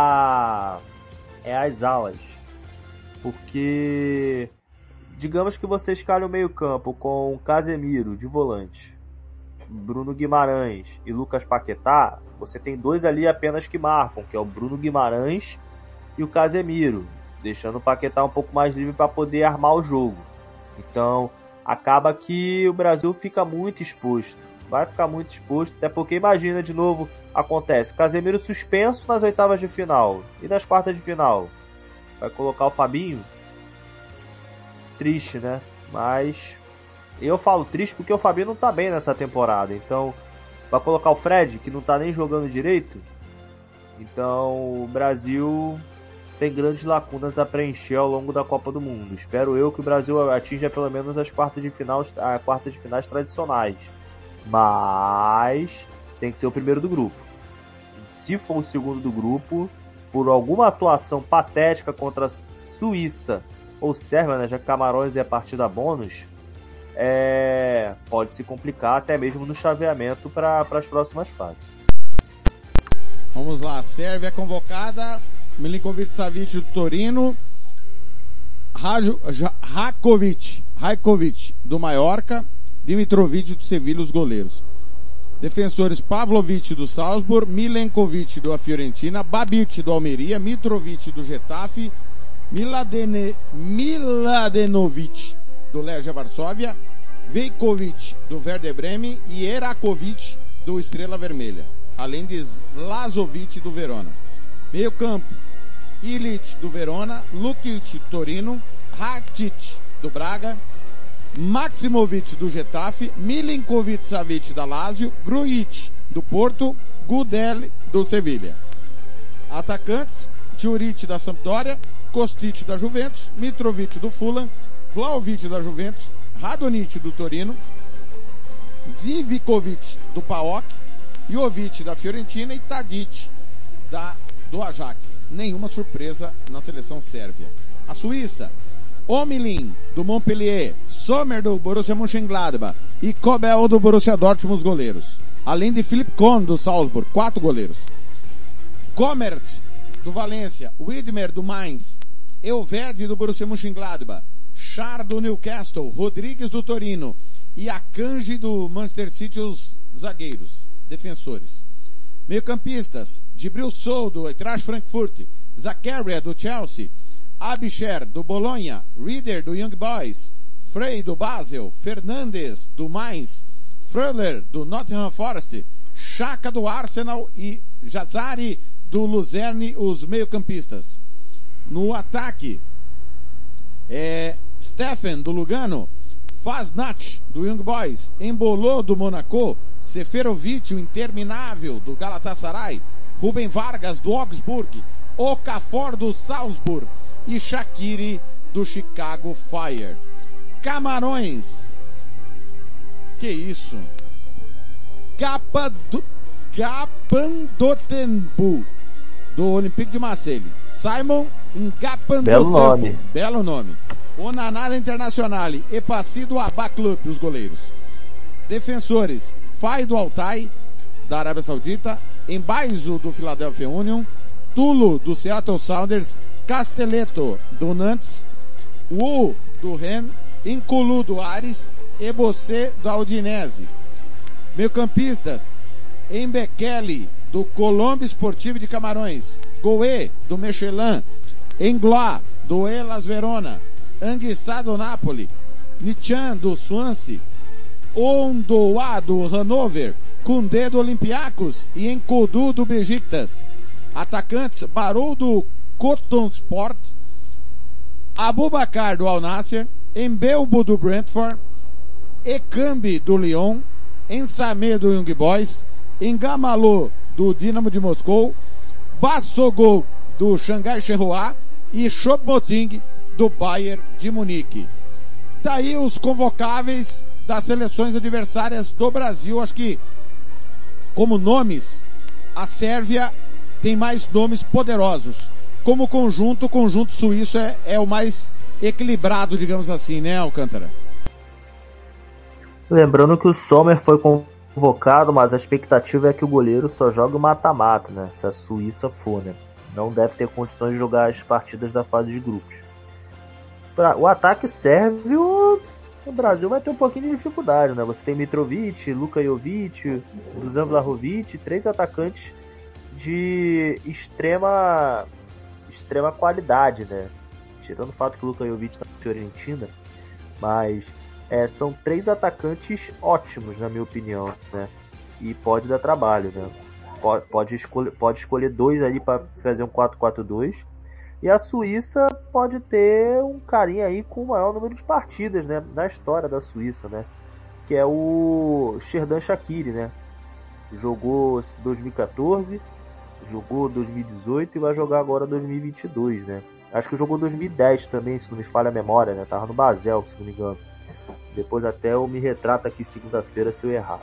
as alas. Porque, digamos que você escalhe o meio-campo com Casemiro de volante, Bruno Guimarães e Lucas Paquetá, você tem dois ali apenas que marcam, que é o Bruno Guimarães e o Casemiro, deixando o Paquetá um pouco mais livre para poder armar o jogo. Então, acaba que o Brasil fica muito exposto. Vai ficar muito exposto, até porque, imagina, de novo, acontece, Casemiro suspenso nas oitavas de final. E nas quartas de final? Vai colocar o Fabinho? Triste, né? Mas eu falo triste porque o Fabinho não tá bem nessa temporada. Então, vai colocar o Fred, que não tá nem jogando direito? Então, o Brasil tem grandes lacunas a preencher ao longo da Copa do Mundo. Espero eu que o Brasil atinja pelo menos as quartas de finais tradicionais. Mas tem que ser o primeiro do grupo. Se for o segundo do grupo, por alguma atuação patética contra a Suíça ou Sérvia, né, já que Camarões é a partida bônus, pode se complicar até mesmo no chaveamento para as próximas fases. Vamos lá, Sérvia convocada, Milinkovic-Savic do Torino, Rajkovic do Mallorca, Dimitrovic do Sevilha, os goleiros. Defensores: Pavlovic do Salzburg, Milenkovic do Fiorentina, Babic do Almeria, Mitrovic do Getafe, Miladenovic do Legia Varsóvia, Veljkovic do Werder Bremen e Erakovic do Estrela Vermelha, além de Lazovic do Verona. Meio campo: Ilic do Verona, Lukic do Torino, Rakitic do Braga, Maximovic do Getafe, Milinkovic-Savic da Lazio, Grujic do Porto, Gudel do Sevilha. Atacantes: Djuric da Sampdoria, Kostic da Juventus, Mitrovic do Fulham, Vlahovic da Juventus, Radonjic do Torino, Zivkovic do PAOK, Jovic da Fiorentina e Tadic do Ajax. Nenhuma surpresa na seleção sérvia. A Suíça: Omilin do Montpellier, Sommer do Borussia Mönchengladbach e Kobel do Borussia Dortmund, os goleiros. Além de Philipp Kohn do Salzburg, 4 goleiros. Komert do Valência, Widmer do Mainz, Elvedi do Borussia Mönchengladbach, Schär do Newcastle, Rodrigues do Torino e Akanji do Manchester City, os zagueiros, defensores. Meio-campistas: Djibril Sow do Eintracht Frankfurt, Zakaria do Chelsea, Abisher do Bologna, Rieder do Young Boys, Frey do Basel, Fernandes do Mainz, Fröller do Nottingham Forest, Xhaka do Arsenal e Jazari do Luzerne, os meio-campistas. No ataque, Steffen do Lugano, Fasnacht do Young Boys, Embolo do Monaco, Seferovic, o interminável do Galatasaray, Ruben Vargas do Augsburg, Okafor do Salzburg e Shaqiri do Chicago Fire. Camarões: que isso? Gapandotembu do Olympique de Marseille, Simon Ngapandotembu, belo nome. Onanara Internazionale e Passi do Abba Club, os goleiros. Defensores: Fai do Altai da Arábia Saudita, Embaizo do Philadelphia Union, Tulo do Seattle Sounders, Castelletto do Nantes, Wu do Rennes, Inculu do Ares e Bossé da Udinese. Meio-campistas: Mbekele do Colombo Esportivo de Camarões, Gouet, do Michelin, Englois, do Hellas Verona, Anguissa, do Napoli, Nichan, do Swansea, Ondoa, do Hannover, Koundé, do Olympiacos e Enkodu, do Besiktas. Atacantes, Barou, do Cotonsport, Abubakar, do Al Nassr, Mbeumo, do Brentford, Ekambi, do Lyon, Ensame, do Young Boys, Engamalo, do Dinamo de Moscou, Bassogol, do Shanghai Shenhua e Choupo-Moting, do Bayern de Munique. Tá aí os convocáveis das seleções adversárias do Brasil. Acho que, como nomes, a Sérvia tem mais nomes poderosos. Como conjunto, o conjunto suíço é o mais equilibrado, digamos assim, né, Alcântara? Lembrando que o Sommer foi convocado, mas a expectativa é que o goleiro só jogue o mata-mata, né? Se a Suíça for, né? Não deve ter condições de jogar as partidas da fase de grupos. O ataque sérvio, o Brasil vai ter um pouquinho de dificuldade, né? Você tem Mitrovic, Luka Jovic, Dusan Vlahovic, 3 atacantes de extrema qualidade, né? Tirando o fato que o Luka Jovic está na Fiorentina, mas são 3 atacantes ótimos, na minha opinião, né? E pode dar trabalho, né? Pode escolher 2 ali para fazer um 4-4-2. E a Suíça pode ter um carinha aí com o maior número de partidas, né, na história da Suíça, né? Que é o Xherdan Shaqiri, né? Jogou 2014, jogou 2018 e vai jogar agora 2022, né? Acho que jogou 2010 também, se não me falha a memória, né? Tava no Basel, se não me engano. Depois até eu me retrato aqui segunda-feira se eu errar.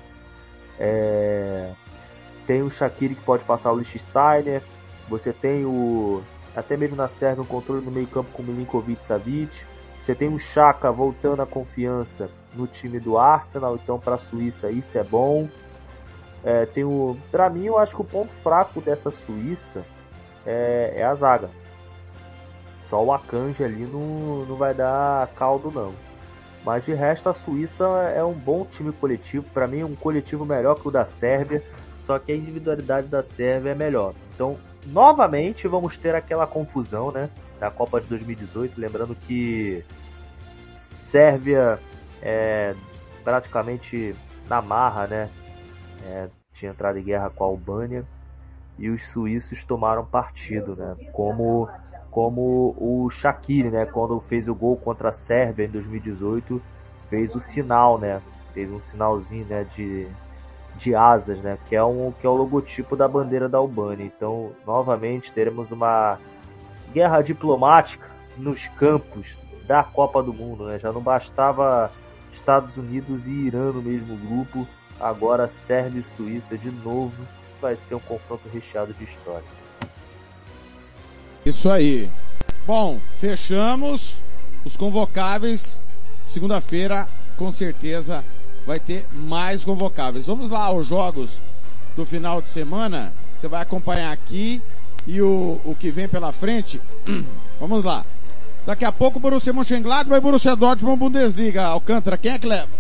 Tem o Shaqiri que pode passar o Lichtsteiner. Você tem até mesmo na Sérvia, um controle no meio campo com Milinkovic, Savic. Você tem o Xhaka voltando a confiança no time do Arsenal, então para a Suíça isso é bom. Para mim, eu acho que o ponto fraco dessa Suíça é a zaga. Só o Akanji ali não vai dar caldo não. Mas de resto a Suíça é um bom time coletivo. Para mim é um coletivo melhor que o da Sérvia, só que a individualidade da Sérvia é melhor. Então, novamente vamos ter aquela confusão, né, da Copa de 2018, lembrando que Sérvia praticamente na marra, né, tinha entrado em guerra com a Albânia e os suíços tomaram partido, né, como o Shaqiri, né, quando fez o gol contra a Sérvia em 2018, fez o sinal, né, fez um sinalzinho, né, de asas, né, que é o logotipo da bandeira da Albânia. Então, novamente, teremos uma guerra diplomática nos campos da Copa do Mundo, né? Já não bastava Estados Unidos e Irã no mesmo grupo, agora Sérvia e Suíça de novo. Vai ser um confronto recheado de história. Isso aí. Bom, fechamos os convocáveis. Segunda-feira, com certeza, vai ter mais convocáveis. Vamos lá aos jogos do final de semana. Você vai acompanhar aqui e o que vem pela frente. Vamos lá. Daqui a pouco o Borussia Mönchengladbach e Borussia Dortmund Bundesliga. Alcântara, quem é que leva?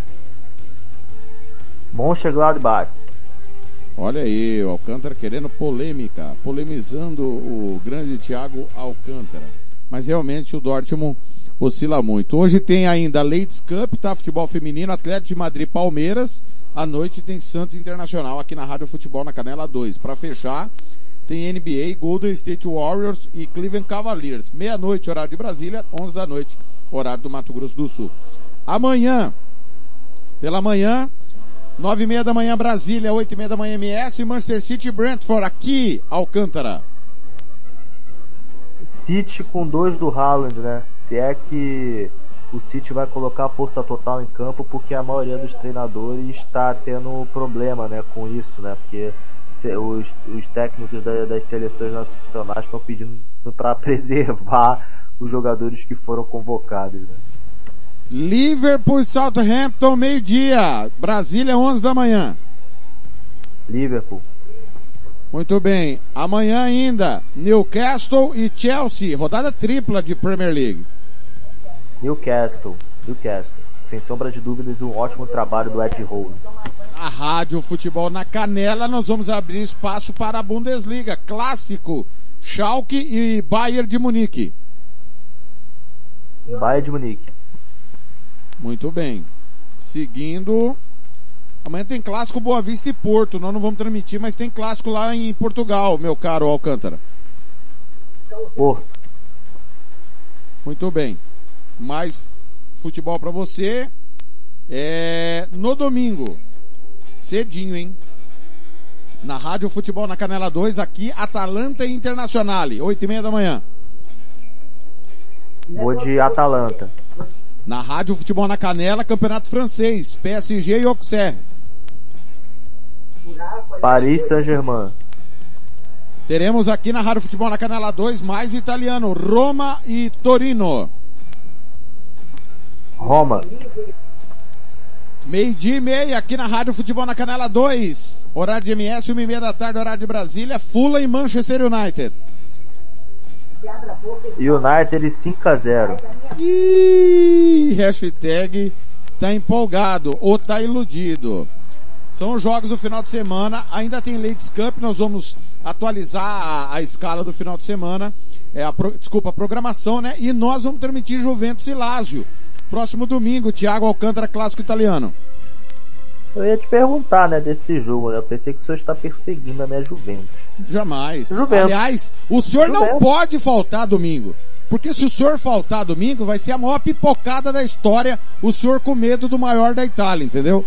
Mönchengladbach. Olha aí, o Alcântara querendo polêmica, polemizando o grande Thiago Alcântara. Mas realmente o Dortmund oscila muito. Hoje tem ainda a Ladies Cup, tá? Futebol feminino, Atlético de Madrid, Palmeiras. À noite tem Santos Internacional aqui na Rádio Futebol na Canela 2. Para fechar, tem NBA, Golden State Warriors e Cleveland Cavaliers. Meia-noite, horário de Brasília, 11 da noite, horário do Mato Grosso do Sul. Amanhã, pela manhã, 9h30 da manhã Brasília, 8h30 da manhã MS, Manchester City e Brentford, aqui, Alcântara. City com 2 do Haaland, né? Se é que o City vai colocar a força total em campo, porque a maioria dos treinadores está tendo problema, né, com isso, né? Porque os técnicos das seleções nacionais estão pedindo para preservar os jogadores que foram convocados, né? Liverpool e Southampton, meio-dia. Brasília, 11 da manhã. Liverpool. Muito bem. Amanhã ainda, Newcastle e Chelsea. Rodada tripla de Premier League. Newcastle. Sem sombra de dúvidas, um ótimo trabalho do Ed Howe. da Rádio Futebol na Canela, nós vamos abrir espaço para a Bundesliga, clássico, Schalke e Bayern de Munique. Bayern de Munique. Muito bem. Seguindo, amanhã tem clássico Boa Vista e Porto, nós não vamos transmitir, mas tem clássico lá em Portugal, meu caro Alcântara. Porto. Muito bem. Mais futebol para você. No domingo, cedinho, hein? Na Rádio Futebol na Canela 2, aqui, Atalanta e Internacional, 8h30 da manhã. Vou de Atalanta. Na Rádio Futebol na Canela, Campeonato Francês, PSG e Auxerre. Paris Saint-Germain. Teremos aqui na Rádio Futebol na Canela 2, mais italiano, Roma e Torino. Roma. 12h30 aqui na Rádio Futebol na Canela 2. Horário de MS, 1h30 da tarde, horário de Brasília, Fulham e Manchester United. United 5-0. Ih, hashtag tá empolgado ou tá iludido. São os jogos do final de semana, ainda tem Ladies Cup, nós vamos atualizar a escala do final de semana, a programação, né? E nós vamos transmitir Juventus e Lazio. Próximo domingo, Thiago Alcântara, clássico italiano. Eu ia te perguntar, né, desse jogo, né? Eu pensei que o senhor está perseguindo a minha Juventus. Jamais. Juventus. Aliás, o senhor não pode faltar domingo. Porque se o senhor faltar domingo, vai ser a maior pipocada da história, o senhor com medo do maior da Itália, entendeu?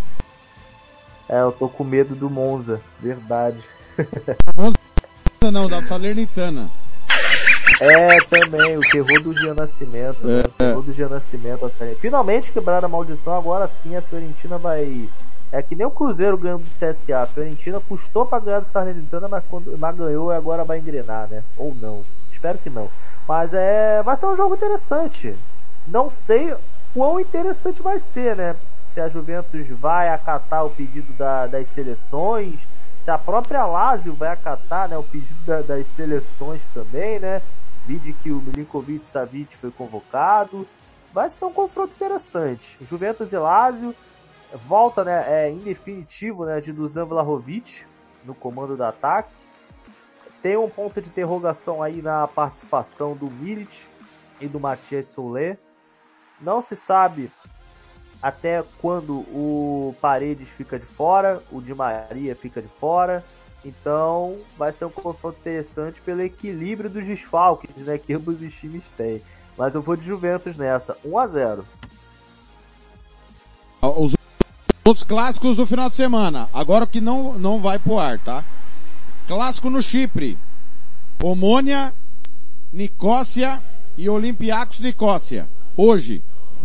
Eu tô com medo do Monza, verdade. Monza não, da Salernitana. Também, o terror do Gian Nascimento, né? O terror do Gian Nascimento. Finalmente quebraram a maldição, agora sim a Fiorentina vai... É que nem o Cruzeiro ganhou do CSA, a Fiorentina custou pra ganhar do Salernitana, mas ganhou e agora vai engrenar, né? Ou não, espero que não. Mas vai ser um jogo interessante. Não sei quão interessante vai ser, né? Se a Juventus vai acatar o pedido das seleções, se a própria Lazio vai acatar, né, o pedido das seleções também, né? Vide que o Milinkovic-Savic foi convocado. Vai ser um confronto interessante. Juventus e Lazio, volta, né, em definitivo, né, de Dusan Vlahovic no comando do ataque. Tem um ponto de interrogação aí na participação do Milic e do Mathias Soler. Não se sabe até quando o Paredes fica de fora, o Di Maria fica de fora. Então vai ser um confronto interessante pelo equilíbrio dos desfalques, né, que ambos os times têm. Mas eu vou de Juventus nessa, 1-0. Os outros clássicos do final de semana, agora o que não vai pro ar, tá? Clássico no Chipre, Omônia, Nicócia e Olympiacos Nicócia, hoje.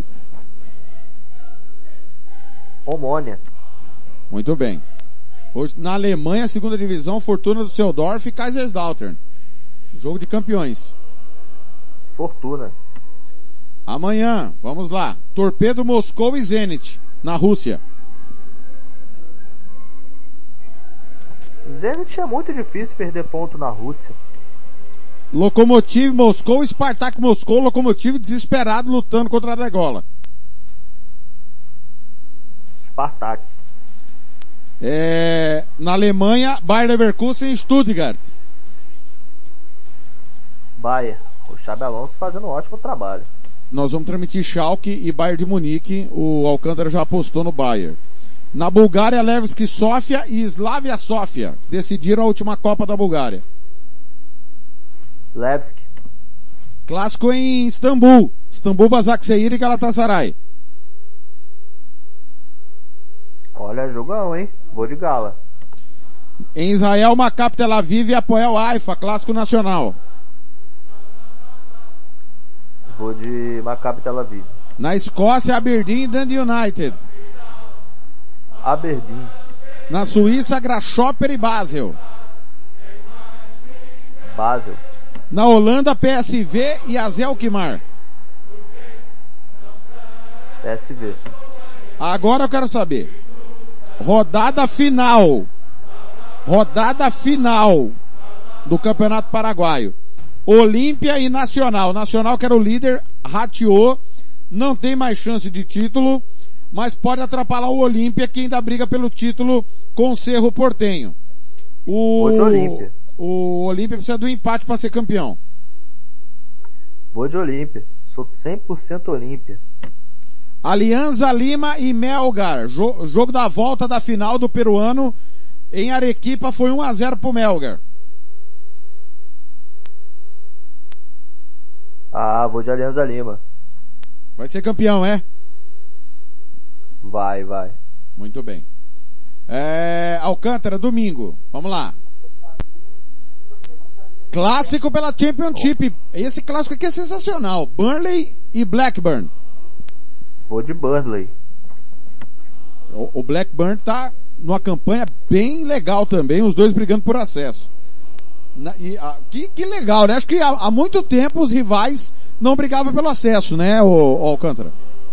Omônia. Muito bem. Hoje, na Alemanha, segunda divisão, Fortuna Düsseldorf e Kaiserslautern. Jogo de campeões. Fortuna. Amanhã, vamos lá. Torpedo Moscou e Zenit, na Rússia. Zenit é muito difícil perder ponto na Rússia. Lokomotiv Moscou, Spartak Moscou, Lokomotiv desesperado lutando contra a degola. Spartak. Na Alemanha, Bayer Leverkusen e Stuttgart. Bayer. O Xabi Alonso fazendo um ótimo trabalho. Nós vamos transmitir Schalke e Bayern de Munique. O Alcântara já apostou no Bayern. Na Bulgária, Levski Sofia e Slavia Sofia decidiram a última Copa da Bulgária. Levski. Clássico em Istambul. Istambul, Başakşehir e Galatasaray. Olha, jogão, hein? Vou de Gala. Em Israel, Maccabi Tel Aviv e Hapoel Haifa, clássico nacional. Vou de Maccabi Tel Aviv. Na Escócia, Aberdeen e Dundee United. Aberdeen. Na Suíça, Grasshopper e Basel. Basel. Na Holanda, PSV e AZ Alkmaar. PSV. Agora eu quero saber. Rodada final do Campeonato Paraguaio. Olímpia e Nacional. Nacional, que era o líder, rateou, não tem mais chance de título. mas pode atrapalhar o Olímpia, que ainda briga pelo título com o Cerro Porteño. Vou de Olímpia. O Olímpia precisa do empate para ser campeão. Vou de Olímpia. Sou 100% Olímpia. Alianza Lima e Melgar. Jogo da volta da final do peruano em Arequipa foi 1-0 pro Melgar. Vou de Alianza Lima. Vai ser campeão, é? Vai. Muito bem. Alcântara, domingo. Vamos lá. Clássico pela Championship. Esse clássico aqui é sensacional. Burnley e Blackburn. Vou de Burnley. O Blackburn tá numa campanha bem legal também, os dois brigando por acesso. Que legal, né? Acho que há muito tempo os rivais não brigavam pelo acesso, né, o Alcântara?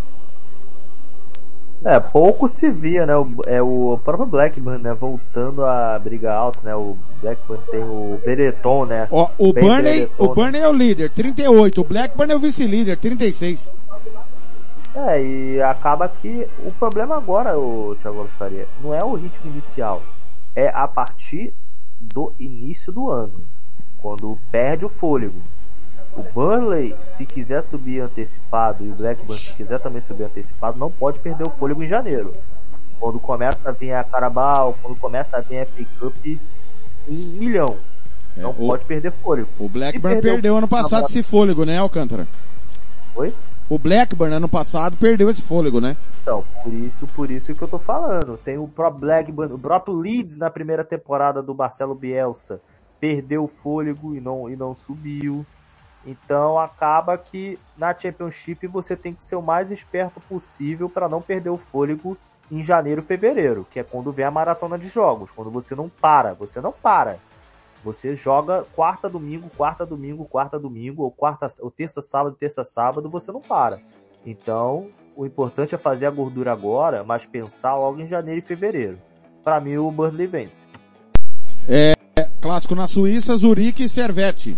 Pouco se via, né? O próprio Blackburn, né? Voltando a briga alta, né? O Blackburn tem o Benetton, né? O Burnley é o líder, 38. O Blackburn é o vice-líder, 36. E acaba que o problema agora, o Thiago Lopes Faria, não é o ritmo inicial. É a partir do início do ano, quando perde o fôlego. O Burnley, se quiser subir antecipado, e o Blackburn, se quiser também subir antecipado, não pode perder o fôlego em janeiro. Quando começa a vir a Carabao, quando começa a vir a FA Cup em milhão. Não pode perder fôlego. O Blackburn perdeu ano passado esse fôlego, né, Alcântara? Oi? O Blackburn ano passado perdeu esse fôlego, né? Então, por isso que eu tô falando. Tem o próprio Blackburn, o próprio Leeds na primeira temporada do Marcelo Bielsa perdeu o fôlego e não subiu. Então acaba que na Championship você tem que ser o mais esperto possível para não perder o fôlego em janeiro, fevereiro, que é quando vem a maratona de jogos, quando você não para. Você joga quarta, domingo, ou terça, sábado, você não para. Então, o importante é fazer a gordura agora, mas pensar logo em janeiro e fevereiro. Para mim, o Burnley vence. Clássico na Suíça, Zurique e Servette.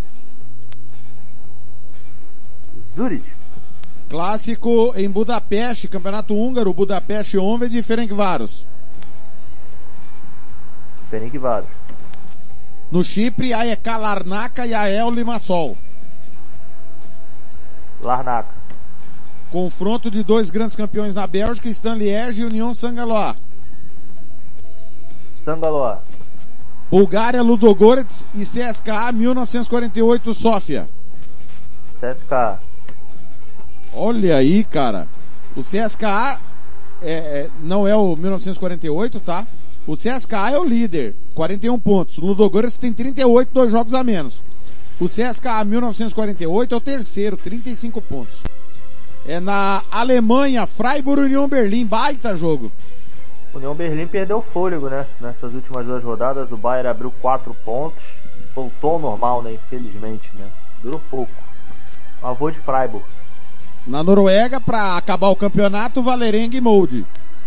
Zurich. Clássico em Budapeste, Campeonato Húngaro, Budapeste Honvéd e Ferencváros. Ferencváros. No Chipre, AEK Larnaca e AEL Limassol. Larnaca. Confronto de dois grandes campeões na Bélgica, Stade Liège e Union Saint-Galois. Saint-Galois. Bulgária, Ludogorets e CSKA 1948 Sófia. CSKA. Olha aí, cara. O CSKA não é o 1948, tá? O CSKA é o líder, 41 pontos. O Ludogorets tem 38, 2 jogos a menos. O CSKA 1948 é o terceiro, 35 pontos. Na Alemanha, Freiburg e Union Berlim, baita jogo. Union Berlim perdeu o fôlego, né? Nessas últimas 2 rodadas, o Bayern abriu 4 pontos. Voltou ao normal, né? Infelizmente, né? Durou pouco. Mas vou de Freiburg. Na Noruega, para acabar o campeonato, Vålerenga e Molde.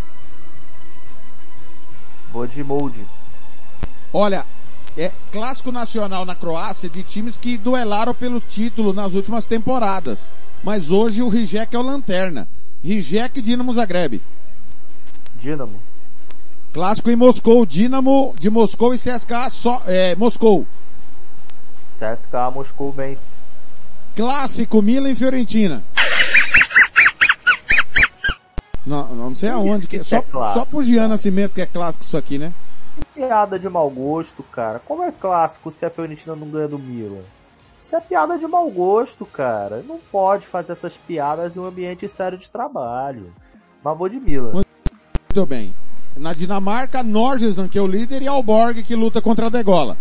Vou de Molde. Olha, é clássico nacional na Croácia de times que duelaram pelo título nas últimas temporadas. Mas hoje o Rijeka é o lanterna. Rijeka e Dinamo Zagreb. Dinamo. Clássico em Moscou, Dinamo de Moscou e CSKA Moscou. CSKA Moscou vence. Clássico Milan e Fiorentina. Não sei aonde que é. Só pro Gian Nascimento que é clássico isso aqui, né? Piada de mau gosto, cara. Como é clássico se a Fiorentina não ganha do Milan? Isso é piada de mau gosto, cara. Não pode fazer essas piadas em um ambiente sério de trabalho. Mas vou de Milan. Muito bem. Na Dinamarca, Norgesdan, que é o líder, e Aalborg, que luta contra a Degola.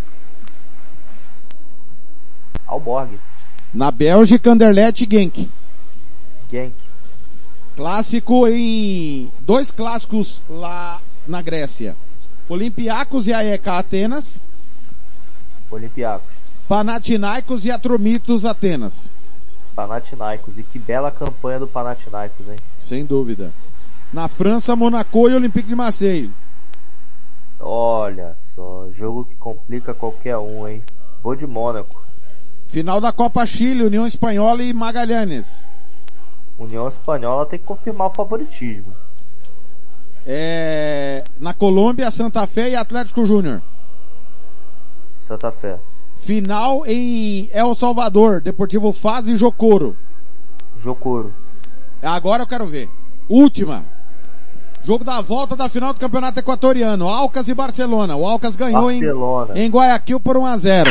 Aalborg. Na Bélgica, Anderlecht e Genk. Genk. Clássico em 2 clássicos lá na Grécia. Olympiacos e AEK Atenas. Olympiacos. Panathinaikos e Atromitos Atenas. Panathinaikos. E que bela campanha do Panathinaikos, hein? Sem dúvida. Na França, Monaco e Olympique de Marseille. Olha só, jogo que complica qualquer um, hein? Vou de Mônaco. Final da Copa Chile, União Espanhola e Magallanes. União Espanhola tem que confirmar o favoritismo. Na Colômbia, Santa Fé e Atlético Júnior. Santa Fé. Final em El Salvador, Deportivo Faz e Jocoro. Agora eu quero ver. Última. Jogo da volta da final do Campeonato Equatoriano, Aucas e Barcelona. O Aucas ganhou em Guayaquil por 1-0.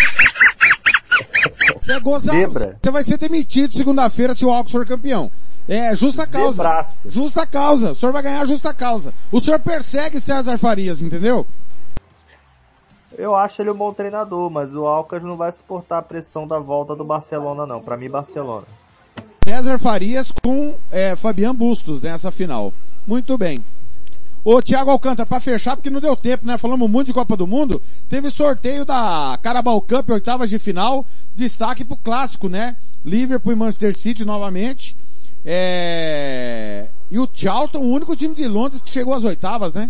Você vai ser demitido segunda-feira se o Aucas for campeão. Justa causa. Justa causa. O senhor vai ganhar justa causa. O senhor persegue César Farias, entendeu? Eu acho ele um bom treinador, mas o Aucas não vai suportar a pressão da volta do Barcelona, não. Pra mim, Barcelona. César Farias com Fabian Bustos nessa final. Muito bem. Ô, Thiago Alcântara, pra fechar, porque não deu tempo, né? Falamos muito de Copa do Mundo. Teve sorteio da Carabao Cup, oitavas de final. Destaque pro clássico, né? Liverpool e Manchester City novamente. E o Charlton, o único time de Londres que chegou às oitavas, né?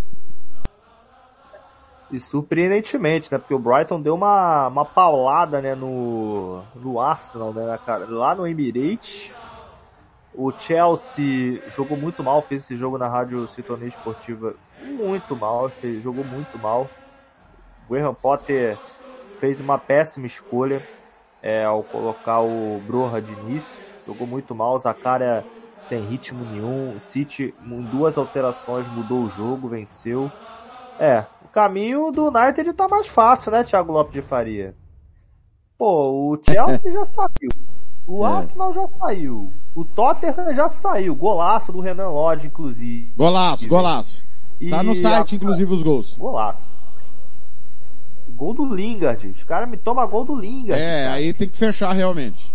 E surpreendentemente, né? Porque o Brighton deu uma paulada, né? No Arsenal, né? Lá no Emirates. O Chelsea jogou muito mal, fez esse jogo na Rádio Sintonia Esportiva muito mal, jogou muito mal. O Graham Potter fez uma péssima escolha ao colocar o Broha de início, jogou muito mal, o Zakaria sem ritmo nenhum, o City em 2 alterações mudou o jogo, venceu. O caminho do United tá mais fácil, né, Thiago Lopes de Faria? Pô, o Chelsea já saiu. O Arsenal já saiu. O Tottenham já saiu. Golaço do Renan Lodge, inclusive. Golaço. Tá no site, inclusive, os gols. Golaço. Gol do Lingard. Os caras me tomam gol do Lingard. Cara. Aí tem que fechar realmente.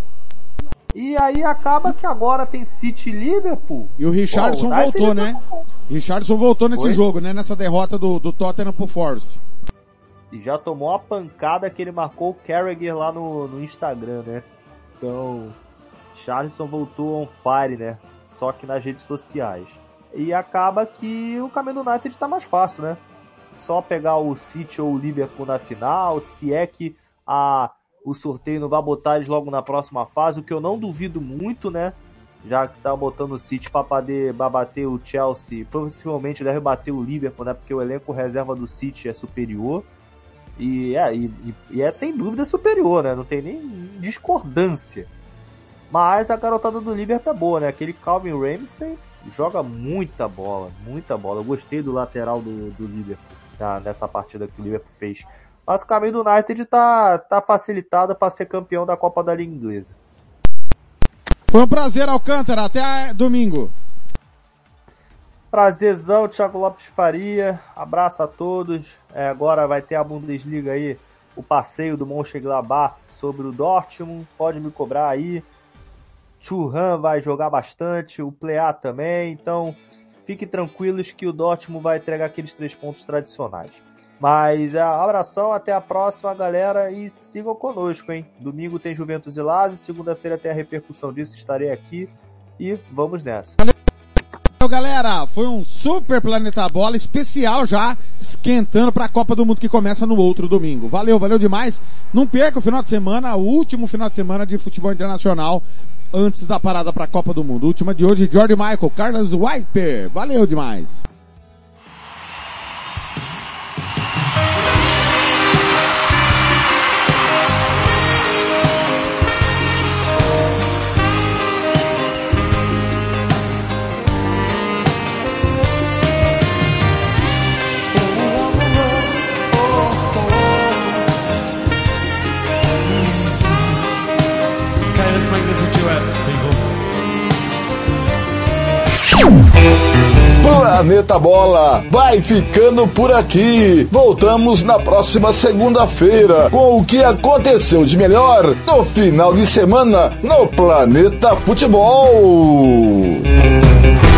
E aí acaba que agora tem City e Liverpool. E o Richarlison voltou, né? Richarlison voltou nesse jogo, né? Nessa derrota do Tottenham pro Forest. E já tomou a pancada que ele marcou o Carragher lá no Instagram, né? Então, Richarlison voltou on fire, né? Só que nas redes sociais. E acaba que o caminho do United tá mais fácil, né? Só pegar o City ou o Liverpool na final, se é que o sorteio não vai botar eles logo na próxima fase, o que eu não duvido muito, né? Já que tá botando o City pra poder bater o Chelsea, possivelmente deve bater o Liverpool, né? Porque o elenco reserva do City é superior. E é sem dúvida superior, né? Não tem nem discordância. Mas a garotada do Liverpool é boa, né? Aquele Calvin Ramsey joga muita bola, muita bola. Eu gostei do lateral do Liverpool nessa partida que o Liverpool fez. Mas o caminho do United tá facilitado para ser campeão da Copa da Liga Inglesa. Foi um prazer, Alcântara. Até domingo. Prazerzão, Thiago Lopes Faria. Abraço a todos. Agora vai ter a Bundesliga aí, o passeio do Mönchengladbach sobre o Dortmund. Pode me cobrar aí. Thuram vai jogar bastante, o Plea também. Então, fiquem tranquilos que o Dortmund vai entregar aqueles 3 pontos tradicionais. Mas abração, até a próxima, galera, e sigam conosco, hein? Domingo tem Juventus e Lazio, segunda-feira tem a repercussão disso, estarei aqui e vamos nessa. Valeu, galera, foi um super Planeta Bola especial já, esquentando para a Copa do Mundo que começa no outro domingo. Valeu demais. Não perca o final de semana, o último final de semana de futebol internacional antes da parada para a Copa do Mundo. Última de hoje, George Michael, Carlos Wiper. Valeu demais. Planeta Bola vai ficando por aqui. Voltamos na próxima segunda-feira com o que aconteceu de melhor no final de semana no Planeta Futebol.